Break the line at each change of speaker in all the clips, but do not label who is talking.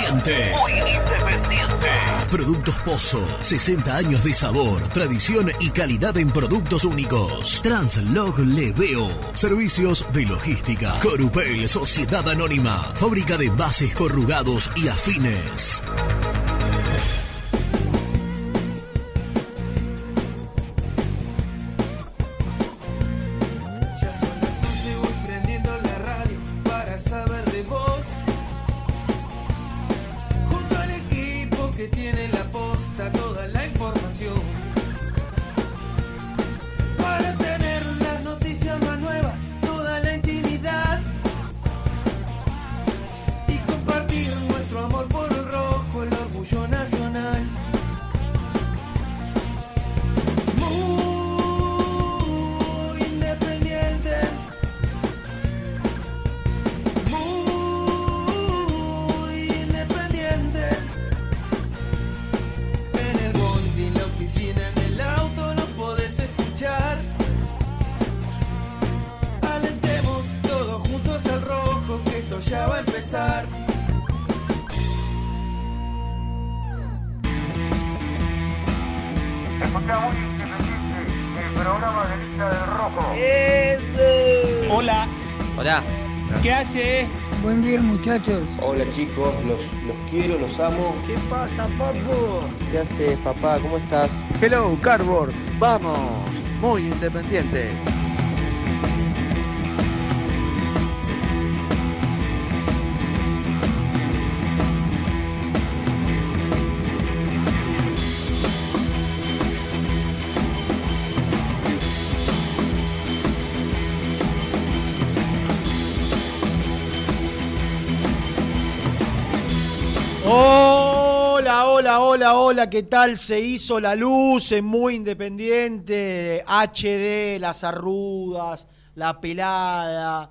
independiente. Muy independiente. Productos Pozo, 60 años de sabor, tradición y calidad en productos únicos. Translog Leveo, servicios de logística. Corupel, Sociedad Anónima, fábrica de envases corrugados y afines.
Buen día, muchachos.
Hola chicos, los quiero, los amo.
¿Qué pasa, papu?
¿Qué haces, papá? ¿Cómo estás?
Hello, Cardboard.
Vamos, muy independiente.
Hola, ¿qué tal? Se hizo la luz en Muy Independiente, HD, las arrugas, la pelada,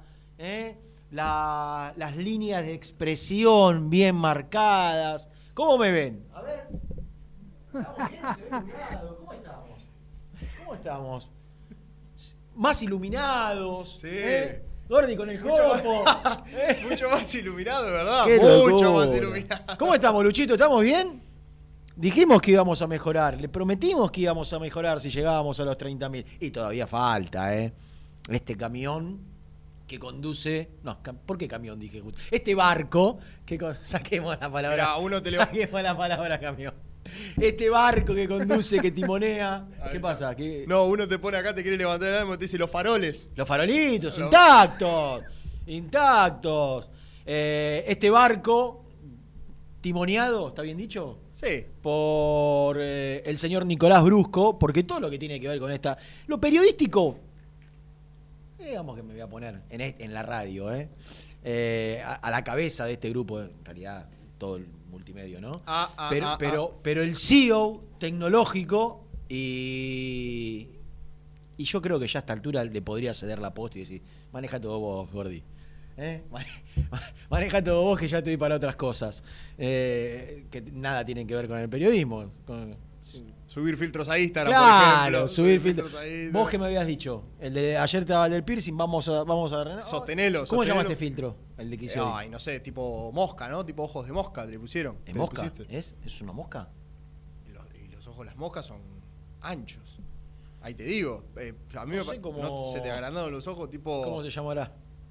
las líneas de expresión bien marcadas. ¿Cómo me ven? A ver. ¿Estamos bien? ¿Se ve iluminado? ¿Cómo estamos? Más iluminados.
Sí.
Gordi con el jopo.
Mucho más iluminado, ¿verdad?
Qué
Mucho
locura.
más iluminado.
¿Cómo estamos, Luchito? ¿Estamos bien? Dijimos que íbamos a mejorar. Le prometimos que íbamos a mejorar si llegábamos a los 30.000. Y todavía falta, Este camión que conduce... No, ¿por qué camión dije justo? Este barco que... Saquemos la palabra... Saquemos la palabra camión. Este barco que conduce, que timonea... ¿Qué pasa?
No, uno te pone acá, te quiere levantar el alma y te dice los faroles.
Los farolitos, intactos. Intactos. Este barco timoneado, ¿está bien dicho?
Sí.
Por el señor Nicolás Brusco, porque todo lo que tiene que ver con lo periodístico, digamos que me voy a poner en la radio, a la cabeza de este grupo, en realidad todo el multimedio, ¿no? Pero el CEO tecnológico y yo creo que ya a esta altura le podría ceder la posta y decir, maneja todo vos, Gordi. Maneja todo vos, que ya estoy para otras cosas que nada tienen que ver con el periodismo.
Subir filtros a Instagram,
claro,
por ejemplo.
Subir filtros a Instagram. Vos que me habías dicho, el de ayer estaba el del piercing, vamos a ver.
Sostenelo.
¿Cómo se llama este filtro? El de que hice
Ay, no sé, tipo mosca, ¿no? Tipo ojos de mosca le pusieron.
¿Es mosca? ¿Es una mosca?
Y los ojos de las moscas son anchos. Ahí te digo. A mí
no sé cómo...
¿no se te agrandaron los ojos tipo...
¿Cómo se llamará?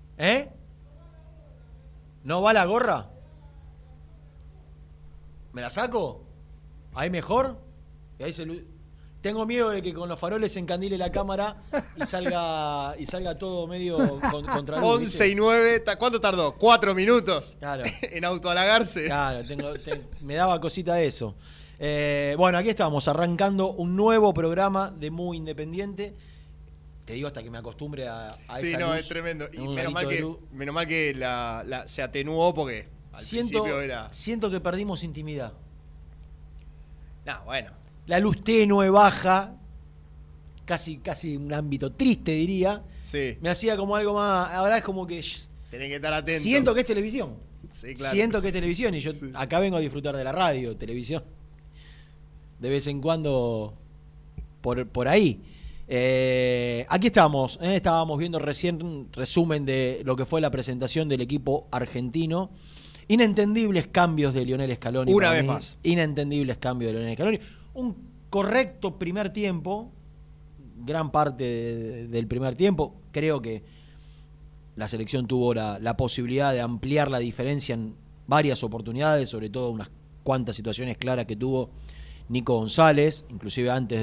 ¿No va la gorra? ¿Me la saco? ¿Ahí mejor? Y ahí tengo miedo de que con los faroles se encandile la cámara y salga todo medio contra luz.
11 y 9, ¿cuánto tardó? 4 minutos.
Claro.
En autohalagarse.
Claro, me daba cosita eso. Bueno, aquí estamos, arrancando un nuevo programa de Muy Independiente. Te digo hasta que me acostumbre a esa
sí, no,
luz,
es tremendo. Y menos mal que se atenuó porque al principio era...
Siento que perdimos intimidad.
No, bueno.
La luz tenue, baja, casi un ámbito triste, diría.
Sí.
Me hacía como algo más... Ahora es como que...
Tenés que estar atento.
Siento que es televisión.
Sí, claro.
Siento que es televisión y yo acá vengo a disfrutar de la radio, televisión. De vez en cuando por ahí. Aquí estamos, estábamos viendo recién un resumen de lo que fue la presentación del equipo argentino Inentendibles cambios de Lionel Scaloni.
Una vez más.
Inentendibles cambios de Lionel Scaloni. Un correcto primer tiempo, gran parte del primer tiempo. Creo que la selección tuvo la posibilidad de ampliar la diferencia en varias oportunidades, sobre todo unas cuantas situaciones claras que tuvo Nico González, inclusive antes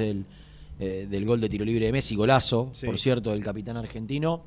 del gol de tiro libre de Messi, golazo, sí, por cierto, del capitán argentino.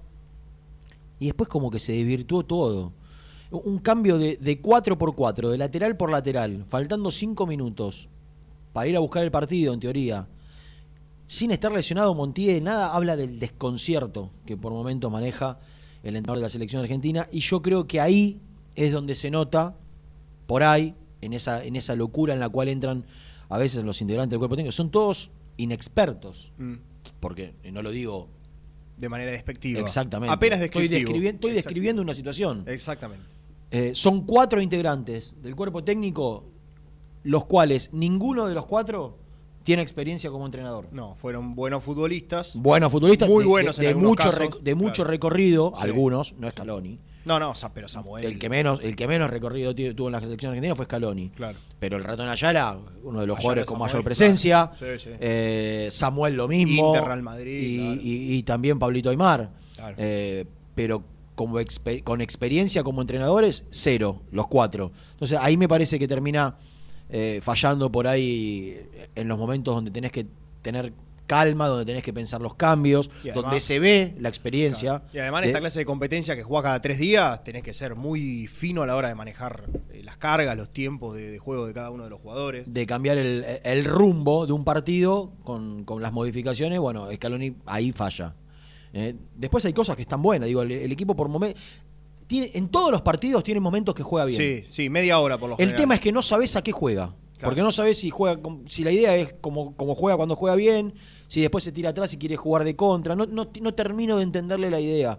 Y después como que se desvirtuó todo. Un cambio de 4x4, de lateral por lateral, faltando 5 minutos para ir a buscar el partido, en teoría, sin estar lesionado Montiel, nada, habla del desconcierto que por momentos maneja el entrenador de la selección argentina, y yo creo que ahí es donde se nota, por ahí, en esa locura en la cual entran a veces los integrantes del cuerpo técnico. Son todos inexpertos, porque no lo digo
de manera despectiva.
Exactamente.
Apenas descriptivo.
Estoy describiendo una situación.
Exactamente.
Son 4 integrantes del cuerpo técnico, los cuales ninguno de los 4 tiene experiencia como entrenador.
No, fueron buenos futbolistas.
Buenos futbolistas.
Muy buenos
de mucho recorrido, sí, algunos, no Scaloni.
No, pero Samuel.
El que menos recorrido tuvo en la selección argentina fue Scaloni.
Claro.
Pero el Ratón Ayala, uno de los jugadores con mayor presencia.
Claro. Sí.
Samuel lo mismo.
Inter, Real Madrid.
Claro. Y también Pablito Aimar.
Claro.
Pero con experiencia como entrenadores, 0, los 4. Entonces ahí me parece que termina fallando por ahí en los momentos donde tenés que tener calma, donde tenés que pensar los cambios, además, donde se ve la experiencia.
Claro. Y además en esta clase de competencia que juega cada 3 días, tenés que ser muy fino a la hora de manejar las cargas, los tiempos de juego de cada uno de los jugadores.
De cambiar el rumbo de un partido con las modificaciones, bueno, Scaloni ahí falla. Después hay cosas que están buenas, digo, el equipo por momentos... En todos los partidos tiene momentos que juega bien.
Sí, media hora por lo general.
El tema es que no sabés a qué juega. Claro. Porque no sabés si la idea es como juega cuando juega bien, si después se tira atrás y quiere jugar de contra. No termino de entenderle la idea.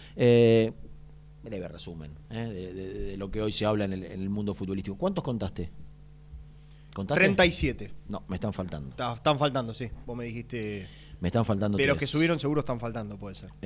Breve resumen de lo que hoy se habla en el mundo futbolístico. ¿Cuántos contaste?
37.
No, me están faltando.
Están faltando, sí. Vos me dijiste...
Me están faltando 3.
Pero los que subieron seguro están faltando, puede ser.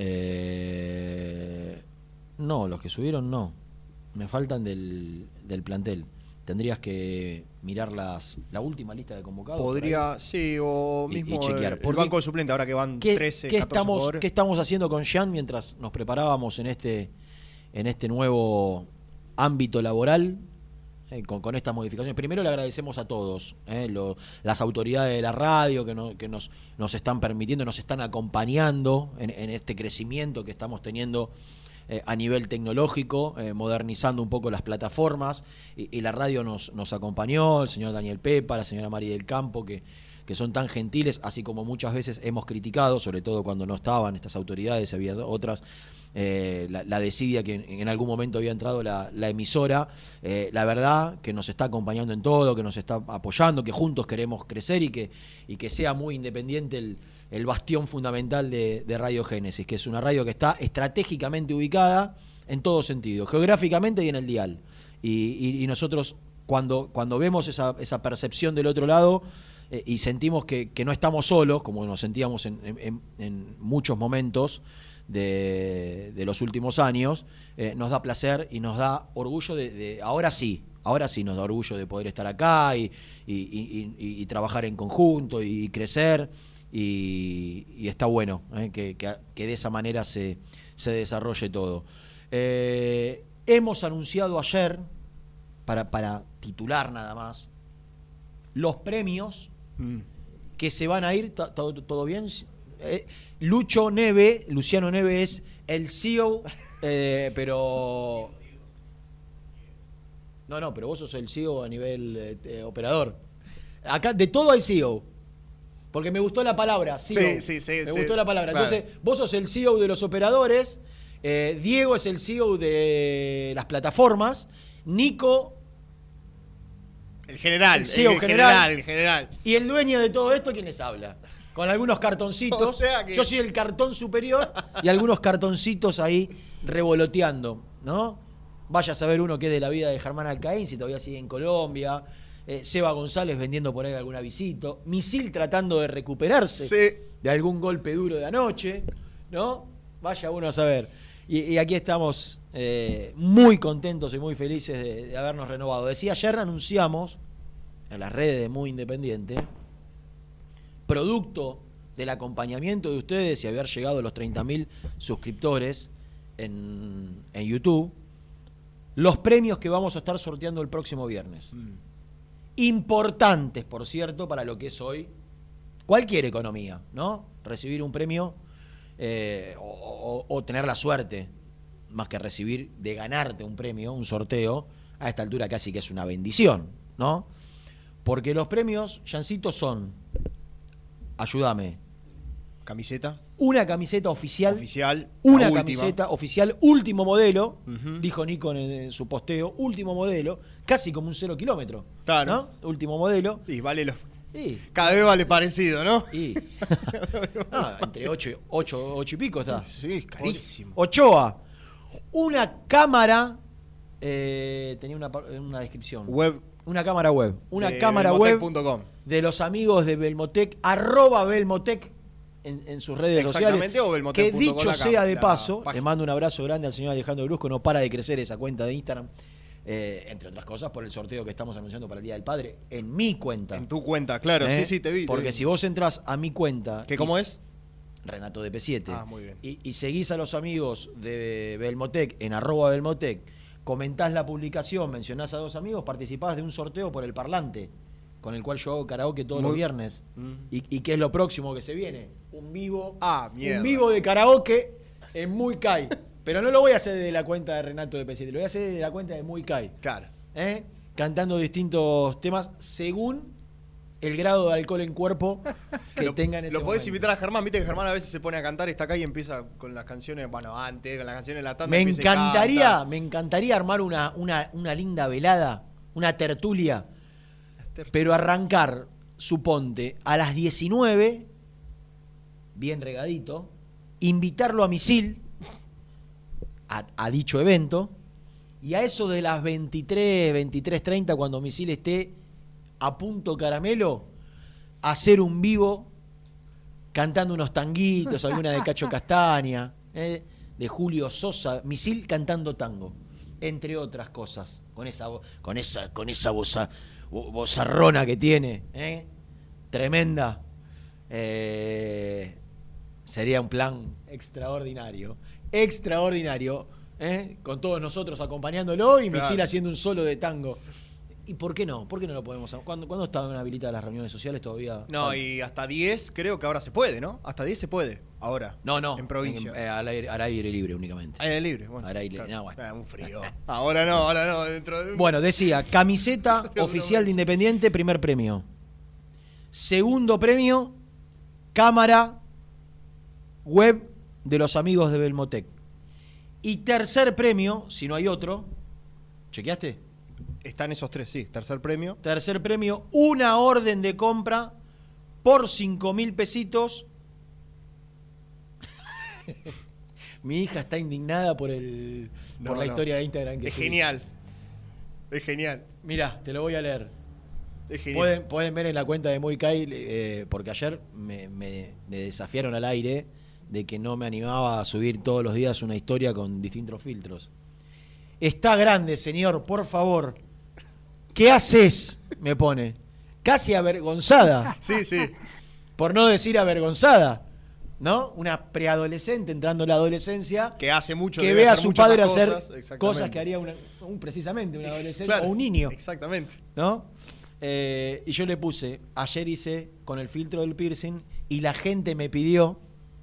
No, los que subieron no. Me faltan del plantel. Tendrías que mirar la última lista de convocados.
Podría, sí, o mismo
y chequear.
El banco de suplente, ahora que van 13, 14 jugadores.
¿Qué estamos haciendo con Jean mientras nos preparábamos en este nuevo ámbito laboral? Con estas modificaciones. Primero le agradecemos a todos, las autoridades de la radio que nos están permitiendo, nos están acompañando en este crecimiento que estamos teniendo a nivel tecnológico, modernizando un poco las plataformas, y la radio nos acompañó, el señor Daniel Pepa, la señora María del Campo, que son tan gentiles, así como muchas veces hemos criticado, sobre todo cuando no estaban estas autoridades, había otras, la desidia que en algún momento había entrado la emisora, la verdad que nos está acompañando en todo, que nos está apoyando, que juntos queremos crecer y que sea muy independiente el bastión fundamental de Radio Génesis, que es una radio que está estratégicamente ubicada en todo sentido, geográficamente y en el dial. Y nosotros cuando vemos esa percepción del otro lado y sentimos que no estamos solos, como nos sentíamos en muchos momentos de los últimos años, nos da placer y nos da orgullo ahora sí nos da orgullo de poder estar acá y trabajar en conjunto y crecer. Y está bueno que de esa manera se desarrolle todo. Hemos anunciado ayer, para titular nada más, los premios que se van a ir. ¿Todo bien? Luciano Neve es el CEO, pero... No, pero vos sos el CEO a nivel operador. Acá de todo hay CEO. Porque me gustó la palabra, CEO.
Sí.
Me gustó la palabra.
Claro.
Entonces, vos sos el CEO de los operadores, Diego es el CEO de las plataformas, Nico...
El general,
el CEO
el general.
Y el dueño de todo esto, ¿quién les habla? Con algunos cartoncitos.
O sea que...
Yo soy el cartón superior y algunos cartoncitos ahí revoloteando, ¿no? Vaya a saber uno qué es de la vida de Germán Alcaín, si todavía sigue en Colombia... Seba González vendiendo por ahí algún avisito, Misil tratando de recuperarse de algún golpe duro de anoche, ¿no? Vaya uno a saber. Y aquí estamos muy contentos y muy felices de habernos renovado. Decía, ayer anunciamos en las redes de Muy Independiente, producto del acompañamiento de ustedes y haber llegado a los 30.000 suscriptores en YouTube, los premios que vamos a estar sorteando el próximo viernes. Importantes, por cierto, para lo que es hoy cualquier economía, ¿no? Recibir un premio o tener la suerte, más que recibir, de ganarte un premio, un sorteo, a esta altura casi que es una bendición, ¿no? Porque los premios, Jancito, son, ayúdame,
camiseta.
Una camiseta oficial.
Una
última. Camiseta oficial, último modelo, dijo Nico en su posteo, último modelo, casi como un 0 kilómetro.
Claro.
¿No? Último modelo.
Y vale los... Cada vez vale parecido, ¿no?
No, entre 8 y pico está.
Sí, es carísimo.
Ochoa. Una cámara, tenía una descripción.
Web.
Una cámara web. Una cámara web de los amigos de Belmotec, @Belmotec en sus redes sociales.
O Belmotec.
Que dicho sea de paso, le mando un abrazo grande al señor Alejandro Brusco, no para de crecer esa cuenta de Instagram. Entre otras cosas por el sorteo que estamos anunciando para el Día del Padre en mi cuenta.
En tu cuenta, claro, sí, te vi.
Porque si vos entras a mi cuenta...
¿Cómo es?
Renato de P7.
Ah, muy bien.
Y seguís a los amigos de Belmotec en @Belmotec, comentás la publicación, mencionás a 2 amigos, participás de un sorteo por el parlante, con el cual yo hago karaoke todos los viernes. ¿Y qué es lo próximo que se viene? Un vivo. Un vivo de karaoke en Muy Kai. Pero no lo voy a hacer desde la cuenta de Renato de P7, lo voy a hacer desde la cuenta de Muy Kai.
Claro.
Cantando distintos temas según el grado de alcohol en cuerpo que tengan ese
Lo podés
momento.
invitar a Germán, viste que Germán a veces se pone a cantar, está acá y empieza con las canciones, bueno, antes, con las canciones de la tanda.
Me encantaría armar una linda velada, una tertulia, pero arrancar, suponte, a las 19, bien regadito, invitarlo a Misil, a dicho evento, y a eso de las 23:30, cuando Misil esté a punto caramelo, hacer un vivo cantando unos tanguitos, alguna de Cacho Castaña, de Julio Sosa, Misil cantando tango, entre otras cosas, con esa vozarrona que tiene, tremenda. Sería un plan extraordinario, con todos nosotros acompañándolo y Misil haciendo un solo de tango. ¿Y por qué no? ¿Por qué no lo podemos hacer? ¿Cuándo estaban habilitadas las reuniones sociales todavía?
No, y hasta 10 creo que ahora se puede, ¿no? Hasta 10 se puede, ahora.
No.
En provincia.
Al aire libre únicamente.
Al aire libre, bueno.
Al aire,
claro.
bueno.
Un frío. Ahora no. Dentro de
Bueno, decía, camiseta oficial de Independiente, primer premio. Segundo premio, cámara web de los amigos de Belmotec. Y tercer premio, si no hay otro, ¿chequeaste?
Están esos 3, sí. Tercer premio.
Tercer premio, una orden de compra por 5.000 pesitos. Mi hija está indignada por la historia de Instagram que
es
subí.
Es genial.
Mirá, te lo voy a leer.
Es genial.
Pueden ver en la cuenta de Muy Kai, porque ayer me desafiaron al aire de que no me animaba a subir todos los días una historia con distintos filtros. Está grande, señor, por favor. ¿Qué haces? Me pone. Casi avergonzada.
Sí.
Por no decir avergonzada, ¿no? Una preadolescente entrando en la adolescencia.
Que hace mucho.
Que ve a su padre hacer
cosas
que haría precisamente un adolescente,
claro,
o un niño.
Exactamente.
¿No? Y yo le puse, ayer hice con el filtro del piercing y la gente me pidió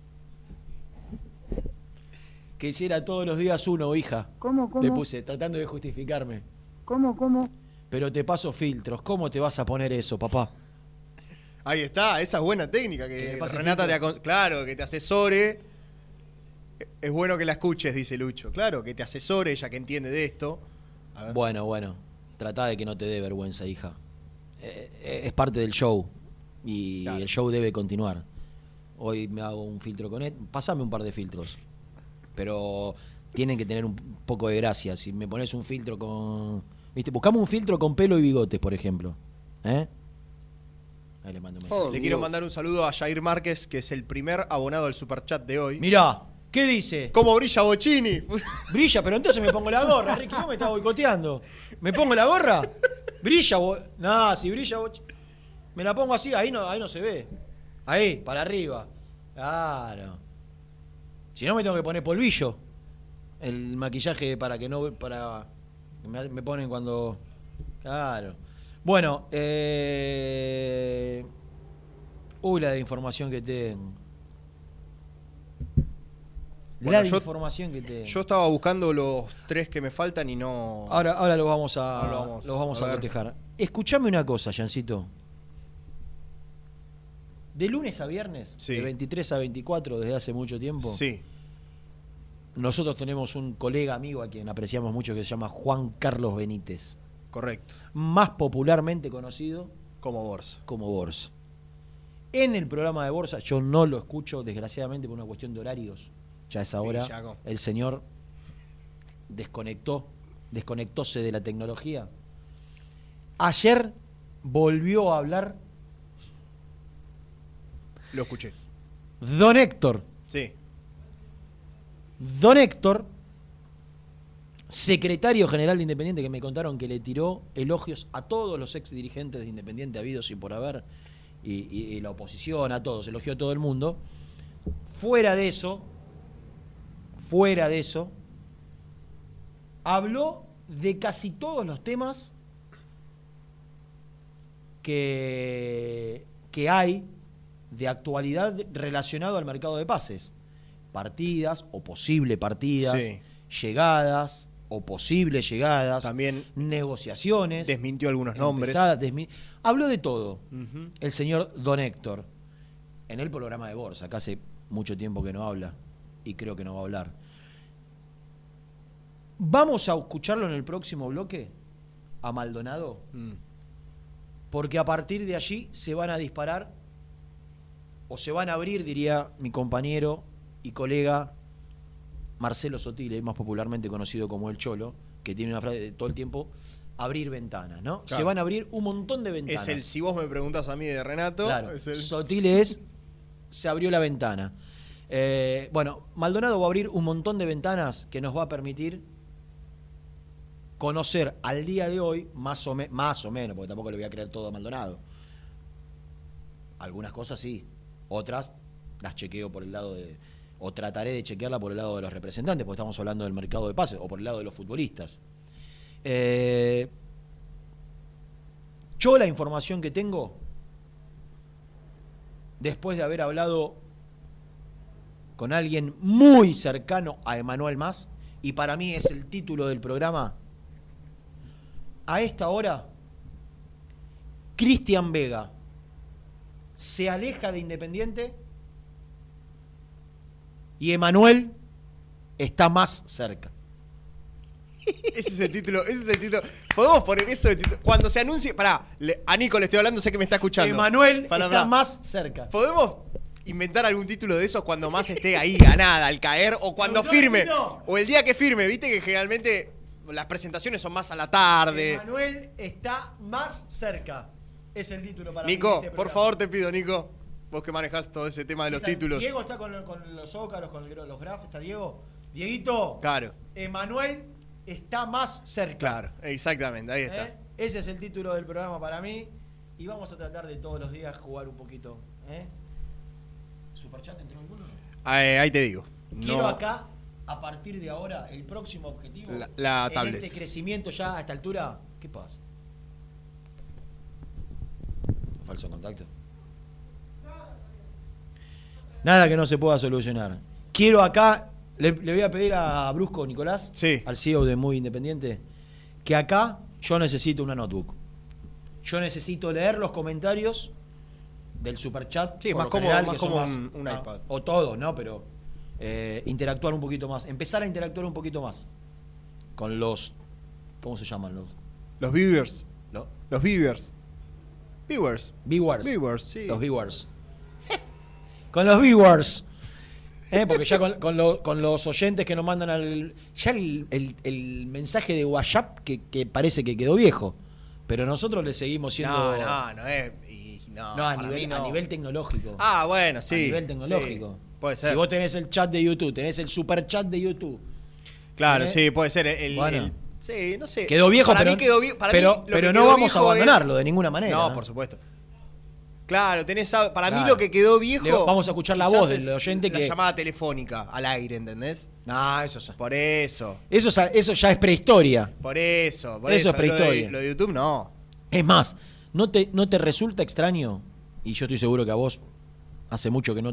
que hiciera todos los días uno, hija.
¿Cómo?
Le puse, tratando de justificarme.
¿Cómo?
Pero te paso filtros. ¿Cómo te vas a poner eso, papá?
Ahí está, esa buena técnica que Renata que te asesore. Es bueno que la escuches, dice Lucho. Claro, que te asesore, ella que entiende de esto.
Bueno. Tratá de que no te dé vergüenza, hija. Es parte del show. Y claro, el show debe continuar. Hoy me hago un filtro con él. Pasame un par de filtros. Pero tienen que tener un poco de gracia. Si me pones un filtro con... ¿Viste? Buscamos un filtro con pelo y bigotes, por ejemplo. Ahí le mando un mensaje.
Le quiero mandar un saludo a Jair Márquez, que es el primer abonado al Superchat de hoy.
Mirá, ¿Qué dice?
¿Cómo brilla Bocini?
Brilla, pero entonces me pongo la gorra. Ricky, vos me estás boicoteando. ¿Me pongo la gorra? Brilla, no, si brilla Bocini. Me la pongo así, ahí no se ve. Ahí, para arriba. Claro. Si no me tengo que poner polvillo. El maquillaje para que no... Para... Me ponen cuando... Claro. Bueno, la de información que tengo.
Bueno,
información que tengo.
Yo estaba buscando los 3 que me faltan y no...
Ahora los vamos a cotejar. Escuchame una cosa, Jancito. De lunes a viernes,
sí,
de 23 a 24, desde hace mucho tiempo.
Sí.
Nosotros tenemos un colega amigo a quien apreciamos mucho que se llama Juan Carlos Benítez.
Correcto.
Más popularmente conocido
como Borsa.
Como Borsa. En el programa de Borsa, yo no lo escucho, desgraciadamente, por una cuestión de horarios. Ya a esa hora el señor desconectóse de la tecnología. Ayer volvió a hablar.
Lo escuché.
Don Héctor.
Sí.
Don Héctor, secretario general de Independiente, que me contaron que le tiró elogios a todos los ex dirigentes de Independiente habidos y por haber, y la oposición, a todos, elogió a todo el mundo. Fuera de eso, habló de casi todos los temas que hay de actualidad relacionado al mercado de pases. Partidas o posible partidas, sí, llegadas o posibles llegadas,
también
negociaciones.
Desmintió algunos nombres.
Habló de todo el señor Don Héctor en el programa de Borsa, que hace mucho tiempo que no habla y creo que no va a hablar. Vamos a escucharlo en el próximo bloque a Maldonado, porque a partir de allí se van a disparar o se van a abrir, diría mi compañero y colega Marcelo Sotile, más popularmente conocido como El Cholo, que tiene una frase de todo el tiempo, abrir ventanas, ¿no? Claro. Se van a abrir un montón de ventanas.
Es el, si vos me preguntás a mí de Renato,
claro,
es el...
Sotile se abrió la ventana. Bueno, Maldonado va a abrir un montón de ventanas que nos va a permitir conocer al día de hoy, más o menos, porque tampoco le voy a creer todo a Maldonado. Algunas cosas sí, otras las chequeo por el lado de... o trataré de chequearla por el lado de los representantes, porque estamos hablando del mercado de pases, o por el lado de los futbolistas. Yo la información que tengo, después de haber hablado con alguien muy cercano a Emanuel Mas, y para mí es el título del programa, a esta hora, Cristian Vega se aleja de Independiente y Emanuel está más cerca.
Ese es el título. Podemos poner eso de título. Cuando se anuncie. Pará, a Nico le estoy hablando, sé que me está escuchando.
Emanuel está más cerca.
¿Podemos inventar algún título de eso cuando más esté ahí ganada al caer? O cuando firme. O el día que firme. Viste que generalmente las presentaciones son más a la tarde.
Emanuel está más cerca. Es el título para
Nico, por favor te pido, Nico. Vos que manejás todo ese tema de los títulos.
Diego está con los ócaros, con los grafos. ¿Está Diego? Dieguito.
Claro.
Emanuel está más cerca.
Claro, exactamente, ahí está.
Ese es el título del programa para mí. Y vamos a tratar de todos los días jugar un poquito. ¿Superchat entró alguno?
Ahí te digo.
Quiero acá, a partir de ahora, el próximo objetivo.
La tablet.
Este crecimiento ya a esta altura. ¿Qué pasa? Falso contacto. Nada que no se pueda solucionar. Quiero acá, le voy a pedir a Brusco Nicolás,
sí,
al CEO de Muy Independiente, que acá yo necesito una notebook. Yo necesito leer los comentarios del superchat.
Sí, más cómodo, más como un iPad.
O todo, ¿no? Pero interactuar un poquito más. Empezar a interactuar un poquito más con los... ¿Cómo se llaman?
Los viewers.
¿No?
Los viewers.
Viewers,
sí.
Los viewers. Con los viewers. Porque ya con los oyentes que nos mandan ya el mensaje de WhatsApp que parece que quedó viejo. Pero nosotros le seguimos siendo...
No es...
a nivel tecnológico.
Ah, bueno, sí.
A nivel tecnológico.
Puede ser.
Si vos tenés el chat de YouTube, tenés el super chat de YouTube.
Claro, sí, puede ser.
Sí,
no sé.
Quedó viejo,
para mí quedó viejo.
Pero no vamos a abandonarlo de ninguna manera.
No, por supuesto. Claro, para mí lo que quedó viejo...
Vamos a escuchar la voz del oyente
la llamada telefónica al aire, ¿entendés?
No, eso es...
Por eso.
Eso ya es prehistoria.
Por eso.
Eso es prehistoria.
Lo de YouTube no.
Es más, ¿no te resulta extraño? Y yo estoy seguro que a vos hace mucho que no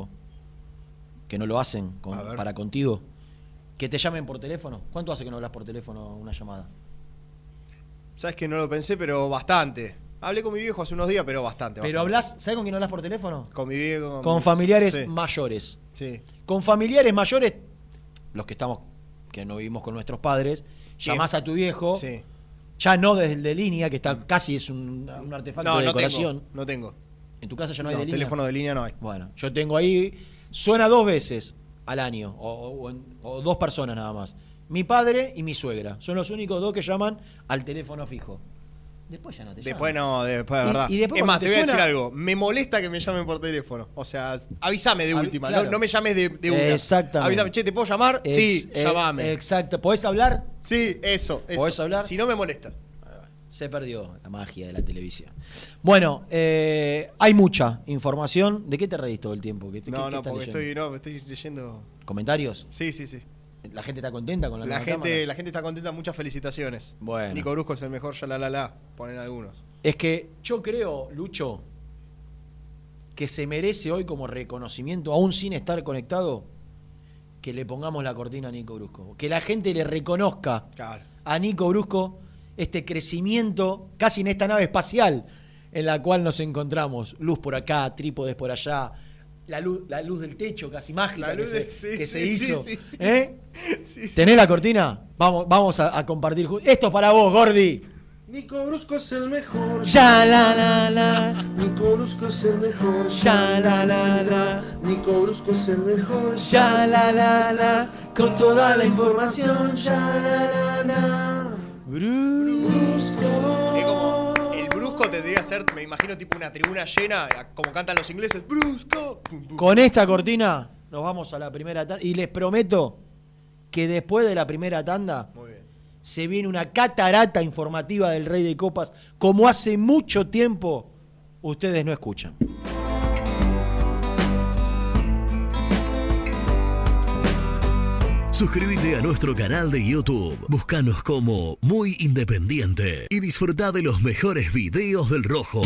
lo hacen para contigo. Que te llamen por teléfono. ¿Cuánto hace que no hablas por teléfono una llamada?
Sabes que no lo pensé, pero bastante. Hablé con mi viejo hace unos días, pero bastante.
Pero hablas, ¿sabes con quién hablas por teléfono?
Con mi viejo.
Con familiares mayores.
Sí.
Con familiares mayores, los que no vivimos con nuestros padres, llamás a tu viejo, ya no desde el de línea, que está casi es un artefacto de decoración.
No tengo.
¿En tu casa ya no hay de línea?
Teléfono de línea no hay.
Bueno, yo tengo ahí, suena 2 veces al año, o 2 personas nada más. Mi padre y mi suegra. Son los únicos 2 que llaman al teléfono fijo. Después ya no te llaman.
Después de verdad.
Y después
es más, te voy a decir
suena...
algo. Me molesta que me llamen por teléfono. O sea, avísame de última.
Claro.
No me llames de una.
Exactamente.
Avísame, che, ¿te puedo llamar? Sí, llamame.
Exacto. ¿Podés hablar?
Sí, eso.
¿Podés hablar?
Si no, me molesta.
Se perdió la magia de la televisión. Bueno, hay mucha información. ¿De qué te reís todo el tiempo? ¿Qué
porque estoy leyendo...
¿Comentarios?
Sí.
¿La gente está contenta con
la gente está contenta, muchas felicitaciones.
Bueno.
Nico Brusco es el mejor, ponen algunos.
Es que yo creo, Lucho, que se merece hoy como reconocimiento, aún sin estar conectado, que le pongamos la cortina a Nico Brusco. Que la gente le reconozca a Nico Brusco este crecimiento casi en esta nave espacial en la cual nos encontramos. Luz por acá, trípodes por allá. La luz del techo casi mágica que se hizo.
Sí. Sí.
¿Tenés la cortina? Vamos a compartir. Esto es para vos, Gordi.
Nico Brusco es el mejor.
Ya la.
Nico Brusco es el mejor.
Ya la.
Nico Brusco es el mejor.
Ya la. Con toda la información. Ya la. Brusco.
Es como el Brusco tendría que ser, me imagino, tipo una tribuna llena, como cantan los ingleses. Brusco.
Con esta cortina nos vamos a la primera tanda. Y les prometo que después de la primera tanda se viene una catarata informativa del Rey de Copas, como hace mucho tiempo ustedes no escuchan.
Suscríbete a nuestro canal de YouTube. Búscanos como Muy Independiente y disfruta de los mejores videos del Rojo.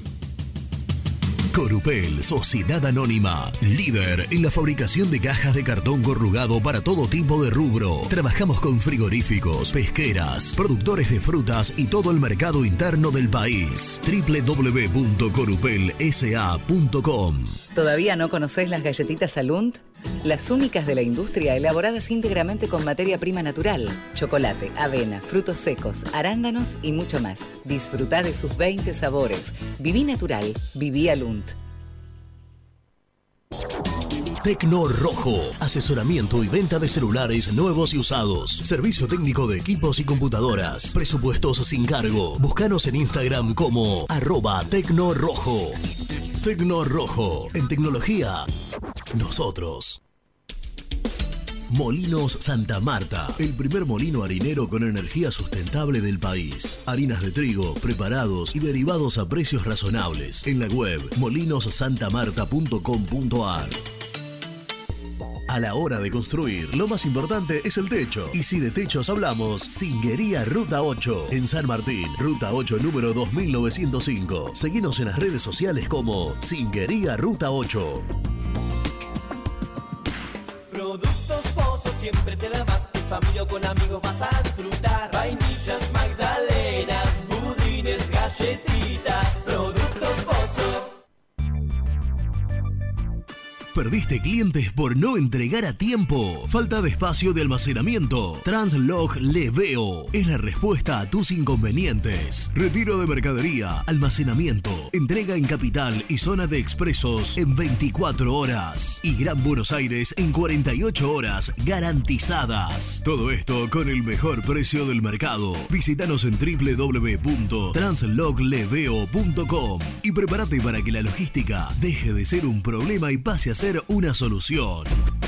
Corupel, Sociedad Anónima, líder en la fabricación de cajas de cartón corrugado para todo tipo de rubro. Trabajamos con frigoríficos, pesqueras, productores de frutas y todo el mercado interno del país. www.corupelsa.com.
¿Todavía no conocés las galletitas Alunt? Las únicas de la industria elaboradas íntegramente con materia prima natural, chocolate, avena, frutos secos, arándanos y mucho más. Disfrutá de sus 20 sabores. Viví natural, viví Alunt.
Tecno Rojo, asesoramiento y venta de celulares nuevos y usados. Servicio técnico de equipos y computadoras. Presupuestos sin cargo. Búscanos en Instagram como @tecnorojo. Tecno Rojo, en tecnología, nosotros. Molinos Santa Marta, el primer molino harinero con energía sustentable del país. Harinas de trigo, preparados y derivados a precios razonables. En la web molinosantamarta.com.ar. A la hora de construir, lo más importante es el techo. Y si de techos hablamos, Zinguería Ruta 8. En San Martín, Ruta 8 número 2905. Seguinos en las redes sociales como Zinguería Ruta 8.
Productos Pozos siempre te da más. En familia o con amigos vas a disfrutar. Vainillas, magdalenas, budines, galletitas. Productos Pozos.
¿Perdiste clientes por no entregar a tiempo? ¿Falta de espacio de almacenamiento? Translog Leveo es la respuesta a tus inconvenientes. Retiro de mercadería, almacenamiento, entrega en Capital y zona de expresos en 24 horas. Y Gran Buenos Aires en 48 horas garantizadas. Todo esto con el mejor precio del mercado. Visítanos en www.translogleveo.com y prepárate para que la logística deje de ser un problema y pase a ser ser una solución.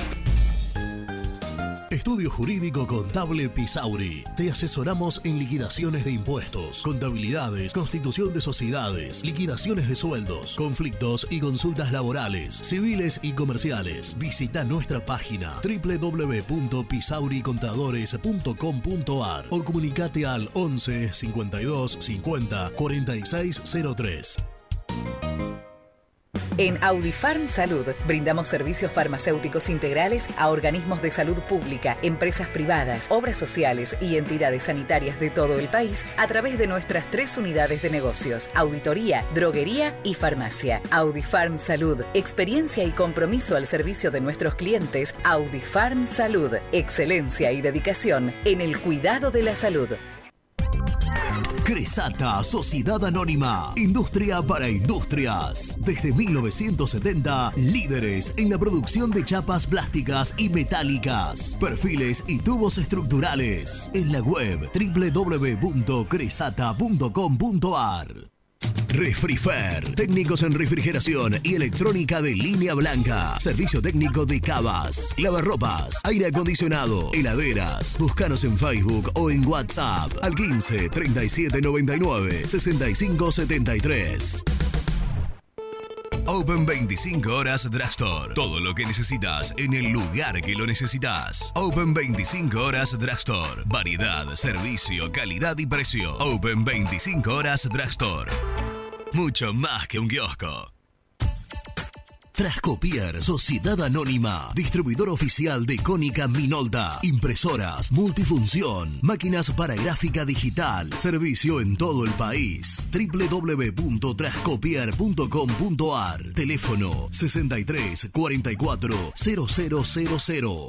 Estudio Jurídico Contable Pisauri. Te asesoramos en liquidaciones de impuestos, contabilidades, constitución de sociedades, liquidaciones de sueldos, conflictos y consultas laborales, civiles y comerciales. Visita nuestra página www.pisauricontadores.com.ar o comunicate al 11 52 50 4603.
En Audifarm Salud brindamos servicios farmacéuticos integrales a organismos de salud pública, empresas privadas, obras sociales y entidades sanitarias de todo el país a través de nuestras 3 unidades de negocios: auditoría, droguería y farmacia. Audifarm Salud, experiencia y compromiso al servicio de nuestros clientes. Audifarm Salud, excelencia y dedicación en el cuidado de la salud.
Cresata, Sociedad Anónima, industria para industrias. Desde 1970, líderes en la producción de chapas plásticas y metálicas, perfiles y tubos estructurales. En la web www.cresata.com.ar. Refrifer, técnicos en refrigeración y electrónica de línea blanca. Servicio técnico de cavas, lavarropas, aire acondicionado, heladeras. Búscanos en Facebook o en WhatsApp al 15 37 99 65 73. Open 25 horas Drugstore. Todo lo que necesitas en el lugar que lo necesitas. Open 25 horas Drugstore. Variedad, servicio, calidad y precio. Open 25 horas Drugstore. Mucho más que un kiosco. Trascopier, Sociedad Anónima, distribuidor oficial de Cónica Minolta, impresoras, multifunción, máquinas para gráfica digital, servicio en todo el país. www.trascopier.com.ar, teléfono 63 44 0000.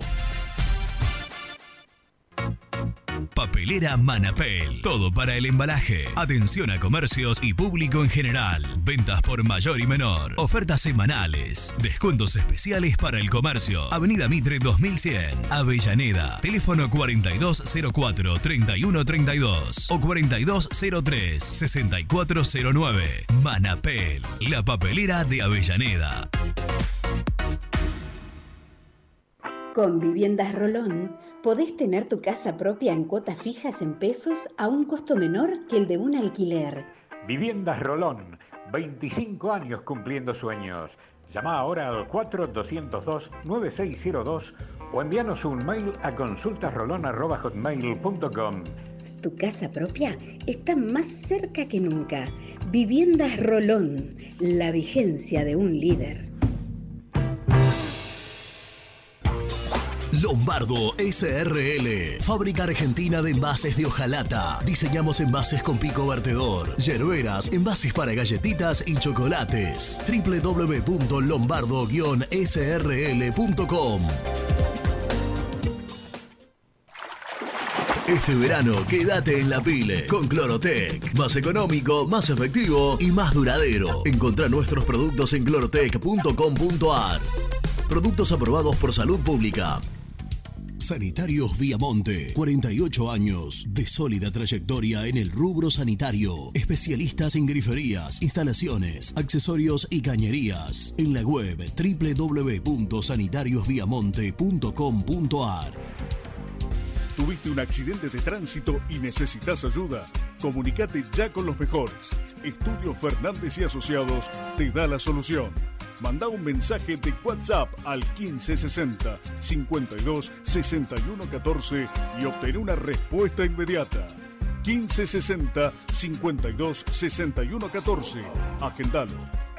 Papelera Manapel. Todo para el embalaje. Atención a comercios y público en general. Ventas por mayor y menor. Ofertas semanales. Descuentos especiales para el comercio. Avenida Mitre 2100. Avellaneda. Teléfono 4204-3132 o 4203-6409. Manapel. La papelera de Avellaneda.
Con Viviendas Rolón podés tener tu casa propia en cuotas fijas en pesos a un costo menor que el de un alquiler.
Viviendas Rolón, 25 años cumpliendo sueños. Llama ahora al 4202-9602 o envíanos un mail a consultasrolon@hotmail.com.
Tu casa propia está más cerca que nunca. Viviendas Rolón, la vigencia de un líder.
Lombardo SRL, fábrica argentina de envases de hojalata. Diseñamos envases con pico vertedor, yerberas, envases para galletitas y chocolates. www.lombardo-srl.com. Este verano quédate en la pile con Clorotec. Más económico, más efectivo y más duradero. Encontrá nuestros productos en clorotec.com.ar. Productos aprobados por Salud Pública. Sanitarios Viamonte, 48 años de sólida trayectoria en el rubro sanitario. Especialistas en griferías, instalaciones, accesorios y cañerías. En la web www.sanitariosviamonte.com.ar.
¿Tuviste un accidente de tránsito y necesitas ayuda? Comunicate ya con los mejores. Estudio Fernández y Asociados te da la solución. Manda un mensaje de WhatsApp al 1560 52 61 14 y obtén una respuesta inmediata. 1560 52 61 14. Agendalo.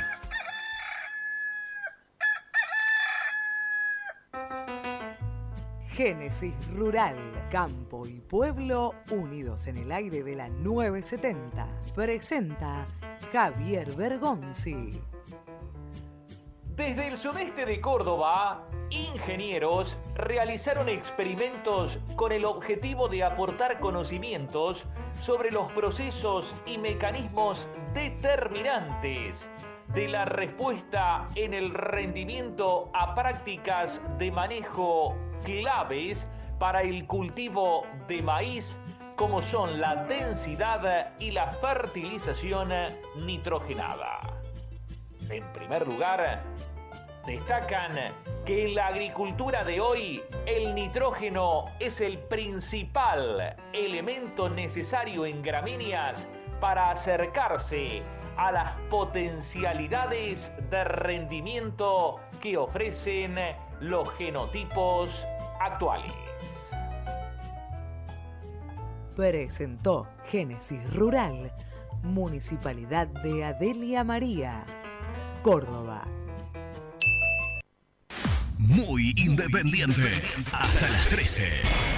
Génesis Rural, campo y pueblo unidos en el aire de la 970. Presenta Javier Bergonzi.
Desde el sudeste de Córdoba, ingenieros realizaron experimentos con el objetivo de aportar conocimientos sobre los procesos y mecanismos determinantes de la respuesta en el rendimiento a prácticas de manejo claves para el cultivo de maíz, como son la densidad y la fertilización nitrogenada. En primer lugar, destacan que en la agricultura de hoy el nitrógeno es el principal elemento necesario en gramíneas para acercarse a las potencialidades de rendimiento que ofrecen los genotipos actuales.
Presentó Génesis Rural, Municipalidad de Adelia María, Córdoba.
Muy independiente. Hasta las 13.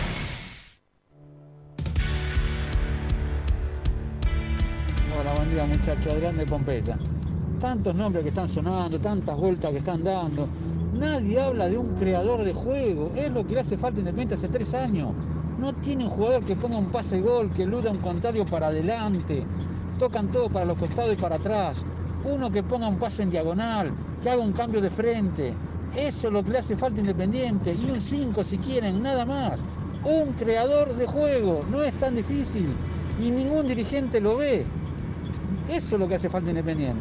Hola, buen día muchachos, Adrián de Pompeya. Tantos nombres que están sonando, tantas vueltas que están dando. Nadie habla de un creador de juego. Es lo que le hace falta a Independiente hace 3 años. No tiene un jugador que ponga un pase gol, que eluda un contrario para adelante. Tocan todo para los costados y para atrás. Uno que ponga un pase en diagonal, que haga un cambio de frente. Eso es lo que le hace falta a Independiente. Y un 5 si quieren, nada más. Un creador de juego. No es tan difícil. Y ningún dirigente lo ve. Eso es lo que hace falta a Independiente.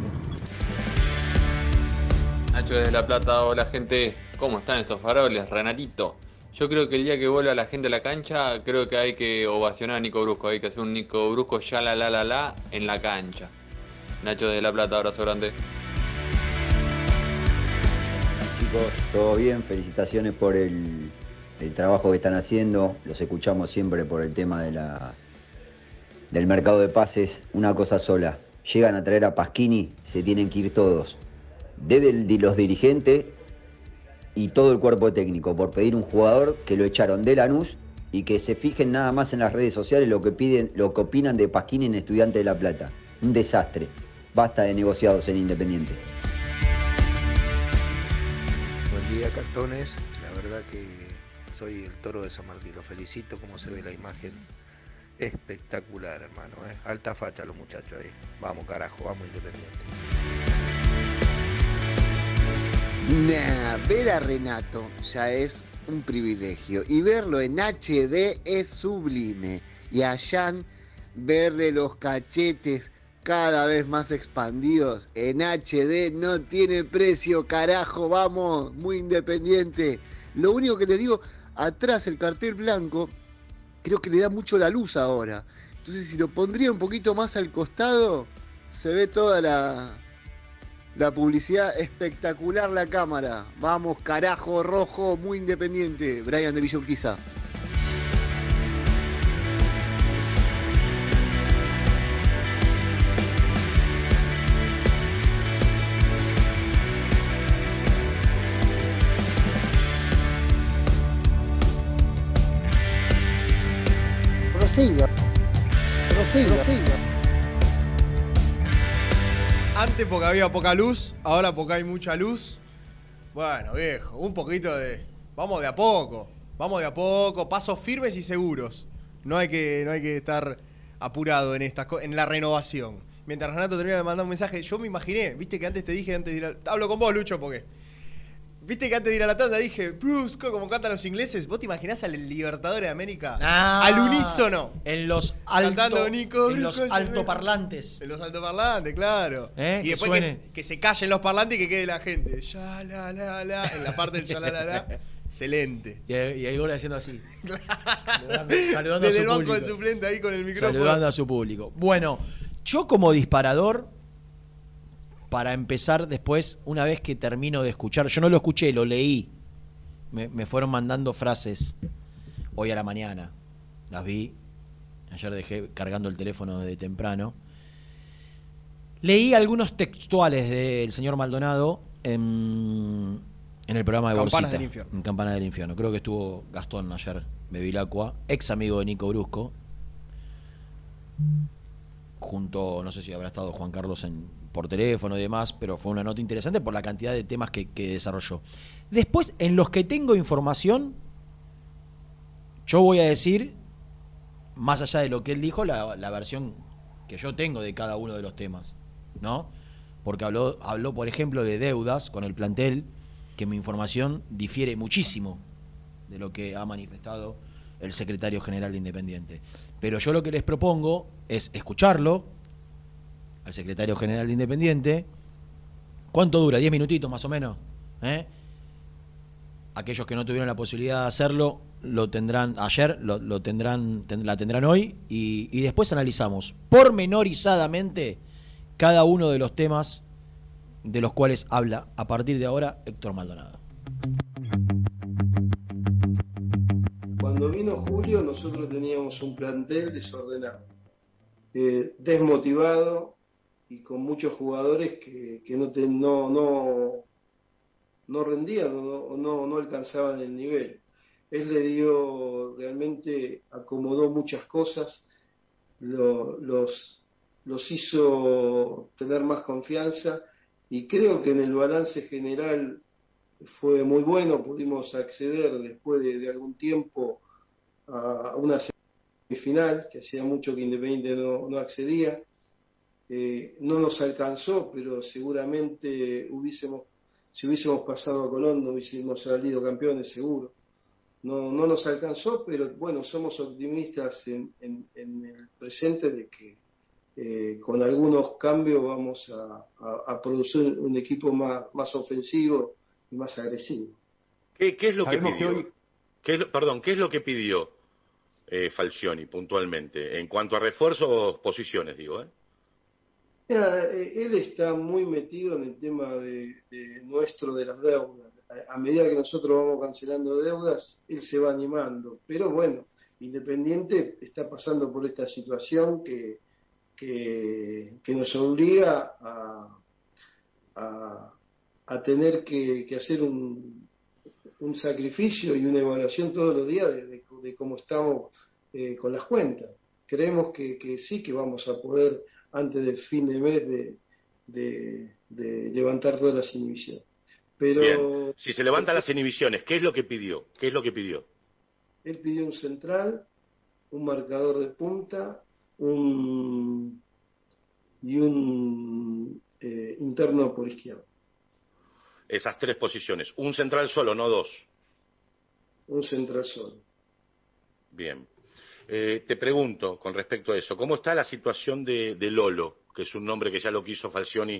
Nacho desde La Plata, hola gente. ¿Cómo están estos faroles? Renatito. Yo creo que el día que vuelva la gente a la cancha, creo que hay que ovacionar a Nico Brusco. Hay que hacer un Nico Brusco ya la en la cancha. Nacho desde La Plata, abrazo grande.
Chicos, todo bien, felicitaciones por el trabajo que están haciendo. Los escuchamos siempre por el tema del mercado de pases. Una cosa sola, llegan a traer a Pasquini, se tienen que ir todos. Desde los dirigentes y todo el cuerpo técnico, por pedir un jugador que lo echaron de Lanús y que se fijen nada más en las redes sociales lo que opinan de Pasquini en Estudiantes de La Plata. Un desastre. Basta de negociados en Independiente.
Buen día, cartones. La verdad que soy el Toro de San Martín. Lo felicito, como se ve la imagen. Espectacular, hermano. Alta facha los muchachos ahí. Vamos, carajo, vamos Independiente.
Nah, ver a Renato ya es un privilegio. Y verlo en HD es sublime. Y a Jan, verle los cachetes cada vez más expandidos en HD no tiene precio, carajo, vamos, muy Independiente. Lo único que les digo, atrás el cartel blanco, creo que le da mucho la luz ahora. Entonces si lo pondría un poquito más al costado, se ve toda la publicidad, espectacular la cámara. Vamos, carajo, rojo, muy Independiente. Brian de Villa Urquiza.
Prosiga.
Antes porque había poca luz, ahora porque hay mucha luz. Bueno, viejo, un poquito de... Vamos de a poco, pasos firmes y seguros. No hay que estar apurado en la renovación. Mientras Renato termina de mandar un mensaje, yo me imaginé, viste que antes te dije, hablo con vos, Lucho, porque... Viste que antes de ir a la tanda dije, Brusco, como cantan los ingleses. ¿Vos te imaginás al Libertadores de América? Al unísono.
En los altoparlantes.
En los altoparlantes, claro. Y después que se callen los parlantes y que quede la gente. Ya, la, en la parte del ya, la. Excelente.
Y ahí Gol haciendo así. saludando
desde
a su
el banco
público.
de suplente ahí con el micrófono.
Saludando a su público. Bueno, yo como disparador... Para empezar después, una vez que termino de escuchar, yo no lo escuché, lo leí. Me fueron mandando frases hoy a la mañana. Las vi. Ayer dejé cargando el teléfono desde temprano. Leí algunos textuales del señor Maldonado en el programa de
Campanas
Bolsita.
del Infierno.
En Campanas del Infierno. Creo que estuvo Gastón ayer, Bevilacqua, ex amigo de Nico Brusco. Junto, no sé si habrá estado Juan Carlos por teléfono y demás, pero fue una nota interesante por la cantidad de temas que desarrolló. Después, en los que tengo información, yo voy a decir, más allá de lo que él dijo, la versión que yo tengo de cada uno de los temas, ¿no? Porque habló, por ejemplo, de deudas con el plantel, que mi información difiere muchísimo de lo que ha manifestado el secretario general de Independiente. Pero yo lo que les propongo es escucharlo, al secretario general de Independiente. ¿Cuánto dura? ¿10 minutitos más o menos? Aquellos que no tuvieron la posibilidad de hacerlo, lo tendrán ayer, la tendrán hoy, y después analizamos pormenorizadamente cada uno de los temas de los cuales habla a partir de ahora Héctor Maldonado.
Cuando vino Julio, nosotros teníamos un plantel desordenado, desmotivado y con muchos jugadores que no rendían o no alcanzaban el nivel. Él le dio, realmente acomodó muchas cosas, los hizo tener más confianza, y creo que en el balance general fue muy bueno. Pudimos acceder después de algún tiempo a una semifinal, que hacía mucho que Independiente no accedía. No nos alcanzó, pero seguramente si hubiésemos pasado a Colón no hubiésemos salido campeones, seguro. No nos alcanzó, pero bueno, somos optimistas en el presente de que con algunos cambios vamos a producir un equipo más ofensivo y más agresivo.
¿Qué es lo que
Sabemos que
pidió?
hoy-
¿Qué es lo que pidió Falcioni puntualmente? En cuanto a refuerzos, posiciones, digo, ¿eh?
Mira, él está muy metido en el tema de las deudas. A medida que nosotros vamos cancelando deudas, él se va animando. Pero bueno, Independiente está pasando por esta situación que nos obliga a tener que hacer un sacrificio y una evaluación todos los días de cómo estamos con las cuentas. Creemos que sí, que vamos a poder antes del fin de mes de levantar todas las inhibiciones. Pero
Bien. Si se levantan las inhibiciones, ¿qué es lo que pidió?
él pidió un central, un marcador de punta, y un interno por izquierda.
Esas tres posiciones. Un central solo, no dos.
Un central solo.
Bien. Te pregunto con respecto a eso, ¿cómo está la situación de Lolo, que es un nombre que ya lo quiso Falcioni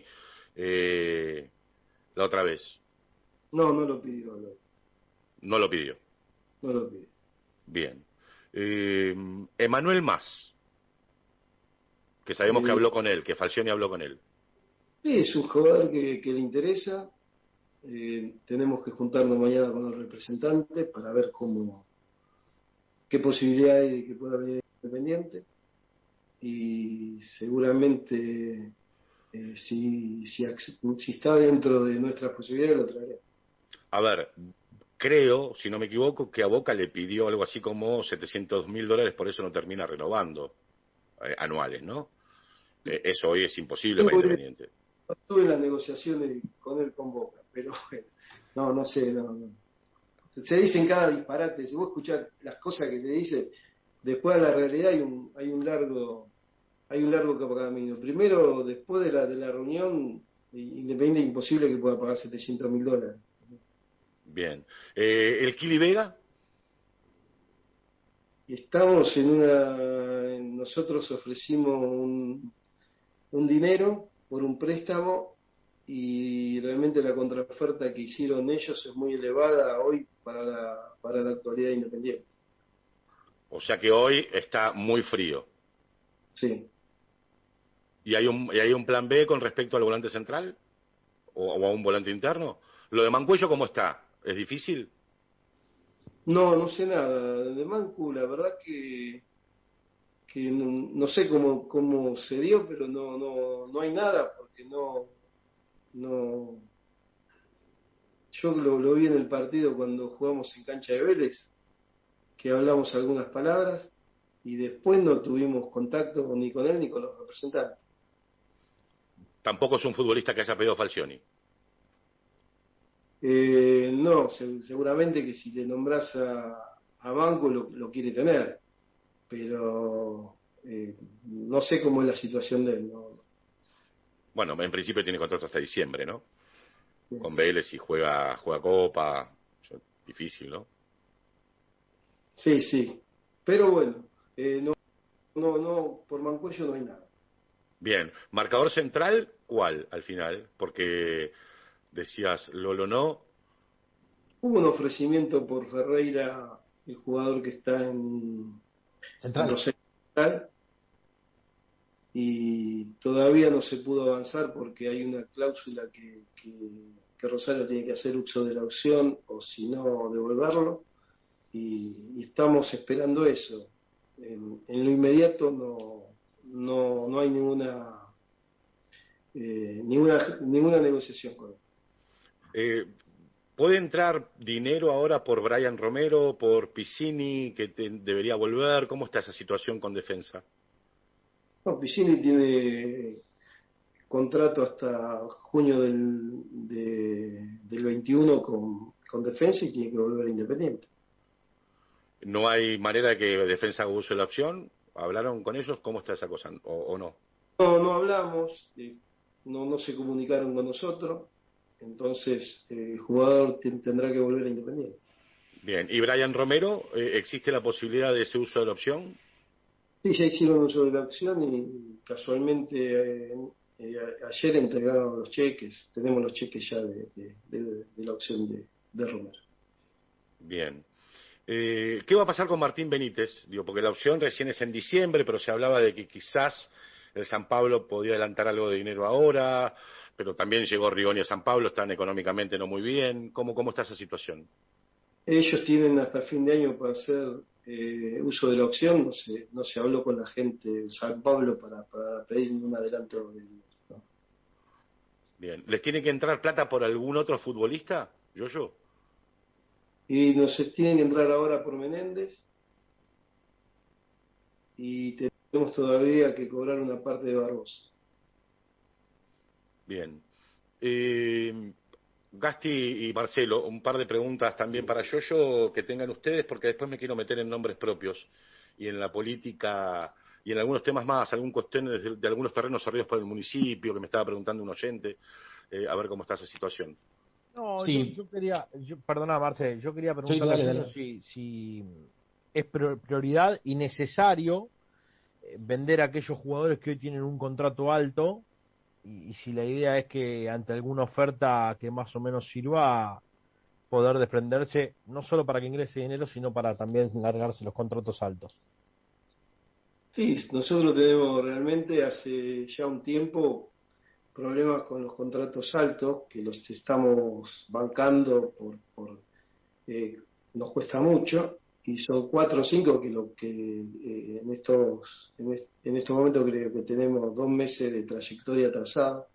la otra vez?
No lo pidió.
No lo pidió.
No lo pidió.
Bien. Emanuel Mas, que sabemos que habló con él, que Falcioni habló con él.
Sí, es un jugador que le interesa. Tenemos que juntarnos mañana con el representante para ver qué posibilidad hay de que pueda venir Independiente, y seguramente si está dentro de nuestras posibilidades lo traeremos.
A ver, creo, si no me equivoco, que a Boca le pidió algo así como $700.000, por eso no termina renovando anuales, ¿no? Eso hoy es imposible para Independiente.
No tuve las negociaciones con él con Boca, pero bueno, no sé. Se dicen cada disparate. Si vos escuchás las cosas que te dicen, después de la realidad hay un largo camino. Primero, después de la reunión, Independiente es imposible que pueda pagar $700.000.
Bien. ¿El Kili Vega?
Estamos nosotros ofrecimos un dinero por un préstamo, y realmente la contraoferta que hicieron ellos es muy elevada hoy para la actualidad de Independiente.
O sea que hoy está muy frío.
Sí.
¿Y hay un plan B con respecto al volante central? ¿O a un volante interno? ¿Lo de Mancuello cómo está? ¿Es difícil?
No sé nada. De Mancu, la verdad que no sé cómo se dio, pero no hay nada, porque yo lo vi en el partido cuando jugamos en cancha de Vélez, que hablamos algunas palabras, y después no tuvimos contacto ni con él ni con los representantes.
Tampoco es un futbolista que haya pedido Falcioni.
No, seguramente que si le nombras a Banco lo quiere tener, pero no sé cómo es la situación de él. ¿No?
Bueno, en principio tiene contrato hasta diciembre, ¿no? Sí. Con Vélez, y juega Copa, difícil, ¿no?
Sí, pero bueno, no, por Mancuello no hay nada.
Bien, marcador central, ¿cuál al final? Porque decías Lolo no,
Hubo un ofrecimiento por Ferreira, el jugador que está en Central, y todavía no se pudo avanzar porque hay una cláusula que Rosario tiene que hacer uso de la opción o si no devolverlo, y estamos esperando eso. En lo inmediato no hay ninguna negociación con él.
¿Puede entrar dinero ahora por Brian Romero, por Piscini, que debería volver? ¿Cómo está esa situación con Defensa?
No, Piscini tiene contrato hasta junio del 21 con Defensa y tiene que volver a Independiente.
¿No hay manera de que Defensa use la opción? ¿Hablaron con ellos? ¿Cómo está esa cosa? ¿O no?
No hablamos, no se comunicaron con nosotros, entonces el jugador tendrá que volver a Independiente.
Bien, ¿y Brian Romero, existe la posibilidad de ese uso de la opción?
Sí, ya hicieron uso de la opción y casualmente ayer entregaron los cheques, tenemos los cheques ya de la opción de Romero.
Bien. ¿Qué va a pasar con Martín Benítez? Digo, porque la opción recién es en diciembre, pero se hablaba de que quizás el San Pablo podía adelantar algo de dinero ahora, pero también llegó Rigoni a San Pablo, están económicamente no muy bien. ¿Cómo está esa situación?
Ellos tienen hasta fin de año para hacer uso de la opción, no se habló con la gente de San Pablo para pedir ningún adelanto de dinero. ¿No?
Bien. ¿Les tiene que entrar plata por algún otro futbolista, Yoyo?
Y nos tienen que entrar ahora por Menéndez y tenemos todavía que cobrar una parte de Barbosa.
Bien. Gasti y Marcelo, un par de preguntas también para Yoyo que tengan ustedes, porque después me quiero meter en nombres propios y en la política y en algunos temas más, algunas cuestiones de algunos terrenos servidos por el municipio, que me estaba preguntando un oyente, a ver cómo está esa situación.
No,
Sí.
yo quería, perdona Marce, yo quería preguntarle
dale,
a
dale.
Yoyo si es prioridad y necesario vender a aquellos jugadores que hoy tienen un contrato alto y si la idea es que ante alguna oferta que más o menos sirva poder desprenderse, no solo para que ingrese dinero, sino para también largarse los contratos altos.
Sí, nosotros tenemos realmente hace ya un tiempo problemas con los contratos altos, que los estamos bancando nos cuesta mucho, y son 4 o 5 que en estos momentos creo que tenemos 2 meses de trayectoria atrasada,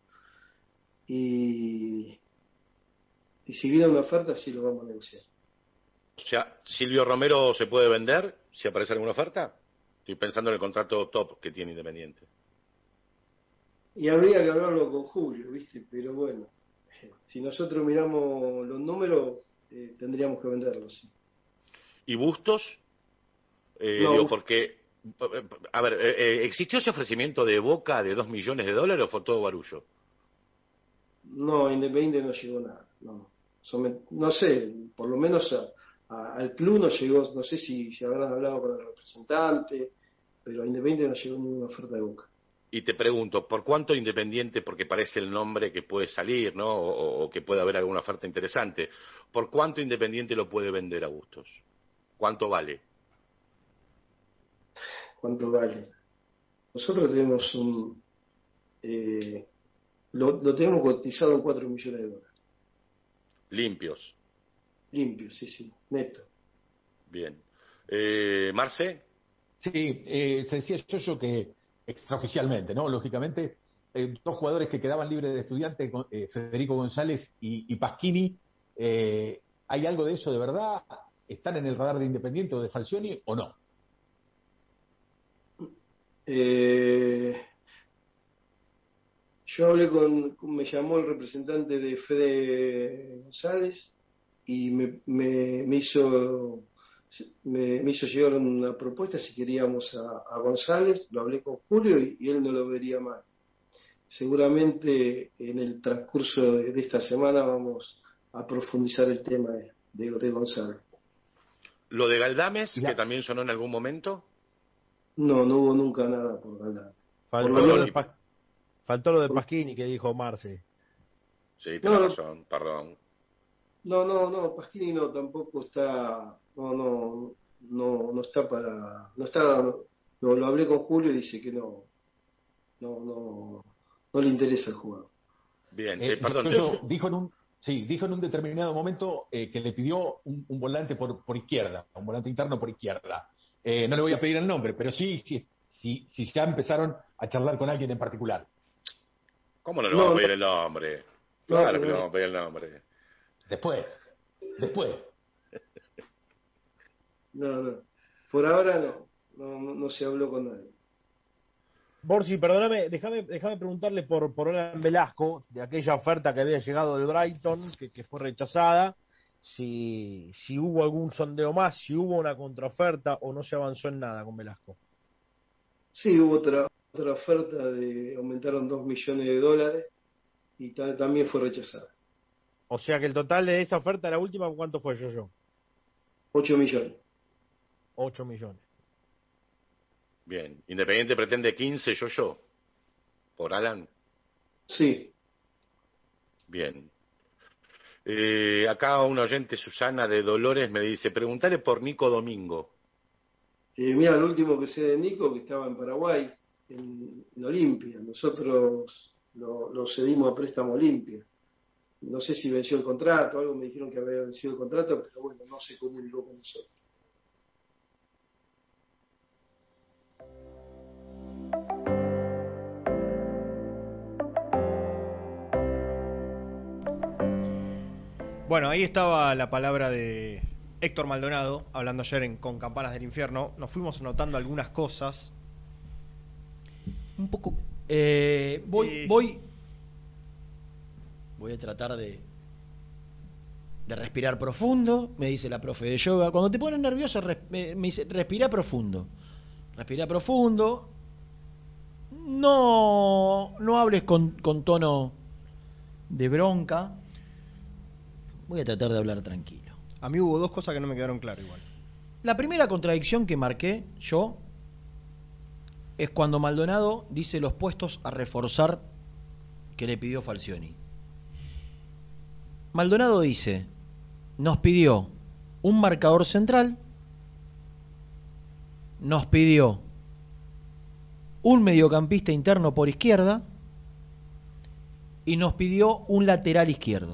y si viene una oferta sí lo vamos a negociar.
O sea, ¿Silvio Romero se puede vender si aparece alguna oferta? Estoy pensando en el contrato top que tiene Independiente.
Y habría que hablarlo con Julio, ¿viste? Pero bueno, si nosotros miramos los números, tendríamos que venderlos, sí.
¿Y Bustos?
No,
Digo, porque, a ver, ¿existió ese ofrecimiento de Boca de $2 millones o fue todo barullo?
No, Independiente no llegó nada, no sé, por lo menos al club no llegó, no sé si habrán hablado con el representante, pero a Independiente no llegó ninguna oferta de Boca.
Y te pregunto, ¿por cuánto Independiente, porque parece el nombre que puede salir, ¿no? O que puede haber alguna oferta interesante, ¿por cuánto Independiente lo puede vender a Bustos? ¿Cuánto vale?
¿Cuánto vale? Nosotros tenemos lo tenemos cotizado en $4 millones.
Limpios.
Limpios, sí, neto.
Bien. ¿Marce?
Sí, se decía yo que extraoficialmente, ¿no? Lógicamente, 2 jugadores que quedaban libres de Estudiantes, Federico González y Pasquini, ¿hay algo de eso de verdad? ¿Están en el radar de Independiente o de Falcioni o no?
Yo hablé me llamó el representante de Fede González y me hizo llegar una propuesta si queríamos a González, lo hablé con Julio y él no lo vería mal. Seguramente en el transcurso de esta semana vamos a profundizar el tema de González.
¿Lo de Galdames, que también sonó en algún momento?
No hubo nunca nada por Galdames.
Faltó lo de Pasquini que dijo Marce.
Sí, tiene razón, perdón.
No, Pasquini no, tampoco está, no está no está, no, lo hablé con Julio y dice que no le interesa el jugador.
Bien,
perdón. Dijo en un determinado momento que le pidió un volante por izquierda, un volante interno por izquierda. No le voy a pedir el nombre, pero sí ya empezaron a charlar con alguien en particular.
¿Cómo no le vamos a pedir el nombre? Claro que le vamos a pedir el nombre.
Después.
No. Por ahora no se habló con nadie.
Borsi, perdóname, déjame preguntarle por Alan Velasco, de aquella oferta que había llegado del Brighton, que fue rechazada, si hubo algún sondeo más, si hubo una contraoferta o no se avanzó en nada con Velasco.
Sí, hubo otra oferta aumentaron $2 millones y también fue rechazada.
O sea que el total de esa oferta, la última, ¿cuánto fue, yo?
8 millones.
8 millones.
Bien. Independiente pretende 15, yo. ¿Por Alan?
Sí.
Bien. Acá un oyente, Susana de Dolores, me dice, preguntale por Nico Domingo.
Mira, lo último que sé de Nico, que estaba en Paraguay, en Olimpia. Nosotros lo cedimos a préstamo Olimpia. No sé si venció el contrato, algo me dijeron que había vencido el contrato, pero bueno, no se comunicó con nosotros.
Bueno, ahí estaba la palabra de Héctor Maldonado, hablando ayer con Campanas del Infierno. Nos fuimos anotando algunas cosas.
Un poco... Voy a tratar de respirar profundo, me dice la profe de yoga. Cuando te pones nervioso, me dice, respira profundo. Respira profundo. No hables con tono de bronca. Voy a tratar de hablar tranquilo.
A mí hubo dos cosas que no me quedaron claras igual.
La primera contradicción que marqué yo es cuando Maldonado dice los puestos a reforzar que le pidió Falcioni. Maldonado dice, nos pidió un marcador central, nos pidió un mediocampista interno por izquierda y nos pidió un lateral izquierdo.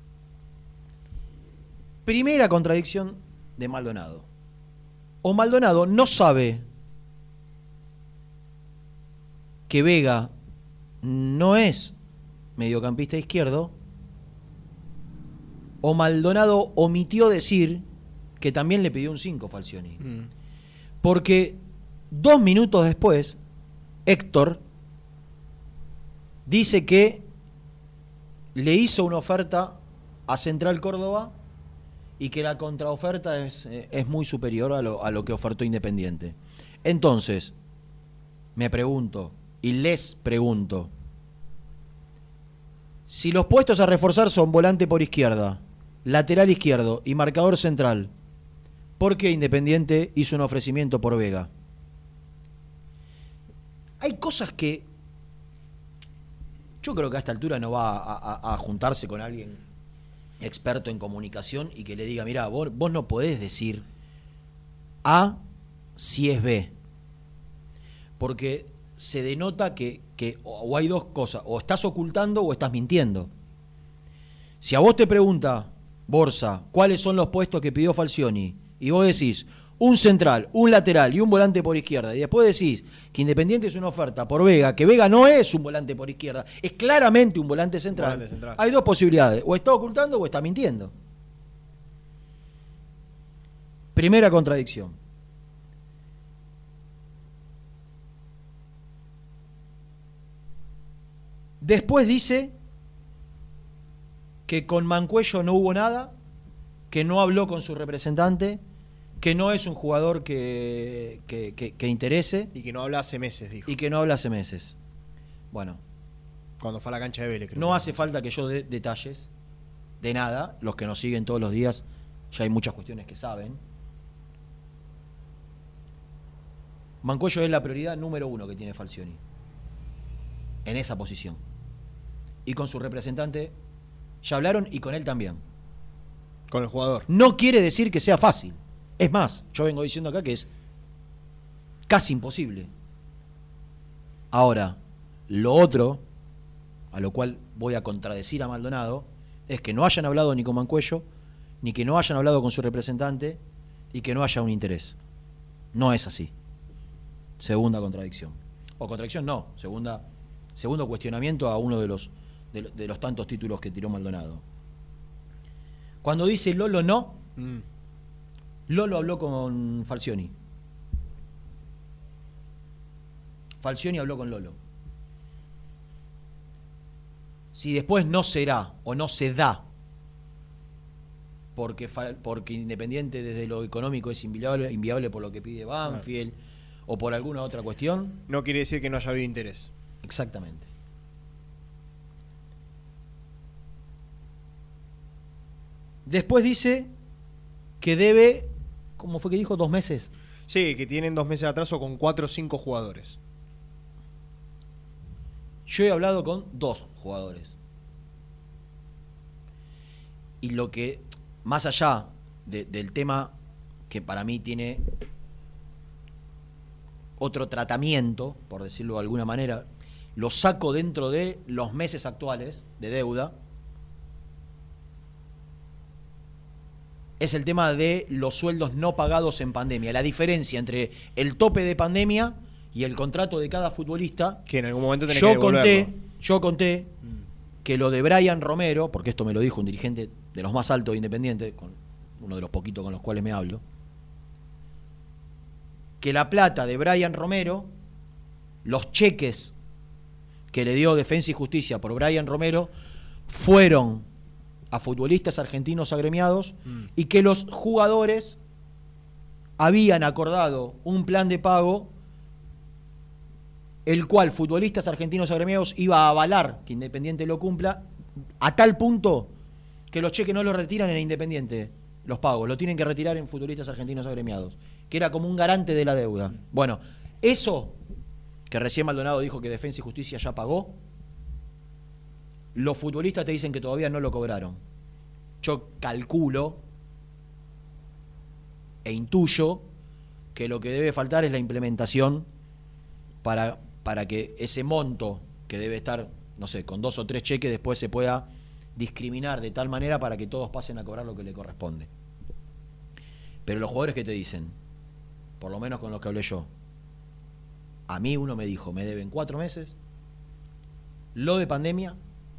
Primera contradicción de Maldonado. O Maldonado no sabe que Vega no es mediocampista izquierdo, o Maldonado omitió decir que también le pidió un 5 Falcioni. Porque 2 minutos después, Héctor dice que le hizo una oferta a Central Córdoba y que la contraoferta es muy superior a lo que ofertó Independiente. Entonces, me pregunto, y les pregunto, si los puestos a reforzar son volante por izquierda, lateral izquierdo y marcador central, ¿por qué Independiente hizo un ofrecimiento por Vega? Hay cosas que yo creo que a esta altura no va a juntarse con alguien experto en comunicación y que le diga, mirá, vos no podés decir A si es B, porque se denota que o hay dos cosas, o estás ocultando o estás mintiendo. Si a vos te pregunta Borsa cuáles son los puestos que pidió Falcioni y vos decís un central, un lateral y un volante por izquierda, y después decís que Independiente es una oferta por Vega, que Vega no es un volante por izquierda, es claramente un volante central, hay dos posibilidades, o está ocultando o está mintiendo. Primera contradicción. Después dice que con Mancuello no hubo nada, que no habló con su representante, que no es un jugador que interese.
Y que no habla hace meses, dijo.
Y que no habla hace meses. Bueno.
Cuando fue a la cancha de Vélez, creo.
No hace falta que yo dé detalles de nada. Los que nos siguen todos los días, ya hay muchas cuestiones que saben. Mancuello es la prioridad número 1 que tiene Falcioni. En esa posición. Y con su representante ya hablaron y con él también.
Con el jugador.
No quiere decir que sea fácil. Es más, yo vengo diciendo acá que es casi imposible. Ahora, lo otro, a lo cual voy a contradecir a Maldonado, es que no hayan hablado ni con Mancuello, ni que no hayan hablado con su representante, y que no haya un interés. No es así. Segunda contradicción. O contradicción no, segundo cuestionamiento a uno de los tantos títulos que tiró Maldonado. Cuando dice Lolo no, Lolo habló con Falcioni. Falcioni habló con Lolo. Si después no será o no se da, porque Independiente desde lo económico es inviable por lo que pide Banfield, o por alguna otra cuestión,
no quiere decir que no haya habido interés.
Exactamente. Después dice que debe, ¿cómo fue que dijo? 2 meses.
Sí, que tienen 2 meses de atraso con 4 o 5 jugadores.
Yo he hablado con 2 jugadores. Y lo que, más allá del tema que para mí tiene otro tratamiento, por decirlo de alguna manera, lo saco dentro de los meses actuales de deuda, es el tema de los sueldos no pagados en pandemia. La diferencia entre el tope de pandemia y el contrato de cada futbolista.
Que en algún momento tenés que devolverlo.
Yo conté que lo de Brian Romero, porque esto me lo dijo un dirigente de los más altos de Independiente, con uno de los poquitos con los cuales me hablo, que la plata de Brian Romero, los cheques que le dio Defensa y Justicia por Brian Romero, fueron a futbolistas argentinos agremiados y que los jugadores habían acordado un plan de pago el cual futbolistas argentinos agremiados iba a avalar que Independiente lo cumpla, a tal punto que los cheques no los retiran en Independiente, los pagos, lo tienen que retirar en futbolistas argentinos agremiados, que era como un garante de la deuda. Bueno, eso que recién Maldonado dijo que Defensa y Justicia ya pagó, los futbolistas te dicen que todavía no lo cobraron. Yo calculo e intuyo que lo que debe faltar es la implementación para que ese monto que debe estar, no sé, con 2 o 3 cheques después se pueda discriminar de tal manera para que todos pasen a cobrar lo que le corresponde. Pero los jugadores que te dicen, por lo menos con los que hablé yo, a mí uno me dijo, me deben 4 meses, lo de pandemia,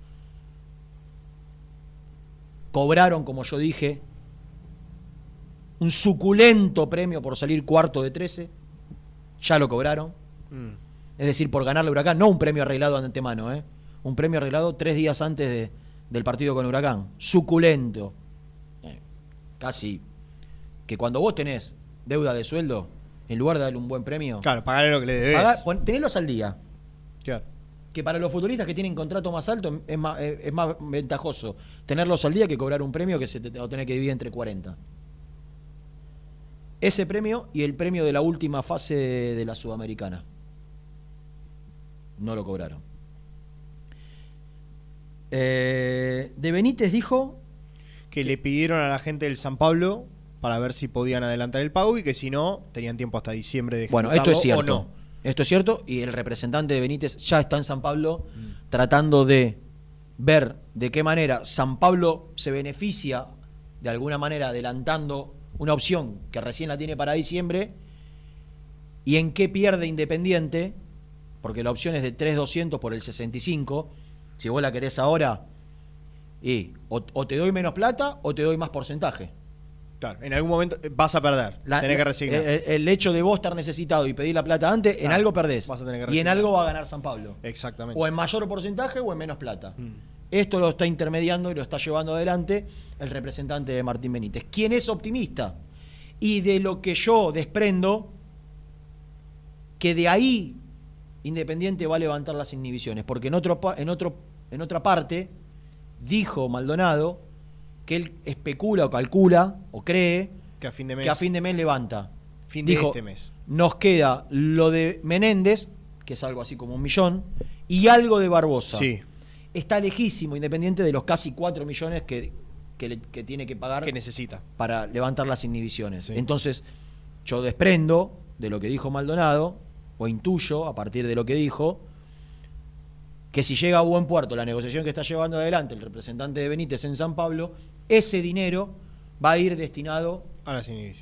cobraron, como yo dije, un suculento premio por salir cuarto de 13, ya lo cobraron. Es decir, por ganarle a Huracán, no un premio arreglado de antemano, un premio arreglado 3 días antes del partido con Huracán. Suculento. Casi que cuando vos tenés deuda de sueldo, en lugar de darle un buen premio,
claro, pagarle lo que le debes.
Tenerlos al día.
Claro.
Que para los futbolistas que tienen contrato más alto es más ventajoso tenerlos al día que cobrar un premio que se te lo tenés que dividir entre 40. Ese premio y el premio de la última fase de la Sudamericana. No lo cobraron. De Benítez dijo
que le pidieron a la gente del San Pablo para ver si podían adelantar el pago y que si no, tenían tiempo hasta diciembre de ejecutarlo.
Bueno, esto es cierto.
O no.
Esto es cierto y el representante de Benítez ya está en San Pablo tratando de ver de qué manera San Pablo se beneficia de alguna manera adelantando una opción que recién la tiene para diciembre y en qué pierde Independiente, porque la opción es de 3.200 por el 65, si vos la querés ahora, o te doy menos plata o te doy más porcentaje.
Claro, en algún momento vas a perder, tenés que resignar.
El hecho de vos estar necesitado y pedir la plata antes, en algo perdés.
Vas a tener que
y en
resignar.
algo va a ganar San Pablo.
Exactamente.
O en mayor porcentaje o en menos plata. Esto lo está intermediando y lo está llevando adelante el representante de Martín Benítez, quien es optimista. Y de lo que yo desprendo, que de ahí Independiente va a levantar las inhibiciones. Porque en otra parte dijo Maldonado que él especula o calcula o cree
que a fin de mes
levanta.
Dijo, este mes.
Nos queda lo de Menéndez, que es algo así como 1 millón, y algo de Barbosa.
Sí.
Está lejísimo Independiente de los casi 4 millones que que tiene que pagar,
que necesita
para levantar las inhibiciones.
Sí.
Entonces, yo desprendo de lo que dijo Maldonado, o intuyo a partir de lo que dijo, que si llega a buen puerto la negociación que está llevando adelante el representante de Benítez en San Pablo, ese dinero va a ir destinado
a las inhibiciones.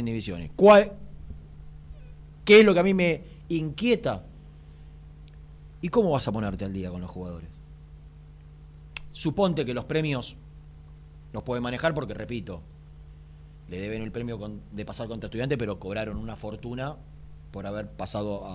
¿Qué es lo que a mí me inquieta? ¿Y cómo vas a ponerte al día con los jugadores? Suponte que los premios los puede manejar porque, repito, le deben el premio de pasar contra Estudiantes, pero cobraron una fortuna por haber pasado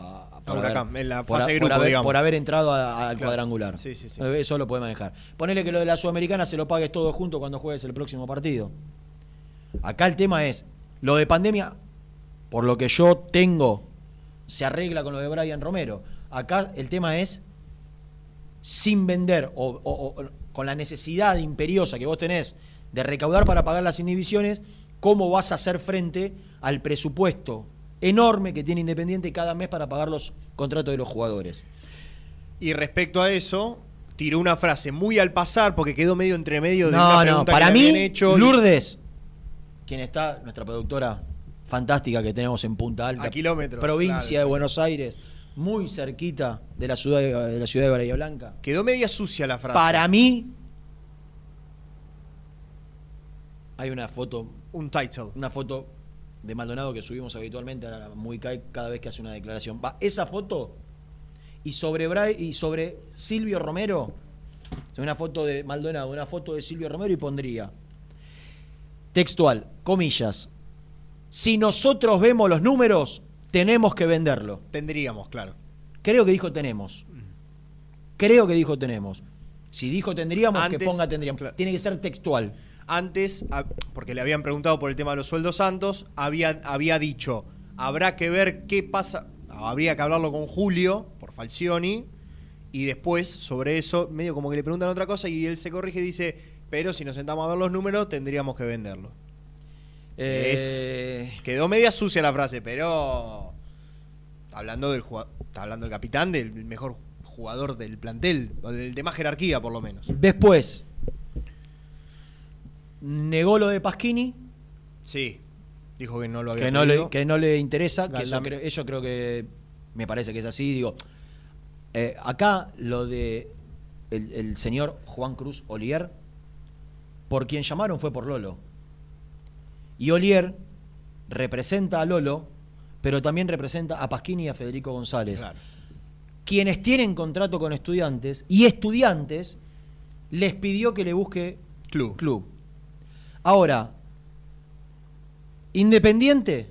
por haber entrado al cuadrangular.
Sí.
Eso lo puede manejar. Ponele que lo de la Sudamericana se lo pagues todo junto cuando juegues el próximo partido. Acá el tema es, lo de pandemia, por lo que yo tengo, se arregla con lo de Brian Romero. Acá el tema es, sin vender o con la necesidad imperiosa que vos tenés de recaudar para pagar las inhibiciones, ¿cómo vas a hacer frente al presupuesto enorme que tiene Independiente cada mes para pagar los contratos de los jugadores?
Y respecto a eso, tiró una frase muy al pasar porque quedó medio entre medio de una pregunta
para
que
mí,
le habían hecho.
Lourdes, quien está, nuestra productora fantástica que tenemos en Punta Alta,
a kilómetros,
provincia de Buenos Aires, muy cerquita de la ciudad de Bahía Blanca.
Quedó media sucia la frase.
Para mí hay una foto, una foto de Maldonado que subimos habitualmente a Muicay cada vez que hace una declaración. Esa foto y sobre Silvio Romero, una foto de Maldonado, una foto de Silvio Romero, y pondría textual, comillas: si nosotros vemos los números, tenemos que venderlo.
Tendríamos, claro.
Creo que dijo tenemos. Si dijo tendríamos, antes, que ponga tendríamos. Claro. Tiene que ser textual.
Antes, porque le habían preguntado por el tema de los sueldos santos, había dicho, habrá que ver qué pasa, habría que hablarlo con Julio, por Falcioni, y después, sobre eso, medio como que le preguntan otra cosa, y él se corrige y dice, pero si nos sentamos a ver los números, tendríamos que venderlo. Quedó media sucia la frase, pero está hablando del capitán, del mejor jugador del plantel, o del de más jerarquía, por lo menos.
Después negó lo de Pasquini.
Sí, dijo que no lo había
que no le interesa, que eso creo que me parece que es así. Digo, acá lo de el señor Juan Cruz Olier, por quien llamaron fue por Lolo. Y Olier representa a Lolo, pero también representa a Pasquini y a Federico González.
Claro.
Quienes tienen contrato con Estudiantes, y Estudiantes les pidió que le busque club. Ahora, Independiente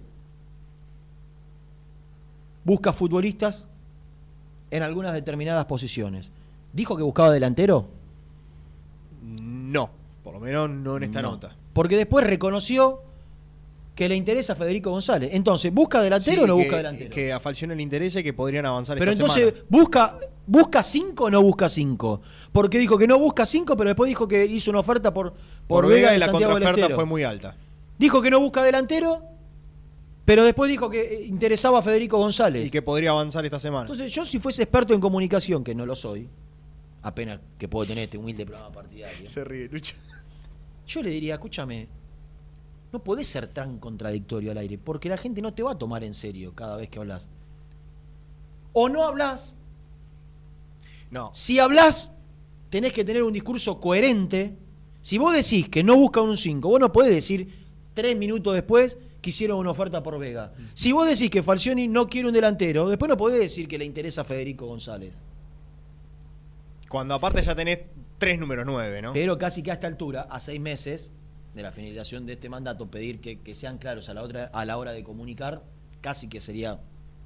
busca futbolistas en algunas determinadas posiciones. ¿Dijo que buscaba delantero?
No, por lo menos no en esta nota.
Porque después reconoció que le interesa a Federico González. Entonces, ¿busca delantero o no busca delantero?
Que a Falcioni le interese, que podrían avanzar
pero
esta
entonces,
semana.
¿busca 5 o no busca 5? Porque dijo que no busca 5, pero después dijo que hizo una oferta por Vega
y la
Santiago
contraoferta fue muy alta.
Dijo que no busca delantero, pero después dijo que interesaba a Federico González.
Y que podría avanzar esta semana.
Entonces, yo si fuese experto en comunicación, que no lo soy, apenas que puedo tener este humilde programa partidario.
Se ríe, Lucha.
Yo le diría, escúchame, no podés ser tan contradictorio al aire, porque la gente no te va a tomar en serio cada vez que hablas. O no hablas.
No.
Si hablas, tenés que tener un discurso coherente. Si vos decís que no buscan un 5, vos no podés decir 3 minutos después que hicieron una oferta por Vega. Si vos decís que Falcioni no quiere un delantero, después no podés decir que le interesa a Federico González.
Cuando aparte ya tenés 3 números 9, ¿no?
Pero casi que a esta altura, a 6 meses de la finalización de este mandato, pedir que sean claros a la hora de comunicar, casi que sería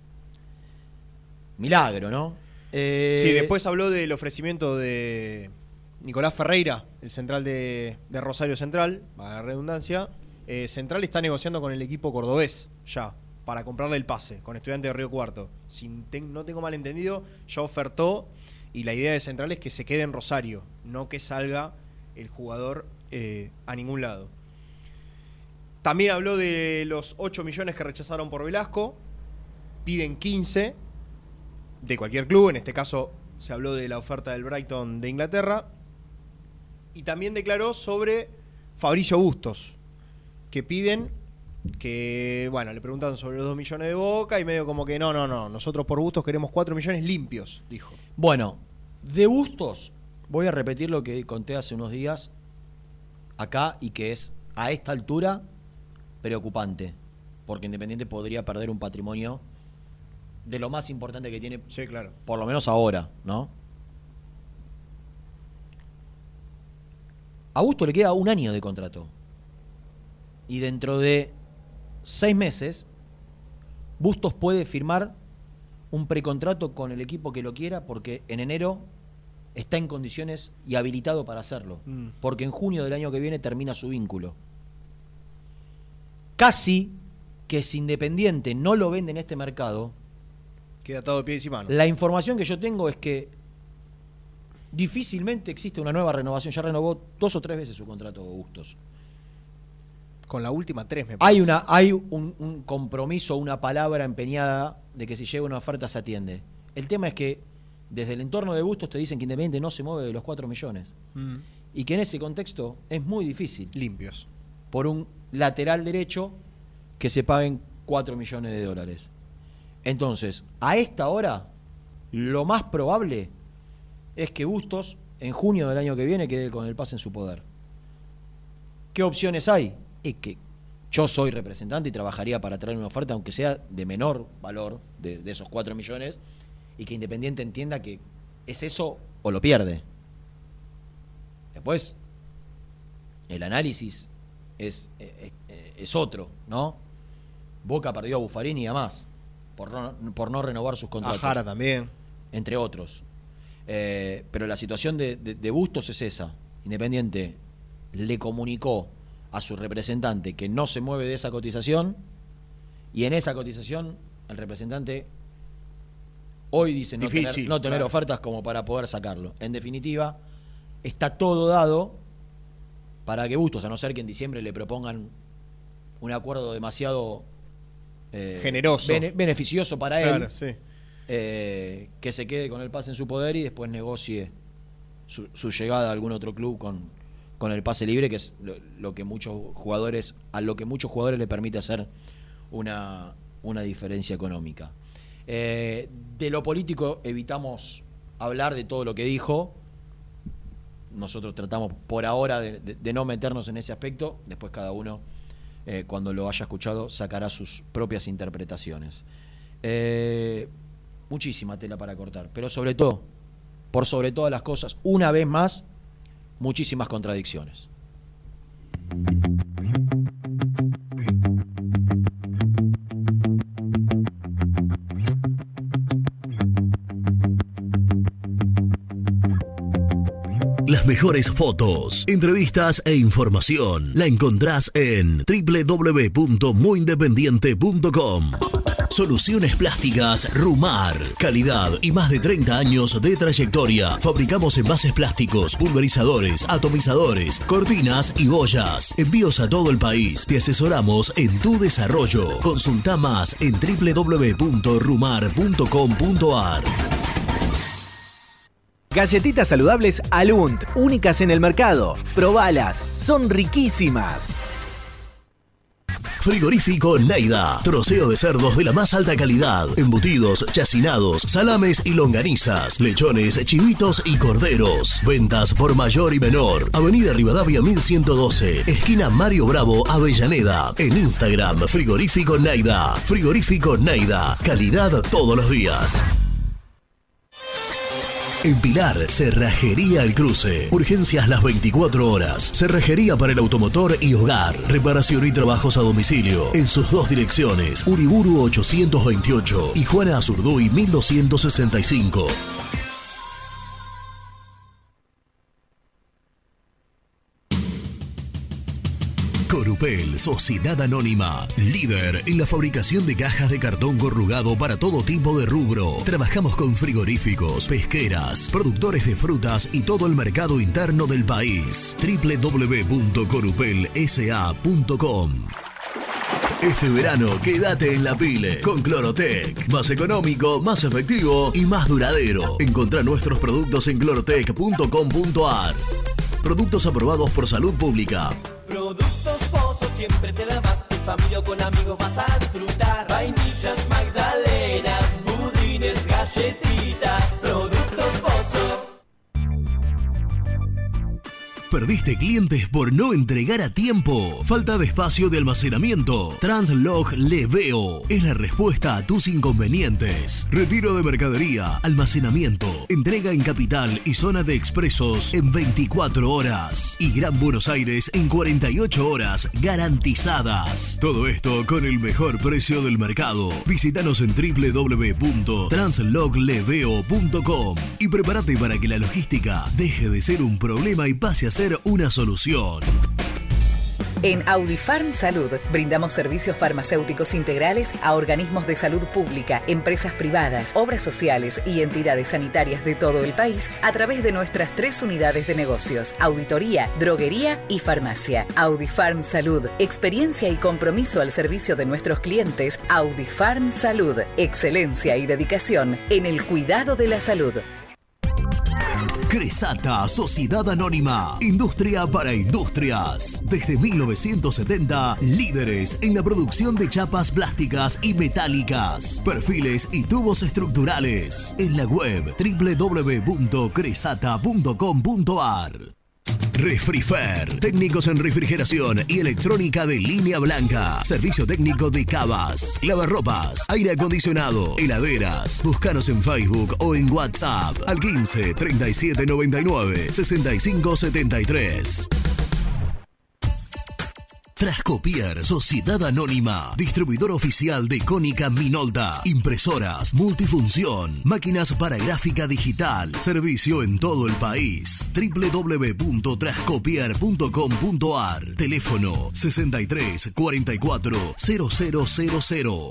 milagro, ¿no?
Sí, después habló del ofrecimiento de Nicolás Ferreira, el central de Rosario Central, a la redundancia. Central está negociando con el equipo cordobés ya, para comprarle el pase, con Estudiantes de Río Cuarto. Si no tengo mal entendido, ya ofertó, y la idea de Central es que se quede en Rosario, no que salga el jugador a ningún lado. También habló de los 8 millones que rechazaron por Velasco. Piden 15 de cualquier club. En este caso se habló de la oferta del Brighton de Inglaterra. Y también declaró sobre Fabricio Bustos, que piden que, bueno, le preguntaron sobre los 2 millones de Boca y medio como que no, nosotros por Bustos queremos 4 millones limpios, dijo.
Bueno, de Bustos voy a repetir lo que conté hace unos días acá y que es, a esta altura, preocupante, porque Independiente podría perder un patrimonio de lo más importante que tiene,
sí, claro,
por lo menos ahora, ¿no? A Bustos le queda 1 año de contrato. Y dentro de 6 meses, Bustos puede firmar un precontrato con el equipo que lo quiera, porque en enero está en condiciones y habilitado para hacerlo. Porque en junio del año que viene termina su vínculo. Casi que si Independiente no lo vende en este mercado,
queda atado de pies y manos.
La información que yo tengo es que difícilmente existe una nueva renovación. Ya renovó 2 o 3 veces su contrato Bustos.
Con la última 3 me parece.
Hay un compromiso, una palabra empeñada de que si llega una oferta se atiende. El tema es que desde el entorno de Bustos te dicen que Independiente no se mueve de los 4 millones. Y que en ese contexto es muy difícil.
Limpios.
Por un lateral derecho que se paguen 4 millones de dólares. Entonces, a esta hora, lo más probable es que Bustos, en junio del año que viene, quede con el pase en su poder. ¿Qué opciones hay? Es que yo soy representante y trabajaría para traer una oferta, aunque sea de menor valor, de esos 4 millones, y que Independiente entienda que es eso o lo pierde. Después, el análisis es otro, ¿no? Boca perdió a Buffarini y a más por no renovar sus contratos.
A Jara también.
Entre otros. Pero la situación de Bustos es esa. Independiente le comunicó a su representante que no se mueve de esa cotización, y en esa cotización el representante hoy dice no tener claro, ofertas como para poder sacarlo. En definitiva, está todo dado para que Bustos, a no ser que en diciembre le propongan un acuerdo demasiado
generoso,
beneficioso para
claro,
él,
sí,
que se quede con el pase en su poder y después negocie su llegada a algún otro club con el pase libre, que es lo que muchos jugadores le permite hacer una diferencia económica. De lo político evitamos hablar de todo lo que dijo. Nosotros tratamos por ahora de no meternos en ese aspecto. Después cada uno, cuando lo haya escuchado, sacará sus propias interpretaciones. Muchísima tela para cortar, pero sobre todo, por sobre todas las cosas, una vez más, muchísimas contradicciones.
Las mejores fotos, entrevistas e información la encontrás en www.muyindependiente.com. Soluciones plásticas Rumar. Calidad y más de 30 años de trayectoria. Fabricamos envases plásticos, pulverizadores, atomizadores, cortinas y boyas. Envíos a todo el país. Te asesoramos en tu desarrollo. Consulta más en www.rumar.com.ar.
Galletitas saludables Alunt, únicas en el mercado. Probalas, son riquísimas.
Frigorífico Neida. Troceo de cerdos de la más alta calidad. Embutidos, chacinados, salames y longanizas. Lechones, chivitos y corderos. Ventas por mayor y menor. Avenida Rivadavia 1112. Esquina Mario Bravo, Avellaneda. En Instagram, Frigorífico Neida. Frigorífico Neida. Calidad todos los días. En Pilar, Cerrajería El Cruce. Urgencias las 24 horas. Cerrajería para el automotor y hogar. Reparación y trabajos a domicilio. En sus 2 direcciones. Uriburu 828 y Juana Azurduy 1265. Corupel, Sociedad Anónima, líder en la fabricación de cajas de cartón corrugado para todo tipo de rubro. Trabajamos con frigoríficos, pesqueras, productores de frutas y todo el mercado interno del país. www.corupelsa.com. Este verano quédate en la pile con Clorotec. Más económico, más efectivo y más duradero. Encontrá nuestros productos en clorotec.com.ar. Productos aprobados por Salud Pública.
siempre te da más. En familia o con amigos vas a disfrutar. Vainillas, magdalenas, budines, galletitas, productos Pozo.
¿Perdiste clientes por no entregar a tiempo? ¿Falta de espacio de almacenamiento? Translog Leveo es la respuesta a tus inconvenientes. Retiro de mercadería, almacenamiento, entrega en Capital y zona de expresos en 24 horas. Y Gran Buenos Aires en 48 horas garantizadas. Todo esto con el mejor precio del mercado. Visítanos en www.translogleveo.com y prepárate para que la logística deje de ser un problema y pase a ser una solución.
En Audifarm Salud brindamos servicios farmacéuticos integrales a organismos de salud pública, empresas privadas, obras sociales y entidades sanitarias de todo el país a través de nuestras 3 unidades de negocios: auditoría, droguería y farmacia. Audifarm Salud, experiencia y compromiso al servicio de nuestros clientes. Audifarm Salud, excelencia y dedicación en el cuidado de la salud.
Cresata, Sociedad Anónima, industria para industrias. Desde 1970, líderes en la producción de chapas plásticas y metálicas, perfiles y tubos estructurales. En la web www.cresata.com.ar. Refrifer, técnicos en refrigeración y electrónica de línea blanca. Servicio técnico de cavas, lavarropas, aire acondicionado, heladeras. Búscanos en Facebook o en WhatsApp al 15 37 99 65 73. Trascopier, Sociedad Anónima, distribuidor oficial de Cónica Minolta, impresoras, multifunción, máquinas para gráfica digital, servicio en todo el país. www.trascopier.com.ar, teléfono 63 44 0000.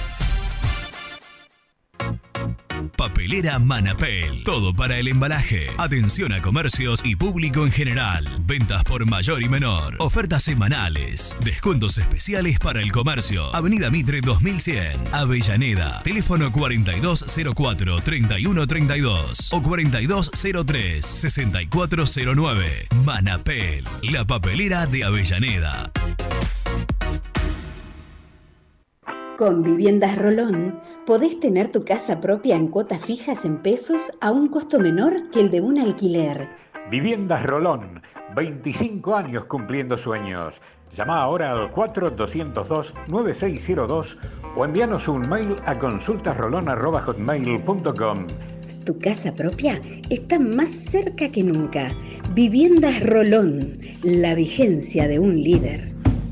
Papelera Manapel. Todo para el embalaje. Atención a comercios y público en general. Ventas por mayor y menor. Ofertas semanales. Descuentos especiales para el comercio. Avenida Mitre 2100. Avellaneda. Teléfono 4204-3132 o 4203-6409. Manapel. La papelera de Avellaneda.
Con Viviendas Rolón podés tener tu casa propia en cuotas fijas en pesos a un costo menor que el de un alquiler.
Viviendas Rolón, 25 años cumpliendo sueños. Llama ahora al 4202-9602 o envíanos un mail a consultasrolon@hotmail.com.
Tu casa propia está más cerca que nunca. Viviendas Rolón, la vigencia de un líder.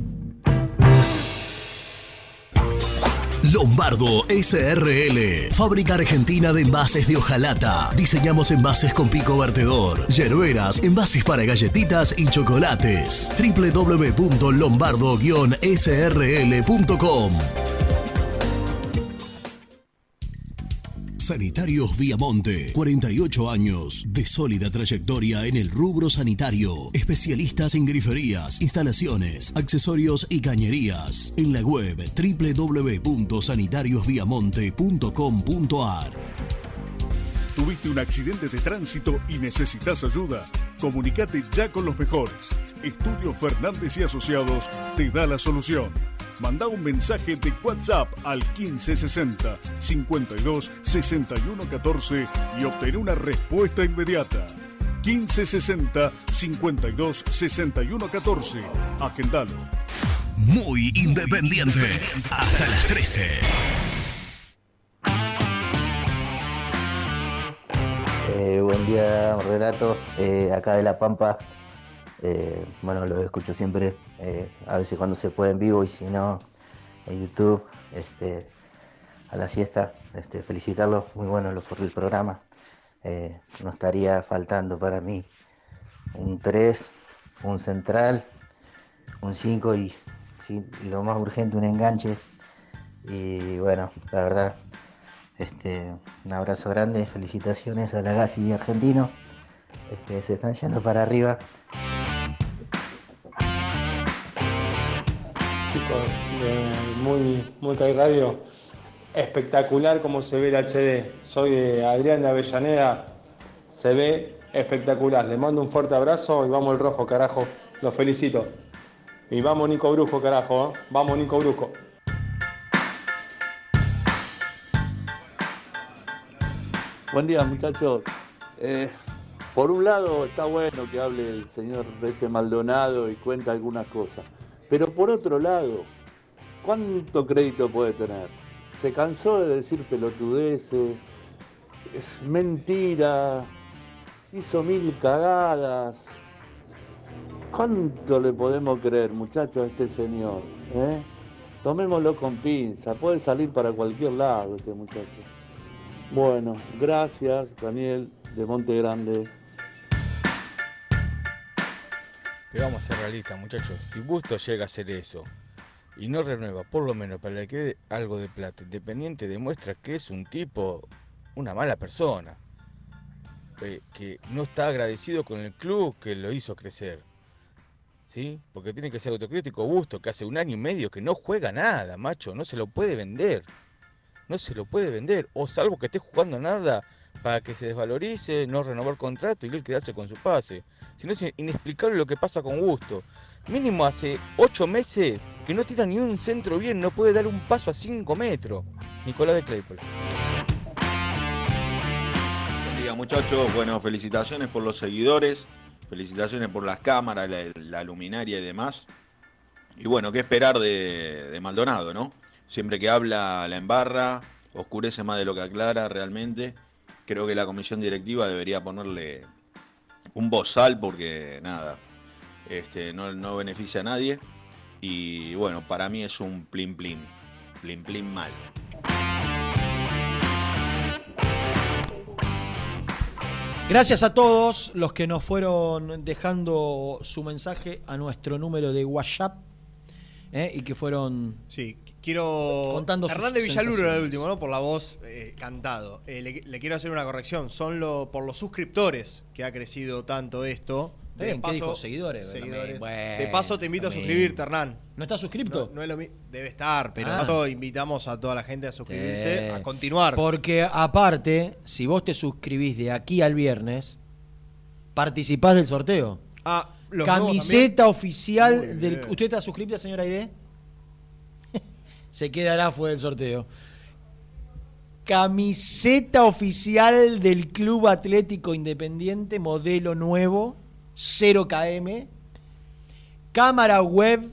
Lombardo SRL, fábrica argentina de envases de hojalata. Diseñamos envases con pico vertedor, yerberas, envases para galletitas y chocolates. www.lombardo-srl.com. Sanitarios Viamonte, 48 años de sólida trayectoria en el rubro sanitario. Especialistas en griferías, instalaciones, accesorios y cañerías. En la web www.sanitariosviamonte.com.ar.
¿Tuviste un accidente de tránsito y necesitas ayuda? Comunicate ya con los mejores. Estudio Fernández y Asociados te da la solución. Manda un mensaje de WhatsApp al 1560 52 61 14 y obtén una respuesta inmediata. 1560 52 61 14. Agendalo.
Muy independiente. Hasta las 13.
Buen día, Renato. Acá de La Pampa. Bueno, lo escucho siempre, a veces cuando se puede en vivo y si no en YouTube, a la siesta. Felicitarlos, muy bueno por el programa. No estaría faltando para mí un 3, un central, un 5 y sí, lo más urgente, un enganche. Y bueno, la verdad, un abrazo grande, felicitaciones a la Gassi argentino. Se están yendo para arriba.
Chicos, muy Kai Radio, espectacular como se ve el HD. Soy de Adrián de Avellaneda, se ve espectacular. Les mando un fuerte abrazo y vamos el rojo, carajo. Los felicito. Y vamos Nico Brusco, carajo, ¿eh? Vamos Nico Brusco.
Buen día, muchachos. Por un lado está bueno que hable el señor Maldonado y cuenta algunas cosas, pero por otro lado, ¿cuánto crédito puede tener? Se cansó de decir pelotudeces, es mentira, hizo 1000 cagadas. ¿Cuánto le podemos creer, muchachos, a este señor? Tomémoslo con pinza, puede salir para cualquier lado este muchacho. Bueno, gracias, Daniel de Monte Grande.
Pero vamos a ser realistas, muchachos. Si Bustos llega a hacer eso y no renueva, por lo menos para que quede algo de plata, Independiente demuestra que es un tipo, una mala persona, que no está agradecido con el club que lo hizo crecer, ¿sí? Porque tiene que ser autocrítico. Bustos, que hace 1 año y medio que no juega nada, macho, no se lo puede vender. No se lo puede vender, o salvo que esté jugando nada para que se desvalorice, no renovar contrato y él quedarse con su pase. Si no, es inexplicable lo que pasa con Gusto. Mínimo hace 8 meses que no tira ni un centro bien, no puede dar un paso a 5 metros. Nicolás de Claypool.
Buen día, muchachos. Bueno, felicitaciones por los seguidores, felicitaciones por las cámaras, la luminaria y demás. Y bueno, qué esperar de Maldonado, ¿no? Siempre que habla la embarra, oscurece más de lo que aclara realmente. Creo que la comisión directiva debería ponerle un bozal porque nada, no beneficia a nadie. Y bueno, para mí es un plin mal.
Gracias a todos los que nos fueron dejando su mensaje a nuestro número de WhatsApp. Y que fueron contando
Hernández
sus
Villaluro era el
sensaciones.
último, ¿no? Por la voz cantado. Le quiero hacer una corrección. Son por los suscriptores que ha crecido tanto esto.
¿Qué dijo? Seguidores.
De paso te invito a suscribirte, Hernán.
¿No estás suscripto?
No es lo mismo. Debe estar, pero de paso invitamos a toda la gente a suscribirse, a continuar.
Porque aparte, si vos te suscribís de aquí al viernes, participás del sorteo. Camiseta oficial del... ¿Usted está suscripta, señora Aide? Se quedará fuera del sorteo. Camiseta oficial del Club Atlético Independiente, modelo nuevo, 0 km. Cámara web.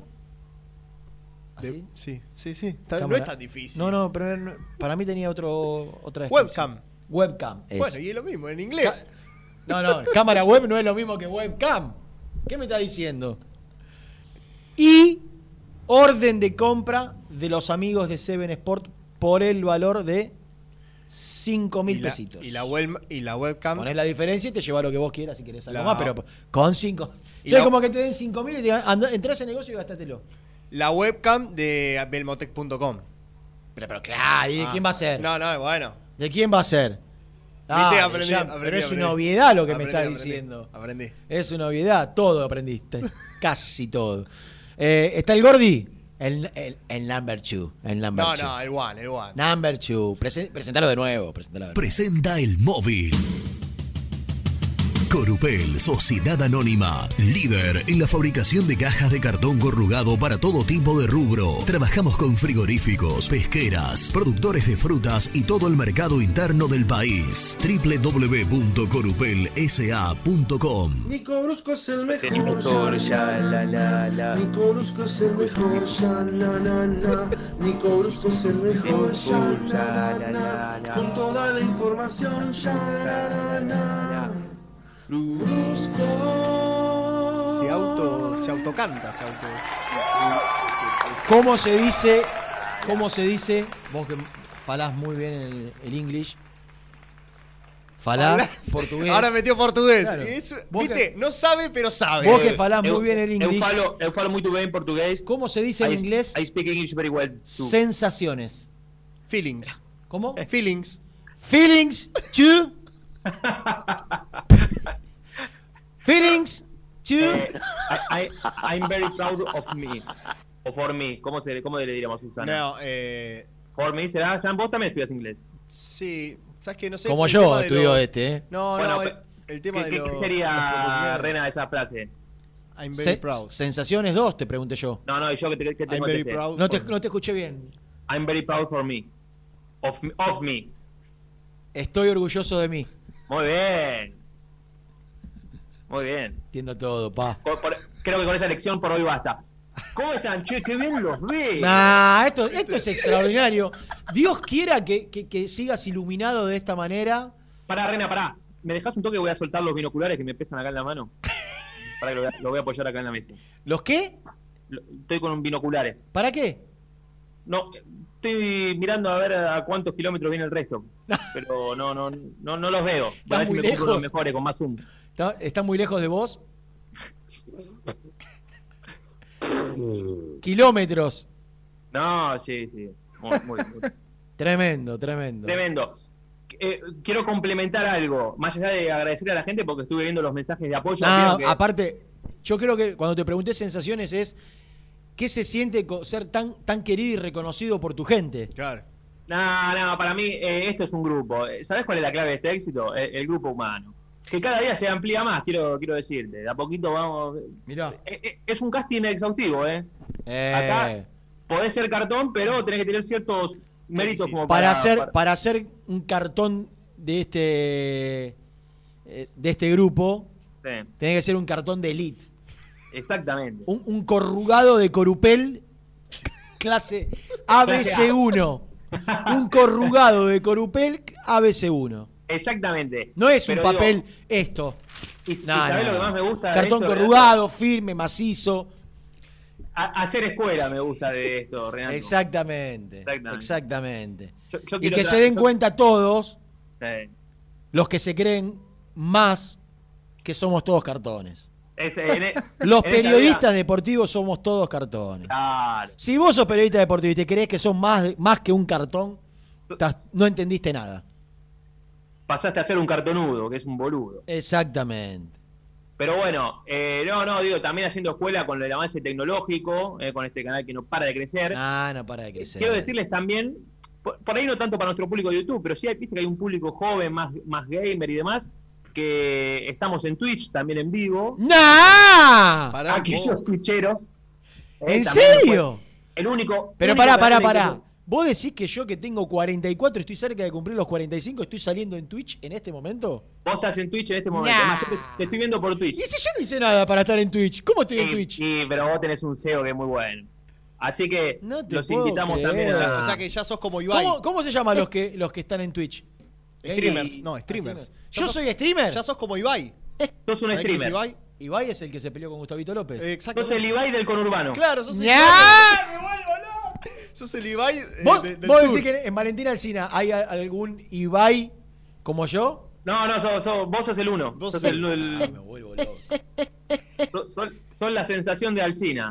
Sí. No es tan difícil.
No, pero para mí tenía otra
Webcam.
Webcam.
Bueno, y es lo mismo, en inglés.
No, cámara web no es lo mismo que webcam. ¿Qué me está diciendo? Y orden de compra de los amigos de Seven Sport por el valor de 5.000 pesitos.
Y la webcam.
Ponés la diferencia y te lleva lo que vos quieras si querés algo más, pero con 5.
Y
Es como que te den 5.000 y te digan, entrá a ese negocio y gastátelo.
La webcam de belmotec.com.
Pero claro, ¿y de quién va a ser?
No, bueno.
¿De quién va a ser?
Aprendí,
pero es una obviedad lo que me estás diciendo.
Aprendí.
Es una obviedad, todo aprendiste. Casi todo. ¿Está el Gordi? El number 2. El
one.
Number 2. Presentalo de nuevo.
Presenta el móvil. Corupel, Sociedad Anónima, líder en la fabricación de cajas de cartón corrugado para todo tipo de rubro. Trabajamos con frigoríficos, pesqueras, productores de frutas y todo el mercado interno del país. www.corupelsa.com.
Nico Brusco es el mejor, ya la la la. Nico Brusco es el mejor, ya la la la. Nico Brusco es el mejor, ya la la la. Con toda la información, ya la la la. Brusco.
Se autocanta.
¿Cómo se dice? Vos que falás muy bien el English. Falás portugués.
Ahora metió portugués.
Claro.
¿Viste? No sabe, pero sabe.
Vos que falás muy bien el English.
Eu falo muito bem português.
¿Cómo se dice en inglés?
I speak English very well too.
Sensaciones.
Feelings.
¿Cómo?
Feelings.
Feelings to... Feelings to...
I'm very proud of me. O for me. ¿Cómo le diríamos a Susana?
No,
For me será... Jean, vos también estudias inglés.
Sí. ¿Sabes qué? No sé.
Como yo estudio
No,
bueno,
el tema de
¿Qué sería, Rena, esa frase?
I'm very proud.
Sensaciones 2, te pregunté yo.
No, y yo que tengo
I'm very proud.
No te escuché bien.
I'm very proud for me. Of me.
Estoy orgulloso de mí.
Muy bien. Muy bien.
Entiendo todo, pa.
Creo que con esa lección por hoy basta. ¿Cómo están? Che, qué bien los veo.
Nah, esto es extraordinario. Dios quiera que sigas iluminado de esta manera.
Pará, Rena, pará. ¿Me dejás un toque? Voy a soltar los binoculares que me pesan acá en la mano. Pará que lo voy a apoyar acá en la mesa.
¿Los qué?
Estoy con binoculares.
¿Para qué?
No, estoy mirando a ver a cuántos kilómetros viene el resto. Pero no los veo. A ver si me compro unos mejores con más zoom.
¿Están muy lejos de vos? Kilómetros.
No, sí. Muy.
Tremendo.
Quiero complementar algo, más allá de agradecerle a la gente porque estuve viendo los mensajes de apoyo.
Aparte, yo creo que cuando te pregunté sensaciones es ¿qué se siente ser tan querido y reconocido por tu gente?
Claro.
No, para mí esto es un grupo. ¿Sabés cuál es la clave de este éxito? El grupo humano. Que cada día se amplía más, quiero decirte. De a poquito vamos.
Mirá.
Es un casting exhaustivo, Acá podés ser cartón, pero tenés que tener ciertos méritos como
para hacer un cartón de este grupo, tenés que ser un cartón de elite.
Exactamente.
Un corrugado de Corupel clase ABC1. Un corrugado de Corupel ABC1.
Exactamente.
No es
pero
un papel esto.
¿Sabés lo que más me gusta
cartón
de esto,
corrugado,
Renato?
firme, macizo.
Hacer escuela me gusta de esto, Renato.
Exactamente.
Yo
Y que se den cuenta todos,
Sí.
los que se creen más, que somos todos cartones.
Los
periodistas deportivos somos todos cartones.
Claro.
Si vos sos periodista deportivo y te crees que sos más que un cartón, no entendiste nada.
Pasaste a ser un cartonudo, que es un boludo.
Exactamente.
Pero bueno, digo, también haciendo escuela con el avance tecnológico, con este canal que no para de crecer.
No para de crecer.
Quiero decirles también, por ahí no tanto para nuestro público de YouTube, pero sí viste que hay un público joven, más gamer y demás, que estamos en Twitch, también en vivo.
¡Nah!
Aquellos twitcheros.
¿En serio?
El único.
Pero pará. ¿Vos decís que yo que tengo 44, estoy cerca de cumplir los 45, estoy saliendo en Twitch en este momento?
Vos estás en Twitch en este momento. Además, yo te estoy viendo por Twitch.
¿Y si yo no hice nada para estar en Twitch? ¿Cómo estoy en Twitch?
Sí, pero vos tenés un SEO que es muy bueno. Así que los invitamos
creer.
también
O sea que ya sos como Ibai.
¿Cómo se llaman los que están en Twitch?
Streamers. No, streamers.
¿Yo soy streamer?
Ya sos como Ibai.
Sos un streamer.
Ibai es el que se peleó con Gustavito López.
Exacto.
Sos el Ibai del conurbano.
Claro, sos el
Ibai.
Sos el Ibai
¿Vos
del
decís que en Valentina Alsina hay algún Ibai como yo?
No, vos sos el uno. Vos sos
me vuelvo loco.
Son la sensación de Alsina.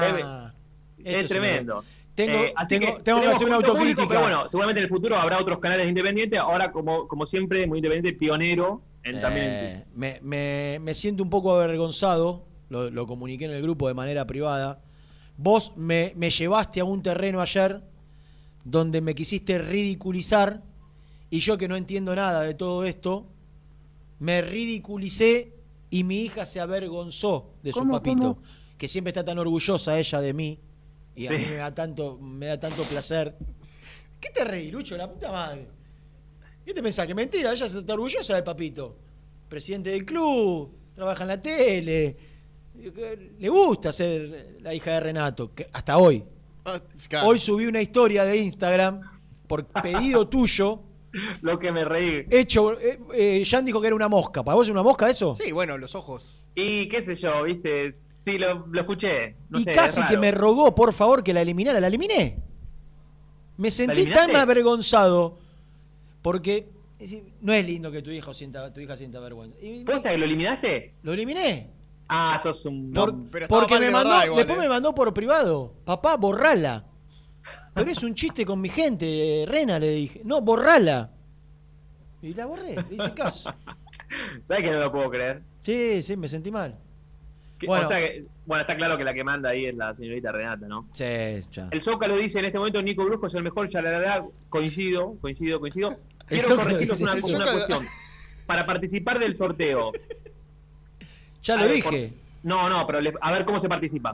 Es tremendo.
Tengo que hacer una
público,
autocrítica.
Pero bueno, seguramente en el futuro habrá otros canales independientes. Ahora, como siempre, muy independiente, pionero también en Twitch.
Me siento un poco avergonzado. Lo comuniqué en el grupo de manera privada. Vos me llevaste a un terreno ayer donde me quisiste ridiculizar y yo que no entiendo nada de todo esto, me ridiculicé y mi hija se avergonzó de su papito, que siempre está tan orgullosa ella de mí y a mí me da tanto placer. ¿Qué te reí, Lucho? La puta madre. ¿Qué te pensás? Que mentira, ella está orgullosa del papito. Presidente del club, trabaja en la tele. Le gusta ser la hija de Renato, que hasta hoy.
Claro.
Hoy subí una historia de Instagram por pedido tuyo.
Lo que me reí.
Hecho, Jan dijo que era una mosca. ¿Para vos es una mosca eso?
Sí, bueno, los ojos.
Y qué sé yo, viste. Sí, lo escuché. No
y
sé,
casi que me rogó, por favor, que la eliminara. La eliminé. Me sentí tan avergonzado porque no es lindo que tu hija sienta vergüenza.
¿Posta que lo eliminaste?
Lo eliminé.
Ah, sos un...
Porque después me mandó por privado. Papá, borrala. Pero es un chiste con mi gente, Rena, le dije. No, borrala. Y la borré, le hice caso.
¿Sabes que no lo puedo creer?
Sí, me sentí mal.
Bueno. O sea que, está claro que la que manda ahí es la señorita Renata, ¿no?
Sí, ya.
El Zócalo dice en este momento, Nico Brusco es el mejor, ya la verdad, coincido. Quiero corregirlos una cuestión. Para participar del sorteo.
Ya lo dije.
No, pero a ver cómo se participa.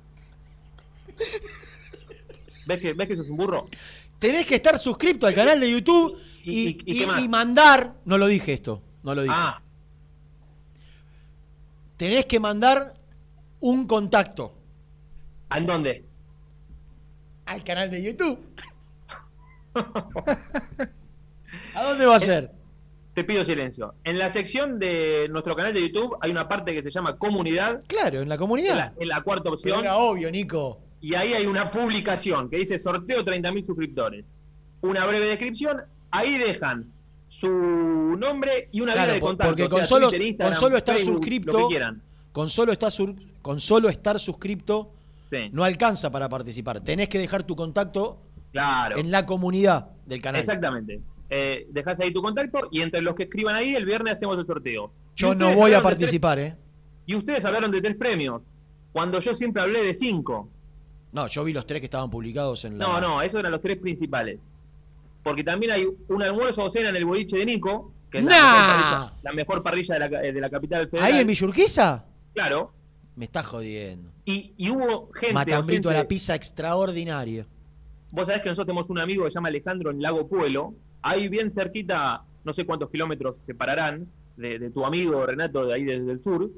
¿Ves que sos un burro?
Tenés que estar suscripto al canal de YouTube
¿Y qué más?
y mandar. No lo dije esto. No lo dije.
Ah.
Tenés que mandar un contacto.
¿En dónde?
Al canal de YouTube. ¿A dónde va a ser?
Te pido silencio. En la sección de nuestro canal de YouTube hay una parte que se llama Comunidad.
Claro, en la comunidad.
En la cuarta opción.
Pero era obvio, Nico.
Y ahí hay una publicación que dice sorteo 30.000 suscriptores. Una breve descripción. Ahí dejan su nombre y una
Claro,
vida de contacto.
porque
o sea,
con solo,
Twitter, Instagram,
con solo estar
Facebook,
suscripto,
lo que quieran.
con solo estar suscripto,
Sí.
no alcanza para participar. Tenés que dejar tu contacto
Claro.
en la comunidad del canal.
Exactamente. Dejás ahí tu contacto y entre los que escriban ahí, el viernes hacemos el sorteo.
Yo no voy a participar,
Y ustedes hablaron de 3 premios, cuando yo siempre hablé de 5.
No, yo vi los 3 que estaban publicados en la...
No, esos eran los 3 principales. Porque también hay un almuerzo o cena en el boliche de Nico, que es la mejor parrilla de la capital federal.
¿Ahí en Villurquiza?
Claro.
Me estás jodiendo.
Y hubo gente...
Matambrito a
ausente.
la pizza extraordinaria.
Vos sabés que nosotros tenemos un amigo que se llama Alejandro en Lago Puelo. Ahí bien cerquita, no sé cuántos kilómetros separarán de tu amigo Renato de ahí desde el sur,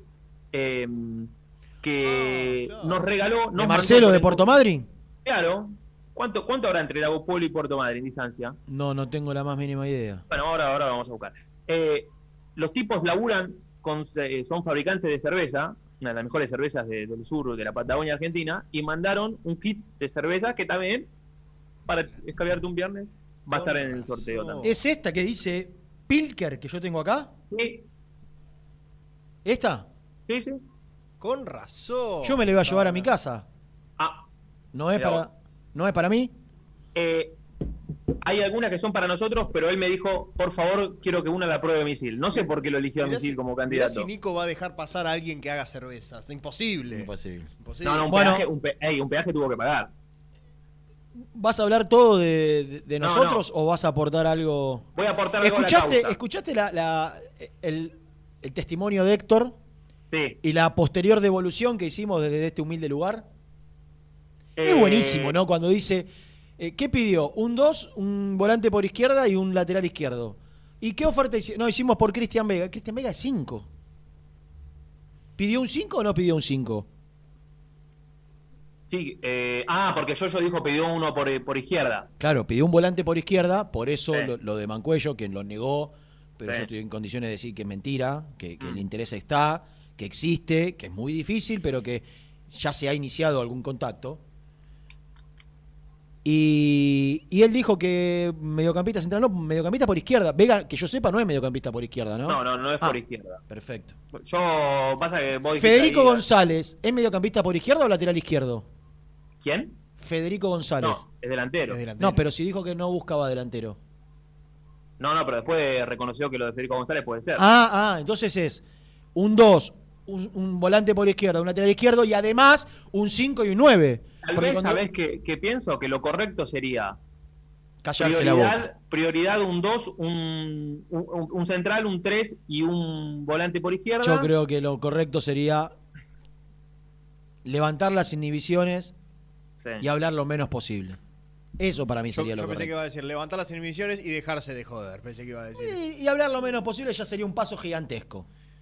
que nos regaló...
¿De Marcelo de Puerto Madryn?
Claro. ¿Cuánto habrá entre Lago Puelo y Puerto Madryn, distancia?
No tengo la más mínima idea.
Bueno, ahora vamos a buscar. Los tipos laburan, son fabricantes de cerveza, una de las mejores cervezas del sur de la Patagonia Argentina, y mandaron un kit de cerveza que también, para escabearte un viernes, va a estar en el sorteo también.
¿Es esta que dice Pilker que yo tengo acá?
Sí.
¿Esta?
Sí, sí.
Con razón.
Yo me la iba a llevar a mi casa.
Ah.
¿No es para mí?
Hay algunas que son para nosotros, pero él me dijo, por favor, quiero que una la pruebe Misil. No sé por qué lo eligió a Misil como
Mirá
candidato.
si Nico va a dejar pasar a alguien que haga cervezas. Imposible.
Imposible.
No, un peaje tuvo que pagar.
¿Vas a hablar todo de
No,
nosotros o vas a aportar algo?
Voy a aportar algo a la causa.
¿Escuchaste el testimonio de Héctor?
Sí.
Y la posterior devolución que hicimos desde este humilde lugar. Es buenísimo, ¿no? Cuando dice, ¿qué pidió? Un 2, un volante por izquierda y un lateral izquierdo. ¿Y qué oferta hicimos? No, hicimos por Cristian Vega. Cristian Vega es 5. ¿Pidió un 5 o no pidió un 5?
Sí, porque yo dijo pidió uno por izquierda.
Claro, pidió un volante por izquierda, por eso
Sí.
lo de Mancuello, quien lo negó, pero
Sí.
yo estoy en condiciones de decir que es mentira, que el interés está, que existe, que es muy difícil, pero que ya se ha iniciado algún contacto. Y él dijo que mediocampista central, no, mediocampista por izquierda. Vega, que yo sepa, no es mediocampista por izquierda, ¿no?
No es por izquierda.
Perfecto.
Pasa que vos dijiste
Federico
ahí-
González, ¿es mediocampista por izquierda o lateral izquierdo?
¿Quién?
Federico González.
No, es delantero.
No, pero si dijo que no buscaba delantero.
No, pero después reconoció que lo de Federico González puede ser.
Entonces es un 2, un volante por izquierda, un lateral izquierdo y además un 5 y un 9.
Tal vez, ¿sabés qué pienso? Que lo correcto sería
Callarse la boca.
prioridad un 2, un central, un 3 y un volante por izquierda.
Yo creo que lo correcto sería levantar las inhibiciones y hablar lo menos posible. Eso para mí sería lo
Yo pensé que
correcto.
iba a decir levantar las inhibiciones y dejarse de joder. Pensé que iba a decir.
Y hablar lo menos posible ya sería un paso gigantesco.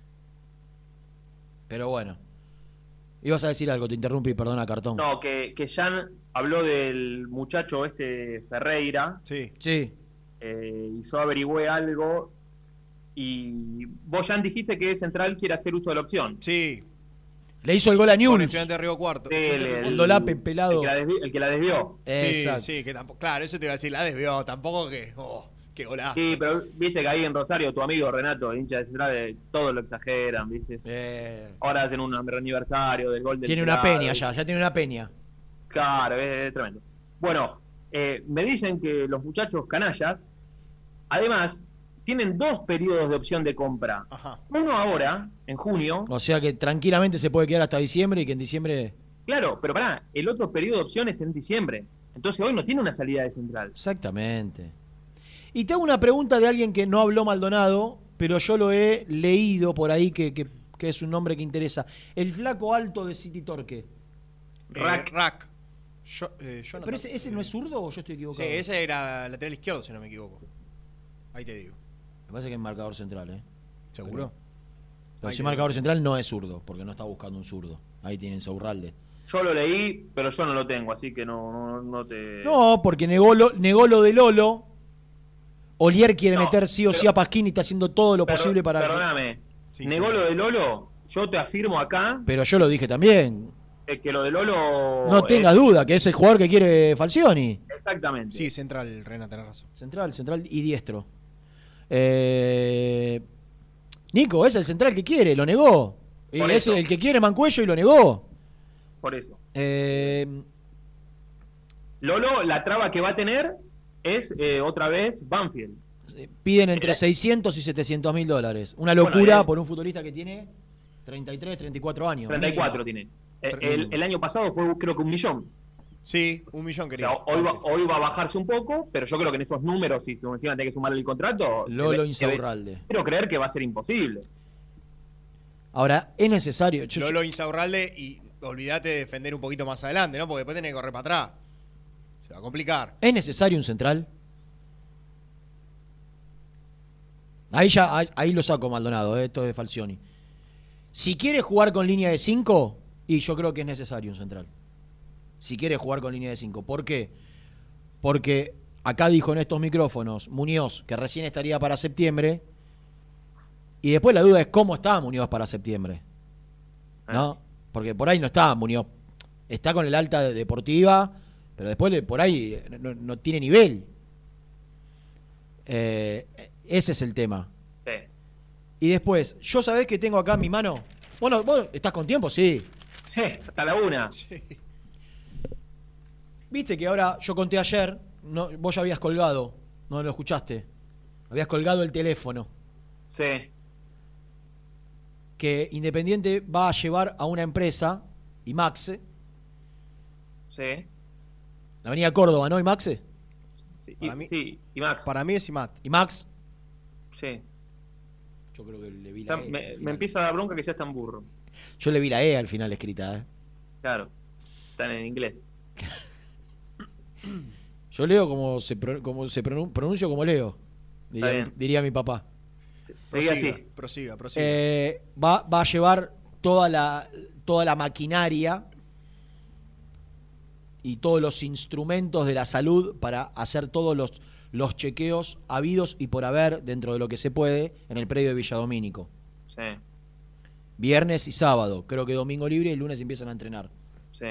Pero bueno. Ibas a decir algo, te interrumpí, perdona, Cartón.
No, que Jan habló del muchacho Ferreira.
Sí.
Sí.
Y yo averigüé algo. Y vos, Jan, dijiste que Central quiere hacer uso de la opción.
Sí.
Le hizo el gol a
Con
Newell's.
Estudiante de Río Cuarto.
El Dolape pelado.
El que la desvió.
Sí,
Exacto.
sí, que tampoco. Claro, eso te iba a decir, la desvió. Tampoco que. Oh, qué golazo.
Sí, pero viste que ahí en Rosario tu amigo Renato, hincha de Central, todo lo exageran, viste. Ahora hacen un aniversario del gol del
Tiene una
pelado.
peña ya tiene una peña.
Claro, es tremendo. Bueno, me dicen que los muchachos canallas, además, tienen 2 periodos de opción de compra. Uno ahora, en junio.
O sea que tranquilamente se puede quedar hasta diciembre y que en diciembre...
Claro, pero pará, el otro periodo de opción es en diciembre. Entonces hoy no tiene una salida de Central.
Exactamente. Y te hago una pregunta de alguien que no habló Maldonado, pero yo lo he leído por ahí que que es un nombre que interesa. El flaco alto de City Torque.
Rack.
¿Pero ese no es zurdo o yo estoy equivocado?
Sí, ese era lateral izquierdo, si no me equivoco. Ahí te digo.
Me parece que es marcador central, ¿eh?
¿Seguro?
Pero si marcador central no es zurdo, porque no está buscando un zurdo. Ahí tienen Saurralde.
Yo lo leí, pero yo no lo tengo, así que no te...
No, porque negó lo de Lolo. Olier quiere meter sí o sí a Pasquini, está haciendo todo lo posible para...
Perdóname, negó lo de Lolo, yo te afirmo acá...
Pero yo lo dije también.
Que lo de Lolo...
No tengas duda, que es el jugador que quiere Falcioni.
Exactamente.
Sí, central, Reina, tenés razón.
Central y diestro. Nico, es el central que quiere, lo negó. Es el que quiere Mancuello y lo negó.
Por eso. Lolo, la traba que va a tener es otra vez Banfield.
Piden entre 600 y 700 mil dólares. Una locura por un futbolista que tiene 33, 34 años.
34 tiene. El año pasado fue creo que 1 millón.
Sí, 1 millón quería.
O sea, hoy va a bajarse un poco, pero yo creo que en esos números, si tú encima tenés que sumar el contrato...
Lolo Insaurralde.
Quiero creer que va a ser imposible.
Ahora, es necesario...
Lolo Insaurralde y olvídate de defender un poquito más adelante, ¿no? Porque después tenés que correr para atrás. Se va a complicar.
¿Es necesario un central? Ahí lo saco Maldonado, esto es de Falcioni. Si quiere jugar con línea de 5, y yo creo que es necesario un central. Si quiere jugar con línea de 5. ¿Por qué? Porque acá dijo en estos micrófonos Muñoz que recién estaría para septiembre. Y después la duda es cómo está Muñoz para septiembre. ¿No? Porque por ahí no está Muñoz. Está con el alta deportiva, pero después por ahí no tiene nivel. Ese es el tema.
Sí.
Y después, yo sabés que tengo acá en mi mano. Bueno, ¿vos estás con tiempo? Sí.
Hasta la 1.
Sí.
Viste que ahora, yo conté ayer, vos ya habías colgado, no lo escuchaste. Habías colgado el teléfono.
Sí.
Que Independiente va a llevar a una empresa, IMAXE.
Sí.
La avenida Córdoba, ¿no? IMAXE.
Sí, IMAX.
Para mí es IMAT.
IMAX.
Sí.
Yo creo que le vi la E.
Me empieza a dar bronca que seas tan burro.
Yo le vi la E al final escrita,
Claro. Están en inglés.
Yo leo pronuncio como leo, diría mi papá.
Seguí así.
Prosiga.
Va a llevar toda la maquinaria y todos los instrumentos de la salud para hacer todos los chequeos habidos y por haber dentro de lo que se puede en el predio de Villadomínico.
Sí.
Viernes y sábado, creo que domingo libre y el lunes empiezan a entrenar.
Sí.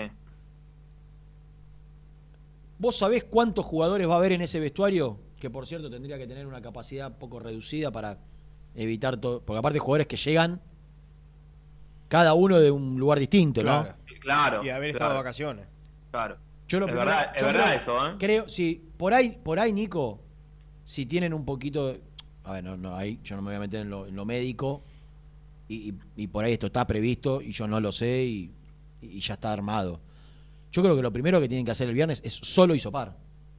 ¿Vos sabés cuántos jugadores va a haber en ese vestuario? Que por cierto tendría que tener una capacidad poco reducida para evitar todo. Porque aparte jugadores que llegan cada uno de un lugar distinto,
Claro.
¿no?
Claro.
Y haber estado de vacaciones.
Claro.
Es
verdad eso, ¿eh?
Creo, sí. Por ahí, Nico, si tienen un poquito. A ver, ahí yo no me voy a meter en lo médico. Y por ahí esto está previsto y yo no lo sé y ya está armado. Yo creo que lo primero que tienen que hacer el viernes es solo hisopar.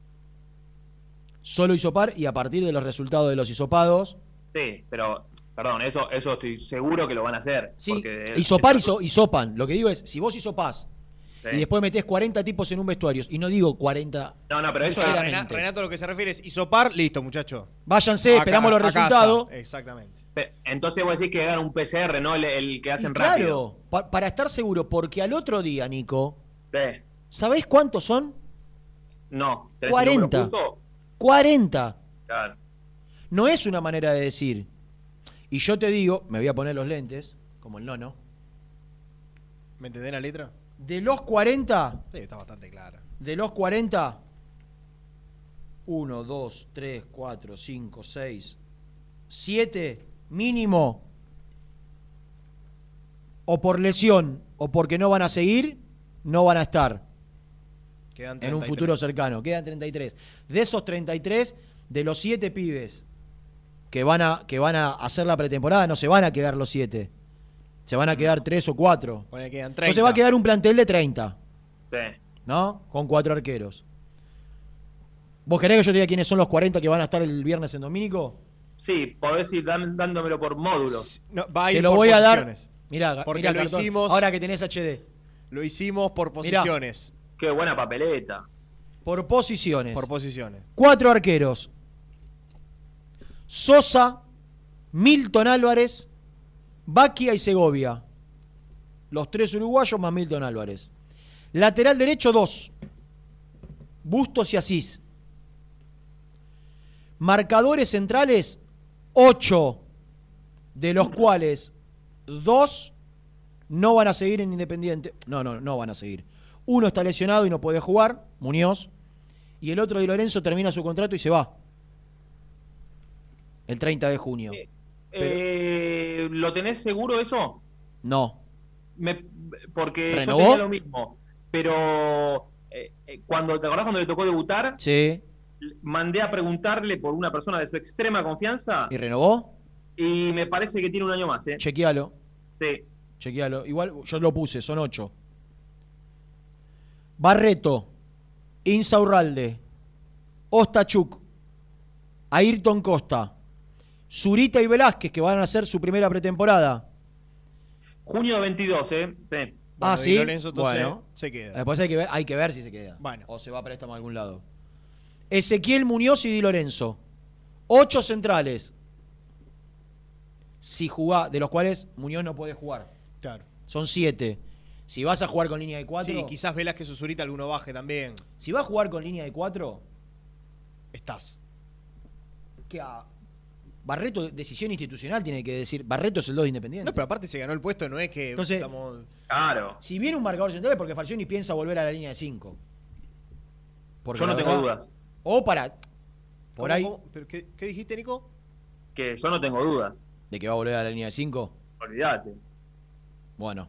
Solo hisopar y a partir de los resultados de los hisopados.
Sí, pero, perdón, eso estoy seguro que lo van a hacer.
Sí, hisopar hisopan. Lo que digo es, si vos hisopás
Sí.
y después metés 40 tipos en un vestuario, y no digo 40...
No, pero eso
ligeramente.
Renato lo que se refiere es hisopar, listo, muchacho.
Váyanse, esperamos los resultados.
Exactamente.
Entonces vos decís que hagan un PCR, ¿no? El que hacen
Claro,
rápido.
para estar seguro, porque al otro día, Nico,
Sí.
¿sabés cuántos son?
No. ¿Tenés el número
40.
justo?
40.
Claro.
No es una manera de decir. Y yo te digo, me voy a poner los lentes, como el nono.
¿Me entendés la letra?
De los 40,
Sí, está bastante clara.
de los 40, 1, 2, 3, 4, 5, 6, 7 mínimo, o por lesión o porque no van a seguir, no van a estar
Quedan
en un
33.
futuro cercano. Quedan 33. De esos 33, de los 7 pibes que van a hacer la pretemporada, no se van a quedar los 7. Se van a quedar 3 o 4.
Ponele que quedan 30.
Entonces va a quedar un plantel de 30,
Sí.
¿no? Con 4 arqueros. ¿Vos querés que yo te diga quiénes son los 40 que van a estar el viernes en Domínico?
Sí, podés ir dándomelo por módulos.
No, va a ir
Te lo
por
voy a dar,
posiciones.
Mirá,
Porque
mirá,
lo
Cartón,
hicimos.
ahora que tenés HD.
Lo hicimos por posiciones.
Qué buena papeleta.
Por posiciones.
Por posiciones.
4 arqueros. Sosa, Milton Álvarez, Baquia y Segovia. Los 3 uruguayos más Milton Álvarez. Lateral derecho, 2. Bustos y Asís. Marcadores centrales, 8. De los cuales 2 no van a seguir en Independiente. No van a seguir. Uno está lesionado y no puede jugar, Muñoz. Y el otro, Di Lorenzo, termina su contrato y se va. El 30 de junio.
¿Lo tenés seguro eso?
No.
Porque
¿Renovó?
yo tenía lo mismo. Pero cuando ¿te acordás cuando le tocó debutar?
Sí.
Mandé a preguntarle por una persona de su extrema confianza.
¿Y renovó?
Y me parece que tiene un año más,
Chequealo.
Sí.
Chequealo. Igual yo lo puse, son 8. Barreto, Insaurralde, Ostachuk, Ayrton Costa, Zurita y Velázquez, que van a hacer su primera pretemporada.
Junio 22, Sí.
Ah, sí.
Di Lorenzo, entonces,
Bueno,
se queda.
Después hay que ver si se queda.
Bueno.
O se va a préstamo a algún lado. Ezequiel Muñoz y Di Lorenzo. 8 centrales. Si jugá, de los cuales Muñoz no puede jugar.
Claro.
Son 7. Si vas a jugar con línea de 4.
Sí, quizás Velázquez o Zurita alguno baje también.
Si vas a jugar con línea de 4.
Estás.
Que Barreto, decisión institucional, tiene que decir. Barreto es el 2 de Independiente.
No, pero aparte se ganó el puesto, no es que
Entonces,
estamos.
Claro.
Si viene un marcador central es porque Falcioni piensa volver a la línea de 5.
Yo no tengo dudas.
O para. Por ahí.
¿Pero qué dijiste, Nico?
Que yo no tengo dudas.
¿De que va a volver a la línea de 5?
Olvídate.
Bueno.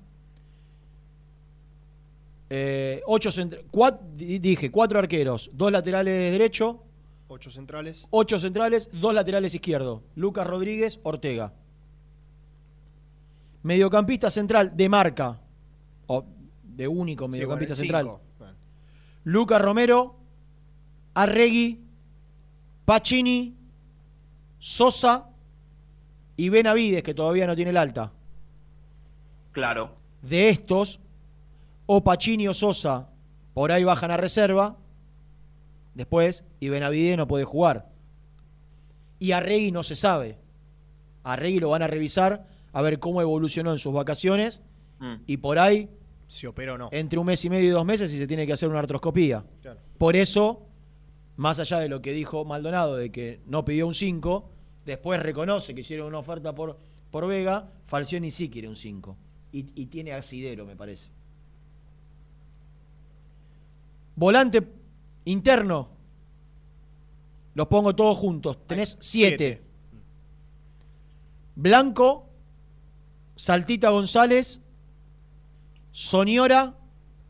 4 arqueros, 2 laterales derecho,
8 centrales.
8 centrales, 2 laterales izquierdo. Lucas Rodríguez, Ortega. Mediocampista central de marca, o de único mediocampista central.
5. Bueno.
Lucas Romero, Arregui, Pacini, Sosa y Benavides, que todavía no tiene el alta.
Claro.
De estos, o Pacini o Sosa por ahí bajan a reserva después, y Benavides no puede jugar. Y Arregui no se sabe. Arregui lo van a revisar a ver cómo evolucionó en sus vacaciones y por ahí
si opera o no.
Entre 1 mes y medio y 2 meses y se tiene que hacer una artroscopía.
Claro.
Por eso, más allá de lo que dijo Maldonado de que no pidió un 5, después reconoce que hicieron una oferta por Vega, Falcioni sí quiere un 5 y tiene asidero, me parece. Volante interno, los pongo todos juntos, tenés 7. Blanco, Saltita González, Soñora,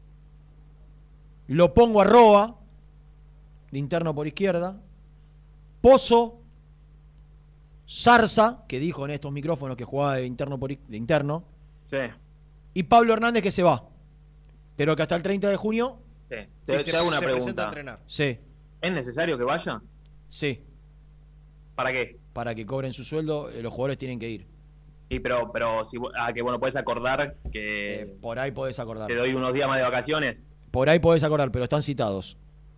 lo pongo a Roa, de interno por izquierda, Pozo, Zarza, que dijo en estos micrófonos que jugaba de interno de interno,
sí.
Y Pablo Hernández, que se va, pero que hasta el 30 de junio
sí. Te hago una pregunta.
Sí.
¿Es necesario que vaya?
Sí.
¿Para qué?
Para que cobren su sueldo, los jugadores tienen que ir.
Y pero si que bueno, puedes acordar que
por ahí podés acordar.
Te doy unos días más de vacaciones.
Por ahí podés acordar, pero están citados.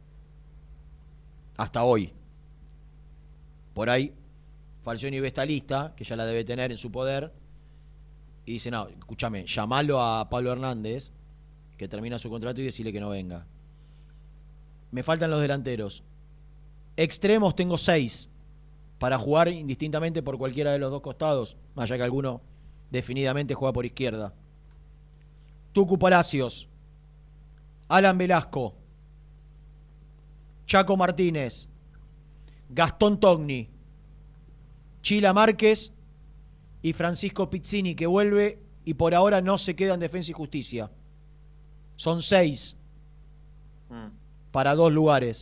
Hasta hoy. Por ahí Falcioni ve esta lista, que ya la debe tener en su poder, y dice, no, escúchame, llamalo a Pablo Hernández, que termina su contrato, y decirle que no venga. Me faltan los delanteros. Extremos tengo 6 para jugar indistintamente por cualquiera de los dos costados, más allá que alguno definidamente juega por izquierda. Tucu Palacios, Alan Velasco, Chaco Martínez, Gastón Togni, Chila Márquez y Francisco Pizzini, que vuelve y por ahora no se queda en Defensa y Justicia. Son 6 para 2 lugares.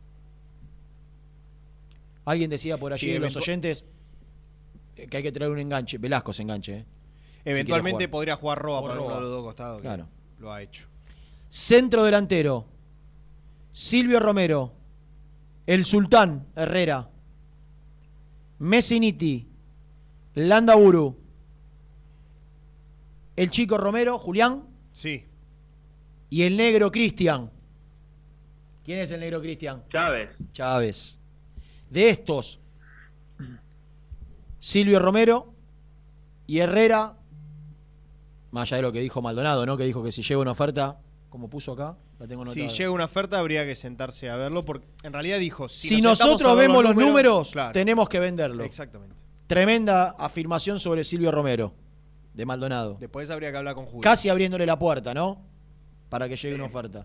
Alguien decía por allí de los oyentes que hay que traer un enganche. Velasco se enganche.
Eventualmente
si
podría jugar Roa por
Roa.
uno de los dos costados.
Claro.
Lo ha hecho.
Centro delantero: Silvio Romero, el Sultán Herrera, Messiniti, Landaburu, el chico Romero, Julián.
Sí.
Y el negro Cristian. ¿Quién es el negro Cristian? Chávez. De estos, Silvio Romero y Herrera, más allá de lo que dijo Maldonado, ¿no? Que dijo que si llega una oferta, como puso acá, la tengo anotada.
Si llega una oferta habría que sentarse a verlo, porque en realidad dijo,
si nosotros vemos los números,
claro,
tenemos que venderlo.
Exactamente.
Tremenda afirmación sobre Silvio Romero, de Maldonado.
Después habría que hablar con Julio.
Casi abriéndole la puerta, ¿no? Para que llegue una oferta.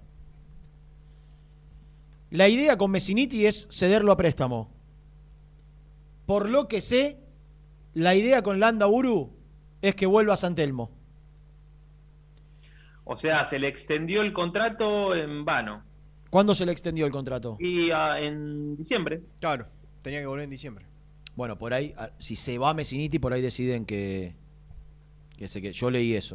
La idea con Messiniti es cederlo a préstamo. Por lo que sé, la idea con Landaburu es que vuelva a San Telmo.
O sea, se le extendió el contrato en vano.
¿Cuándo se le extendió el contrato?
Y en diciembre.
Claro, tenía que volver en diciembre.
Bueno, por ahí, si se va Messiniti, por ahí deciden que yo leí eso.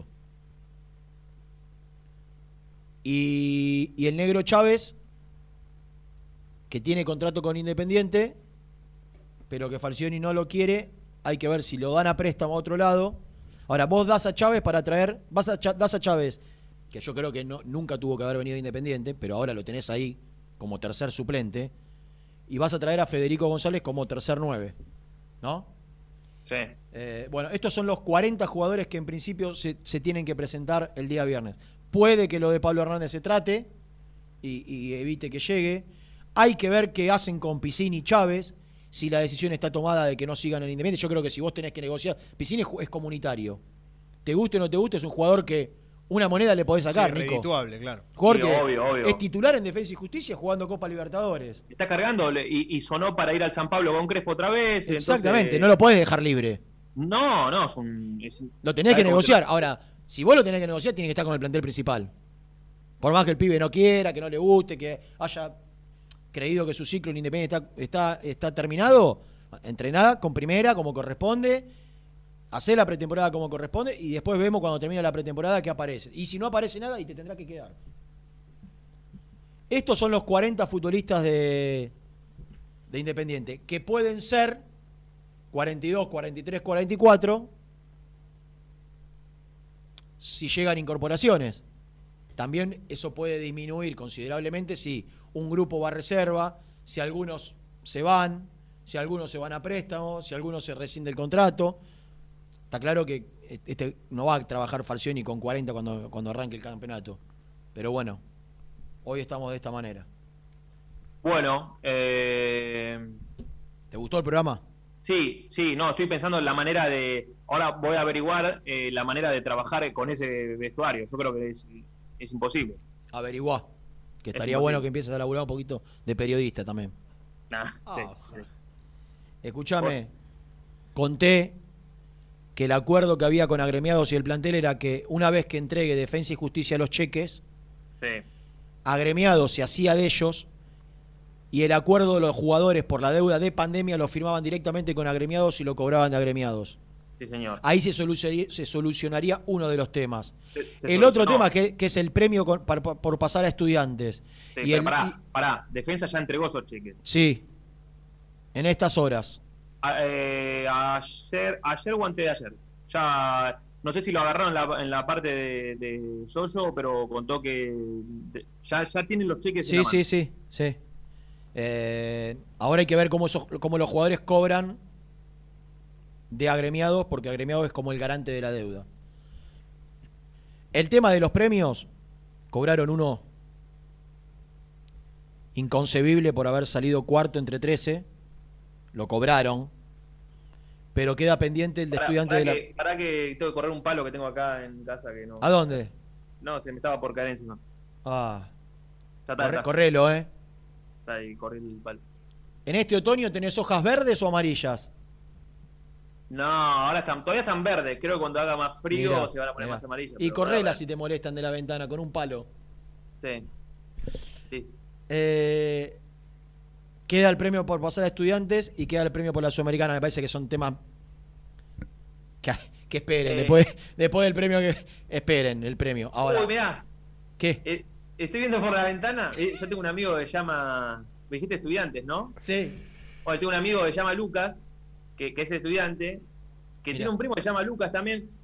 Y el negro Chávez, que tiene contrato con Independiente, pero que Falcioni no lo quiere, hay que ver si lo dan a préstamo a otro lado. Ahora, vos das a Chávez para traer, das a Chávez, que yo creo que nunca tuvo que haber venido Independiente, pero ahora lo tenés ahí como tercer suplente, y vas a traer a Federico González como tercer 9, ¿no?
Sí.
Bueno, estos son los 40 jugadores que en principio se tienen que presentar el día viernes. Puede que lo de Pablo Hernández se trate y evite que llegue. Hay que ver qué hacen con Piscini y Chávez, si la decisión está tomada de que no sigan en Independiente. Yo creo que si vos tenés que negociar, Piscini es comunitario. Te guste o no te guste, es un jugador que una moneda le podés sacar,
sí,
Nico.
redituable, claro.
Jugador
Sí,
que
obvio.
es titular en Defensa y Justicia jugando Copa Libertadores.
Está cargando y sonó para ir al San Pablo con Crespo otra vez.
Exactamente,
entonces...
no lo podés dejar libre.
No,
Lo tenés que negociar. Ahora, si vos lo tenés que negociar, tiene que estar con el plantel principal. Por más que el pibe no quiera, que no le guste, que haya creído que su ciclo en Independiente está terminado, entrená con primera como corresponde, hacé la pretemporada como corresponde y después vemos cuando termina la pretemporada que aparece. Y si no aparece nada, y te tendrá que quedar. Estos son los 40 futbolistas de Independiente, que pueden ser 42, 43, 44 si llegan incorporaciones. También eso puede disminuir considerablemente si un grupo va a reserva, si algunos se van, si algunos se van a préstamo, si algunos se rescinde el contrato. Está claro que no va a trabajar Falcioni con 40 cuando arranque el campeonato. Pero bueno, hoy estamos de esta manera.
Bueno,
¿te gustó el programa?
Sí, no, estoy pensando en la manera de... Ahora voy a averiguar la manera de trabajar con ese vestuario. Yo creo que es imposible.
Averiguá. Que estaría bueno que empieces a laburar un poquito de periodista también.
Sí.
Escúchame, conté que el acuerdo que había con agremiados y el plantel era que una vez que entregue Defensa y Justicia los cheques, agremiados se hacía de ellos y el acuerdo de los jugadores por la deuda de pandemia lo firmaban directamente con agremiados y lo cobraban de agremiados.
Sí, señor.
Ahí se solucionaría uno de los temas. El otro tema que es el premio por pasar a estudiantes.
Sí, pero pará, Defensa ya entregó esos cheques.
Sí, en estas horas.
Ayer o antes de ayer. Ya, no sé si lo agarraron en la parte de Yoyo, pero contó que ya tienen los cheques en la mano.
Sí. Ahora hay que ver cómo los jugadores cobran de agremiados, porque agremiados es como el garante de la deuda. El tema de los premios, cobraron uno inconcebible por haber salido cuarto entre 13, lo cobraron, pero queda pendiente el de estudiante
Para que tengo que correr un palo que tengo acá en casa que no.
¿A dónde?
No, se me estaba por caer encima.
Ya
está.
Correlo,
Está ahí, corrí el palo.
¿En este otoño tenés hojas verdes o amarillas?
No, ahora todavía están verdes. Creo que cuando haga más frío se van a poner más amarillas.
Y correlas si te molestan de la ventana con un palo.
Sí.
Queda el premio por pasar a estudiantes y queda el premio por la Sudamericana. Me parece que son temas que esperen. Después del premio, que esperen el premio. Ahora,
Uy, mirá.
¿Qué?
Estoy viendo por la ventana. Yo tengo un amigo que se llama... Me dijiste estudiantes, ¿no?
Sí.
Bueno, tengo un amigo que se llama Lucas, que es estudiante, que tiene un primo que se llama Lucas también,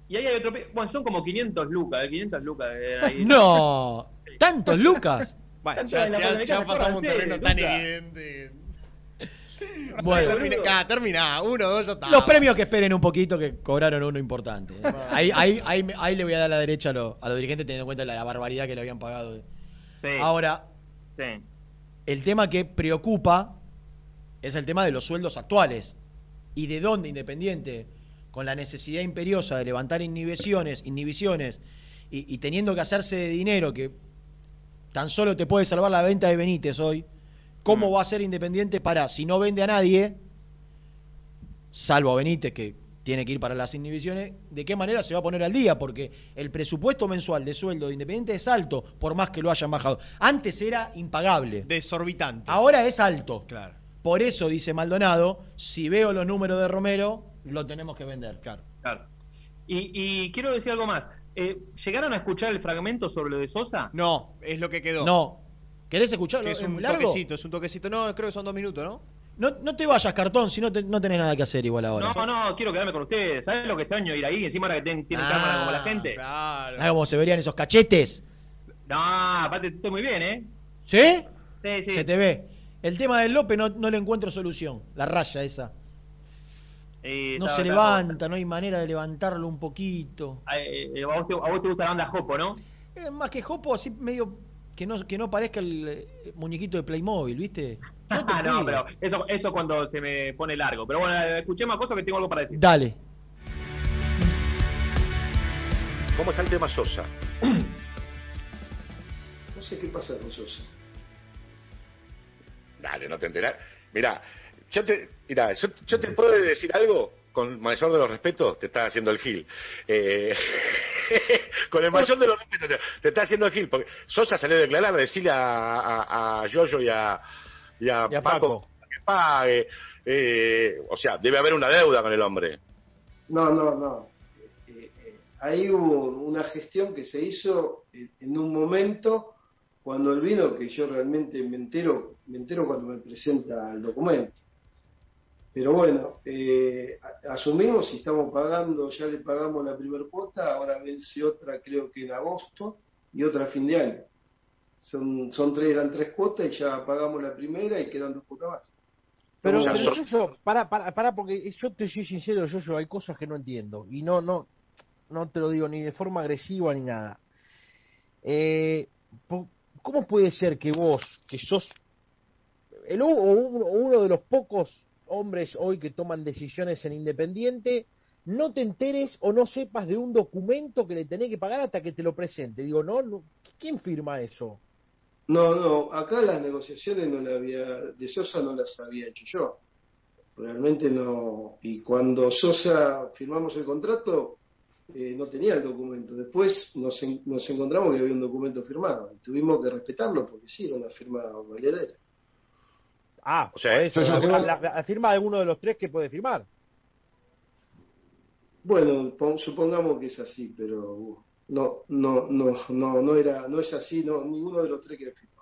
Y ahí hay otro... Bueno, son como 500 lucas, 500 lucas. Ahí.
¡No! ¿Tantos lucas?
Bueno, ya pasamos un terreno tan evidente.
Bueno,
termina, 1, 2, ya está.
Los premios que esperen un poquito, que cobraron uno importante. Ahí le voy a dar la derecha a los dirigentes, teniendo en cuenta la barbaridad que le habían pagado.
Sí.
Ahora,
Sí.
el tema que preocupa es el tema de los sueldos actuales. Y de dónde Independiente, con la necesidad imperiosa de levantar inhibiciones y teniendo que hacerse de dinero que tan solo te puede salvar la venta de Benítez hoy, ¿cómo va a ser Independiente para, si no vende a nadie, salvo a Benítez, que tiene que ir para las inhibiciones, de qué manera se va a poner al día? Porque el presupuesto mensual de sueldo de Independiente es alto, por más que lo hayan bajado. Antes era impagable.
Desorbitante.
Ahora es alto.
Claro.
Por eso, dice Maldonado, si veo los números de Romero, lo tenemos que vender.
Claro. Y quiero decir algo más. ¿Llegaron a escuchar el fragmento sobre lo de Sosa?
No, es lo que quedó.
No. ¿Querés escucharlo?
Que es un
muy largo?
toquecito, es un toquecito. No, creo que son 2 minutos, ¿no?
No te vayas, Cartón, si no tenés nada que hacer igual ahora.
No, quiero quedarme con ustedes. ¿Sabes lo que extraño ir ahí? Encima ahora que tienen cámara como la gente.
Claro.
Ah, como se verían esos cachetes.
No, aparte estoy muy bien, ¿eh?
¿Sí?
Sí.
Se te ve. El tema del López no le encuentro solución. La raya esa. No se levanta, no hay manera de levantarlo un poquito.
A vos te gusta la banda Jopo, ¿no?
Más que Jopo, así medio que no parezca el muñequito de Playmobil, ¿viste?
No, pero eso cuando se me pone largo. Pero bueno, escuché más cosas que tengo algo para decir.
Dale.
¿Cómo está el tema Sosa?
No sé qué pasa con Sosa.
Dale, no te enterás. Mirá, yo te puedo decir algo con mayor de los respetos, te está haciendo el gil. Con el mayor de los respetos te está haciendo el gil, porque Sosa salió a declarar, decirle a Yoyo y a Paco que pague. O sea, debe haber una deuda con el hombre.
No. Ahí hubo una gestión que se hizo en un momento cuando él vino, que yo realmente me entero cuando me presenta el documento. Pero bueno, asumimos y estamos pagando, ya le pagamos la primera cuota, ahora vence otra creo que en agosto y otra a fin de año. Eran 3 cuotas y ya pagamos la primera y quedan 2 cuotas más.
Pero yo, para, porque yo te soy sincero, yo hay cosas que no entiendo y no te lo digo ni de forma agresiva ni nada. ¿Cómo puede ser que vos, que sos uno de los pocos hombres hoy que toman decisiones en Independiente, no te enteres o no sepas de un documento que le tenés que pagar hasta que te lo presente? Digo, no, ¿quién firma eso?
No, acá las negociaciones de Sosa no las había hecho yo. Realmente no. Y cuando Sosa firmamos el contrato, no tenía el documento. Después nos encontramos que había un documento firmado. Y tuvimos que respetarlo porque sí, era una firma valedera.
O sea,
eso, la firma de uno de los 3 que puede firmar.
Bueno, supongamos que es así, pero no es así, ninguno de los 3 que firmó.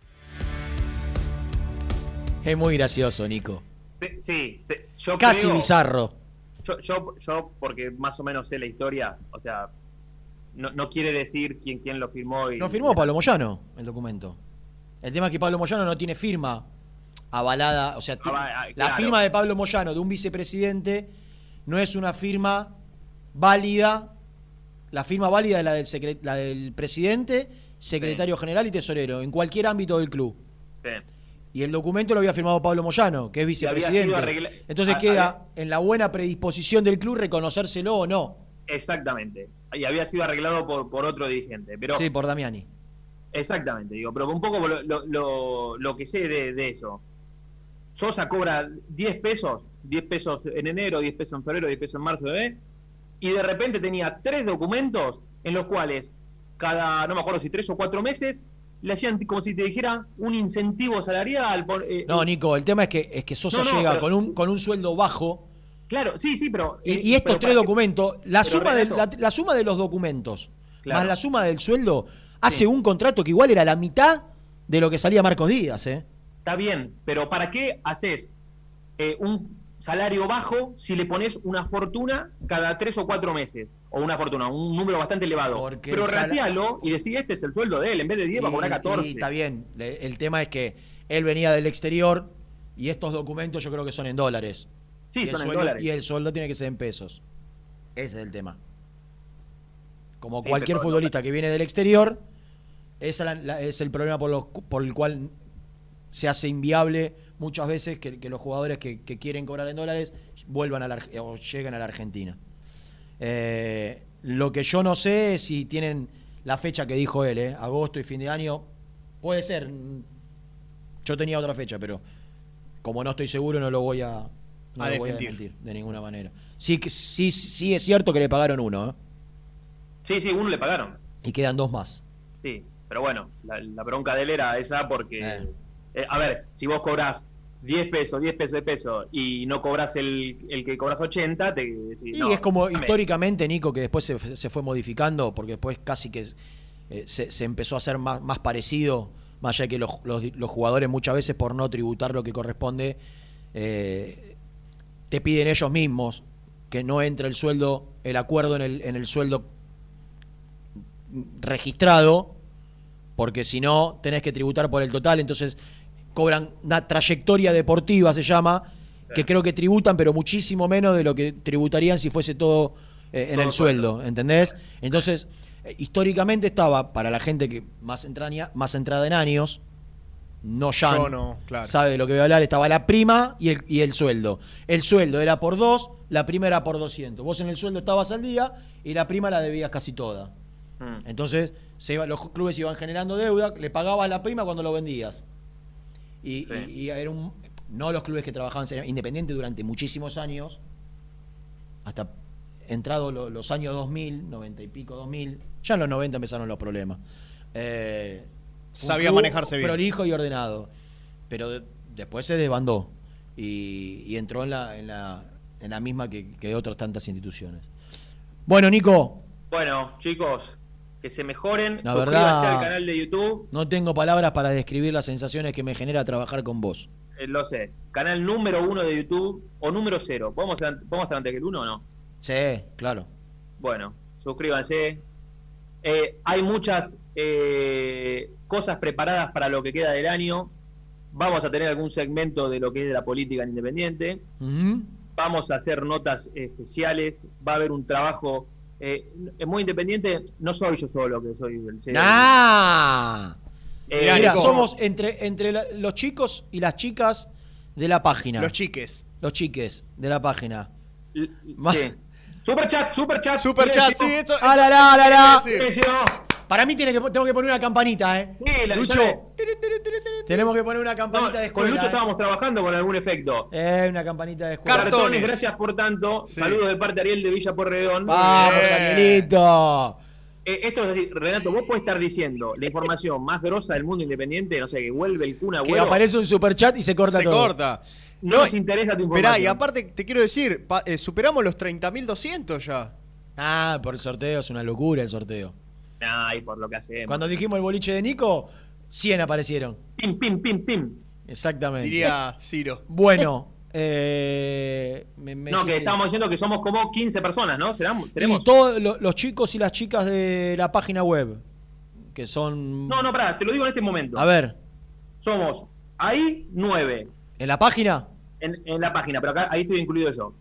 Es muy gracioso, Nico.
Sí, yo
casi
creo,
bizarro.
Yo, porque más o menos sé la historia, o sea, no quiere decir quién lo firmó.
No firmó Pablo Moyano el documento. El tema es que Pablo Moyano no tiene firma avalada, o sea, la firma de Pablo Moyano, de un vicepresidente, no es una firma válida. La firma válida es la del presidente, secretario general y tesorero, en cualquier ámbito del club.
Sí.
Y el documento lo había firmado Pablo Moyano, que es vicepresidente. Entonces queda en la buena predisposición del club reconocérselo o no.
Exactamente. Y había sido arreglado por otro dirigente. Pero,
sí, por Damiani.
Exactamente, pero un poco lo que sé de eso. Sosa cobra 10 pesos en enero, 10 pesos en febrero, 10 pesos en marzo, y de repente tenía 3 documentos en los cuales cada, no me acuerdo si 3 o 4 meses, le hacían como si te dijera un incentivo salarial.
No, Nico, el tema es que Sosa llega con un sueldo bajo.
Claro, sí, pero...
Y estos 3 documentos, la suma de los documentos, más la suma del sueldo, hace un contrato que igual era la mitad de lo que salía Marcos Díaz,
Está bien, pero ¿para qué haces un salario bajo si le pones una fortuna cada 3 o 4 meses? o una fortuna, un número bastante elevado.
Porque
pero
el sala-
ratealo y decís, este es el sueldo de él, en vez de 10 va a cobrar 14.
Y está bien. El tema es que él venía del exterior y estos documentos yo creo que son en dólares.
Sí,
Y
son
el
en
sueldo-
dólares.
Y el sueldo tiene que ser en pesos. Ese es el tema. Como
Sí,
cualquier
pero-
futbolista que viene del exterior, es el problema por el cual se hace inviable muchas veces que los jugadores que quieren cobrar en dólares vuelvan o lleguen a la Argentina. Lo que yo no sé es si tienen la fecha que dijo él, agosto y fin de año. Puede ser. Yo tenía otra fecha, pero como no estoy seguro no lo voy a desmentir de ninguna manera. Sí es cierto que le pagaron uno,
Sí, uno le pagaron.
y quedan dos más.
Sí, pero bueno, la bronca de él era esa porque, a ver, si vos cobrás 10 pesos de peso y no cobras el que cobras 80, te decís,
Y
no,
es como
dame.
históricamente, Nico, que después se fue modificando, porque después casi que se empezó a hacer más parecido, más allá de que los jugadores muchas veces por no tributar lo que corresponde, te piden ellos mismos que no entre el acuerdo en el sueldo registrado, porque si no tenés que tributar por el total, entonces cobran una trayectoria deportiva, se llama, que creo que tributan, pero muchísimo menos de lo que tributarían si fuese todo en
Todo
el sueldo, ¿entendés? Entonces, históricamente estaba, para la gente que más entrada en años, no ya
Yo no, claro.
sabe de lo que voy a hablar, estaba la prima y el sueldo. El sueldo era por 2, la prima era por 200. Vos en el sueldo estabas al día y la prima la debías casi toda. Entonces, los clubes iban generando deuda, le pagabas la prima cuando lo vendías. Y era no los clubes que trabajaban Independiente durante muchísimos años, hasta entrado los años 2000, 90 y pico, 2000, ya en los 90 empezaron los problemas.
Sabía
Un club
manejarse bien.
prolijo y ordenado, pero después se desbandó y entró en la misma que otras tantas instituciones. Bueno, Nico.
Bueno, chicos, que se mejoren,
La
suscríbanse
verdad,
al canal de YouTube,
no tengo palabras para describir las sensaciones que me genera trabajar con vos.
lo sé, canal número 1 de YouTube o número 0, ¿vamos estar antes que el 1 o no?
Sí, claro.
Bueno, suscríbanse. Hay muchas cosas preparadas para lo que queda del año. Vamos a tener algún segmento de lo que es la política en Independiente. Vamos a hacer notas especiales. Va a haber un trabajo muy independiente. No soy yo solo que soy el CEO.
¡Nah! Mira,
Nico,
somos entre los chicos y las chicas de la página.
Los chiques.
Los chiques de la página.
Sí. Superchat.
Sí, eso.
¡Ah, la!
Silencio.
Para mí tengo que poner una campanita, ¿eh?
Sí,
Lucho, tenemos que poner una campanita de escuela.
Con Lucho estábamos trabajando con algún efecto.
Una campanita de escuela.
Cartones, gracias por tanto. Saludos de parte de Ariel de Villa Porredón.
¡Vamos, Arielito!
Esto es decir, Renato, vos podés estar diciendo la información más grosa del mundo independiente, no sé, que vuelve el Kun
Que
Agüero.
aparece un superchat y se corta todo.
Se corta.
No nos interesa tu información.
Esperá, y aparte te quiero decir, superamos los 30.200 ya.
Ah, por el sorteo, es una locura el sorteo.
Ay, por lo que hacemos.
Cuando dijimos el boliche de Nico, 100 aparecieron.
Pim, pim, pim, pim.
Exactamente.
Diría Ciro.
Bueno,
no, que estábamos diciendo que somos como 15 personas, ¿no? ¿Seremos?
Y todos los chicos y las chicas de la página web, que son...
No, pará, te lo digo en este momento.
A ver.
Somos ahí 9.
¿En la página?
En la página, pero acá ahí estoy incluido yo.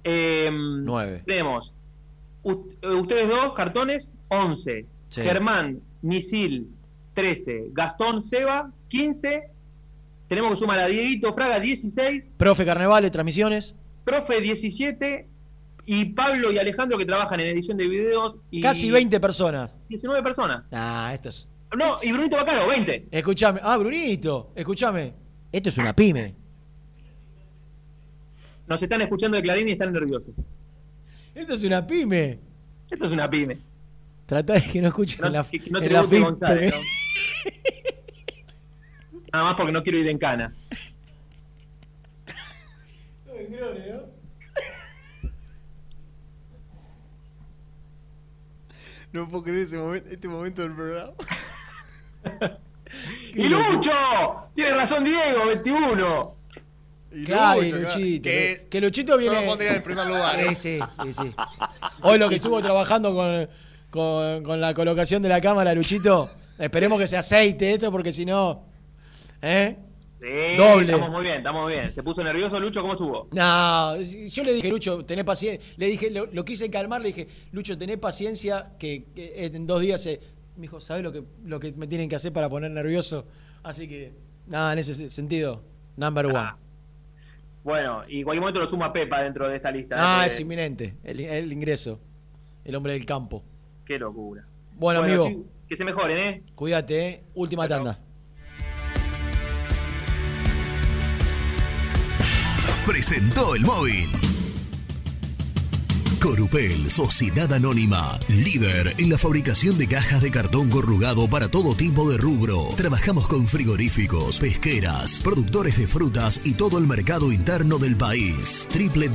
9.
Tenemos ustedes dos, cartones, 11.
Sí.
Germán, Misil, 13. Gastón, Seba, 15. Tenemos que sumar a Dieguito Fraga, 16.
Profe Carnevale, transmisiones.
Profe, 17. Y Pablo y Alejandro, que trabajan en edición de videos. Y
Casi 20 personas.
19 personas.
Ah, esto es...
No, y Brunito Bacaro, 20.
Escuchame. Ah, Brunito, escuchame. Esto es una pyme.
Nos están escuchando de Clarín y están nerviosos.
Esto es una pyme.
Esto es una pyme.
Tratá de que no escuchen
No,
la,
que no te
en la
guste
FIP,
González,
porque-
Nada más porque no quiero ir en cana.
No puedo creer este momento del programa.
¡Y Lucho! Tiene razón Diego, 21.
Claro,
Lucho,
Luchito.
que
Que Luchito viene.
yo lo pondría en el primer lugar. ¿no?
Sí. Hoy lo que estuvo trabajando con la colocación de la cámara, Luchito. Esperemos que se aceite esto, porque si no.
Sí,
Doble.
Estamos muy bien. ¿Se puso nervioso, Lucho? ¿Cómo estuvo?
No, yo le dije, Lucho, tené paciencia. Le dije, lo quise calmar, le dije, Lucho, tené paciencia, que en 2 días me dijo, ¿sabés lo que me tienen que hacer para poner nervioso? Así que, nada, en ese sentido, number one.
Bueno, y en cualquier momento lo suma Pepa dentro de esta lista.
Es inminente, el ingreso, el hombre del campo.
Qué locura.
Bueno, amigo.
Chicos, que se mejoren, ¿eh?
Cuídate, última tanda.
Presentó el móvil. Corupel, Sociedad Anónima, líder en la fabricación de cajas de cartón corrugado para todo tipo de rubro. Trabajamos con frigoríficos, pesqueras, productores de frutas y todo el mercado interno del país.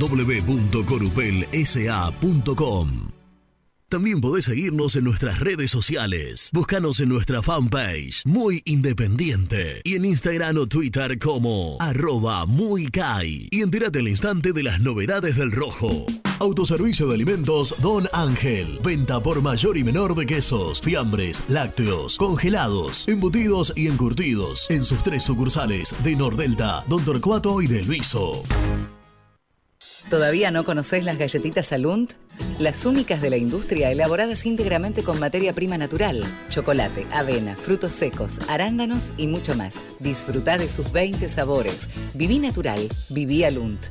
www.corupelsa.com. También podés seguirnos en nuestras redes sociales. Búscanos en nuestra fanpage, Muy Independiente, y en Instagram o Twitter como @muycai. Y entérate al instante de las novedades del rojo. Autoservicio de alimentos Don Ángel. Venta por mayor y menor de quesos, fiambres, lácteos, congelados, embutidos y encurtidos. En sus 3 sucursales de Nordelta, Don Torcuato y de Luiso.
¿Todavía no conocés las galletitas Alunt? Las únicas de la industria elaboradas íntegramente con materia prima natural. Chocolate, avena, frutos secos, arándanos y mucho más. Disfrutá de sus 20 sabores. Viví natural, viví Alunt.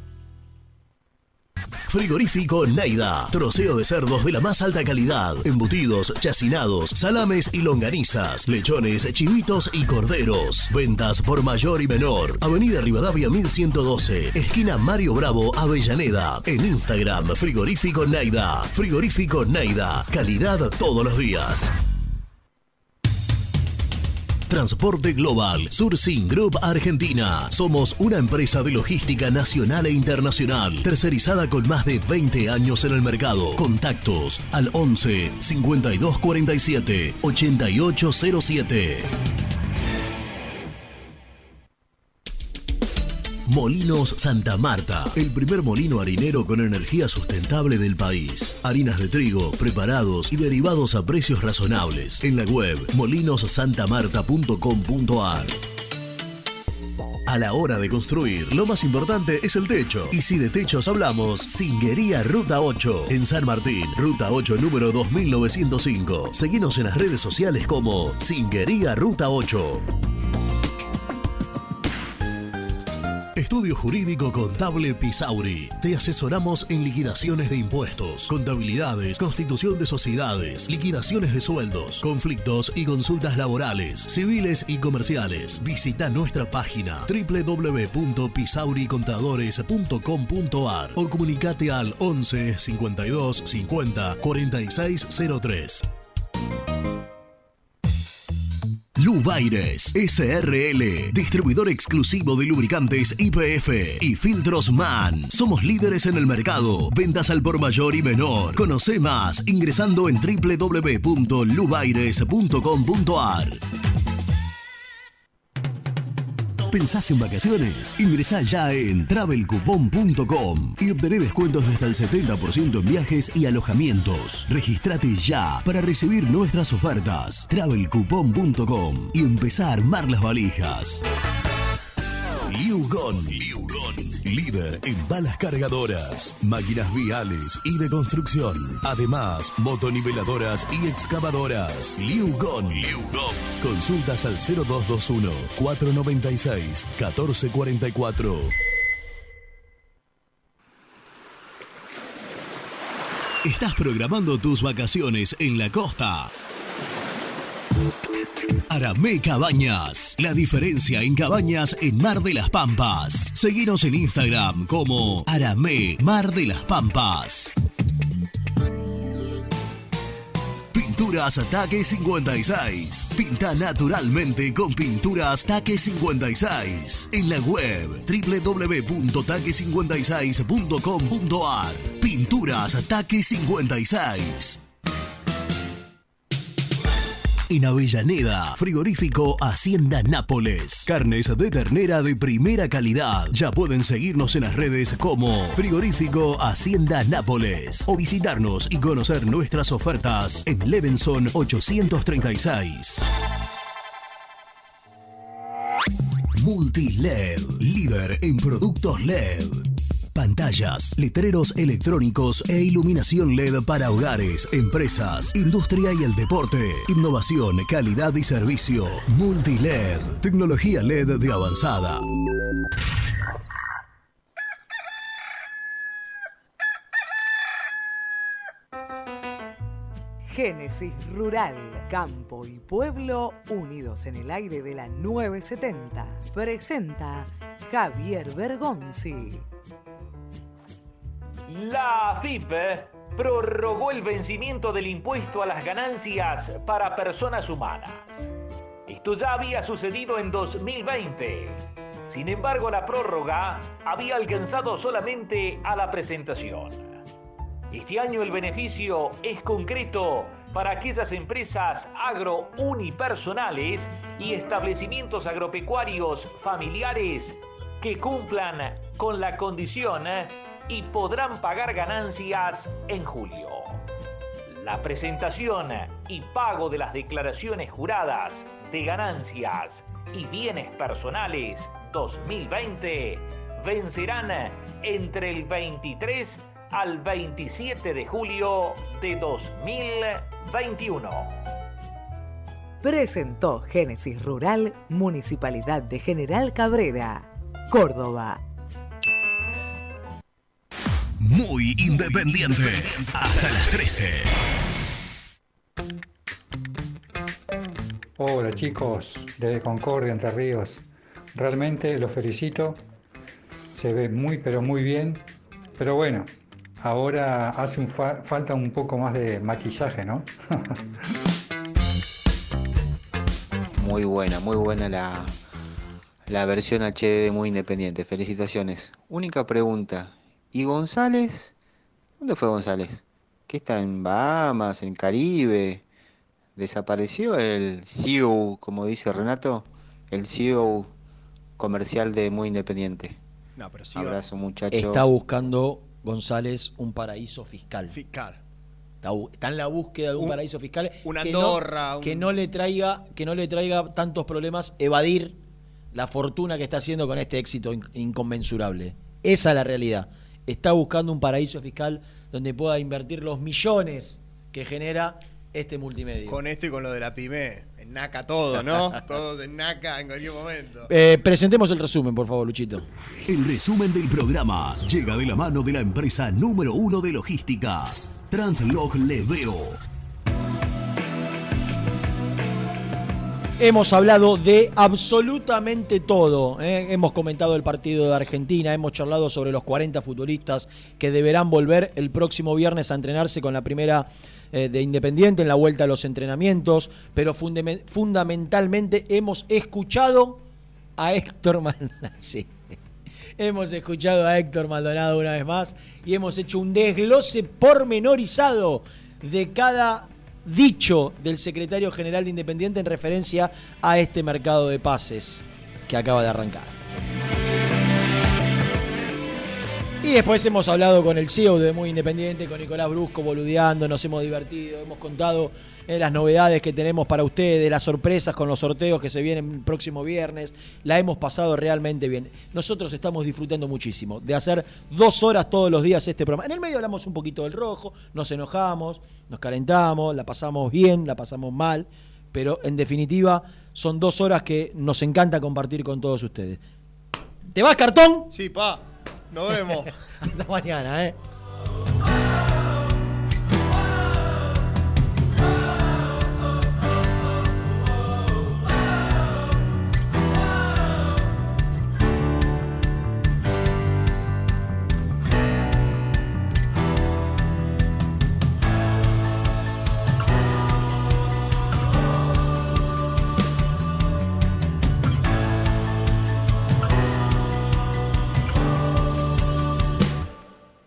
Frigorífico Neida. Troceo de cerdos de la más alta calidad. Embutidos, chacinados, salames y longanizas. Lechones, chivitos y corderos. Ventas por mayor y menor. Avenida Rivadavia 1112. Esquina Mario Bravo, Avellaneda. En Instagram, Frigorífico Neida. Frigorífico Neida. Calidad todos los días. Transporte Global, Surcing Group Argentina. Somos una empresa de logística nacional e internacional, tercerizada con más de 20 años en el mercado. Contactos al 11 52 47 8807. Molinos Santa Marta, el primer molino harinero con energía sustentable del país. Harinas de trigo, preparados y derivados a precios razonables. En la web molinossantamarta.com.ar. A la hora de construir, lo más importante es el techo. Y si de techos hablamos, Zinguería Ruta 8. En San Martín, Ruta 8 número 2905. Seguinos en las redes sociales como Zinguería Ruta 8. Estudio Jurídico Contable Pisauri. Te asesoramos en liquidaciones de impuestos, contabilidades, constitución de sociedades, liquidaciones de sueldos, conflictos y consultas laborales, civiles y comerciales. Visita nuestra página www.pisauricontadores.com.ar o comunicate al 11 52 50 46 03. Lubaires SRL, distribuidor exclusivo de lubricantes YPF y filtros MAN. Somos líderes en el mercado. Ventas al por mayor y menor. Conoce más ingresando en www.lubaires.com.ar. ¿Pensás en vacaciones? Ingresá ya en travelcoupon.com y obtené descuentos de hasta el 70% en viajes y alojamientos. Registrate ya para recibir nuestras ofertas. travelcoupon.com y empezá a armar las valijas. Liugon, líder en balas cargadoras, máquinas viales y de construcción. Además, motoniveladoras y excavadoras. Liugon. Consultas al 0221 496 1444. ¿Estás programando tus vacaciones en la costa? Aramé Cabañas, la diferencia en cabañas en Mar de las Pampas. Seguinos en Instagram como Aramé Mar de las Pampas. Pinturas Taque 56. Pinta naturalmente con Pinturas Taque 56. En la web www.taque56.com.ar. Pinturas Taque 56. En Avellaneda, frigorífico Hacienda Nápoles. Carnes de ternera de primera calidad. Ya pueden seguirnos en las redes como frigorífico Hacienda Nápoles o visitarnos y conocer nuestras ofertas en Levenson 836. Multiled, líder en productos LED. Pantallas, letreros electrónicos e iluminación LED para hogares, empresas, industria y el deporte. Innovación, calidad y servicio. Multiled, tecnología LED de avanzada.
Génesis Rural, campo y pueblo unidos en el aire de la 970. Presenta Javier Bergonzi.
La AFIP prorrogó el vencimiento del impuesto a las ganancias para personas humanas. Esto ya había sucedido en 2020. Sin embargo, la prórroga había alcanzado solamente a la presentación. Este año el beneficio es concreto para aquellas empresas agrounipersonales y establecimientos agropecuarios familiares que cumplan con la condición y podrán pagar ganancias en julio. La presentación y pago de las declaraciones juradas de ganancias y bienes personales 2020 vencerán entre el 23 al 27 de julio de 2021.
Presentó Génesis Rural, Municipalidad de General Cabrera, Córdoba.
Muy independiente. Hasta las 13.
Hola chicos, desde Concordia, Entre Ríos. Realmente los felicito. Se ve muy pero muy bien. Pero bueno, ahora hace falta un poco más de maquillaje, ¿no?
Muy buena la versión HD de Muy Independiente. Felicitaciones. Única pregunta. ¿Y González? ¿Dónde fue González? ¿Qué está en Bahamas, en Caribe? ¿Desapareció el CEO, como dice Renato? El CEO comercial de Muy Independiente.
No, pero sí.
Abrazo, muchachos.
Está buscando González un paraíso fiscal. Está en la búsqueda de un paraíso fiscal.
Una Andorra.
Que no le traiga tantos problemas evadir la fortuna que está haciendo con este éxito inconmensurable. Esa es la realidad. Está buscando un paraíso fiscal donde pueda invertir los millones que genera este multimedio.
Con esto y con lo de la PYME. En NACA todo, ¿no? Todos en NACA en cualquier momento.
Presentemos el resumen, por favor, Luchito.
El resumen del programa llega de la mano de la empresa número 1 de logística, Translog Leveo.
Hemos hablado de absolutamente todo. Hemos comentado el partido de Argentina, hemos charlado sobre los 40 futbolistas que deberán volver el próximo viernes a entrenarse con la primera de Independiente en la vuelta a los entrenamientos, pero fundamentalmente hemos escuchado a Héctor Maldonado. Sí. Hemos escuchado a Héctor Maldonado una vez más y hemos hecho un desglose pormenorizado de cada dicho del secretario general de Independiente en referencia a este mercado de pases que acaba de arrancar. Y después hemos hablado con el CEO de Muy Independiente, con Nicolás Brusco, boludeando, nos hemos divertido, hemos contado las novedades que tenemos para ustedes, las sorpresas con los sorteos que se vienen el próximo viernes. La hemos pasado realmente bien. Nosotros estamos disfrutando muchísimo de hacer 2 horas todos los días este programa. En el medio hablamos un poquito del rojo, nos enojamos, nos calentamos, la pasamos bien, la pasamos mal, pero en definitiva son 2 horas que nos encanta compartir con todos ustedes. ¿Te vas, Cartón?
Sí, pa. Nos vemos.
Hasta mañana,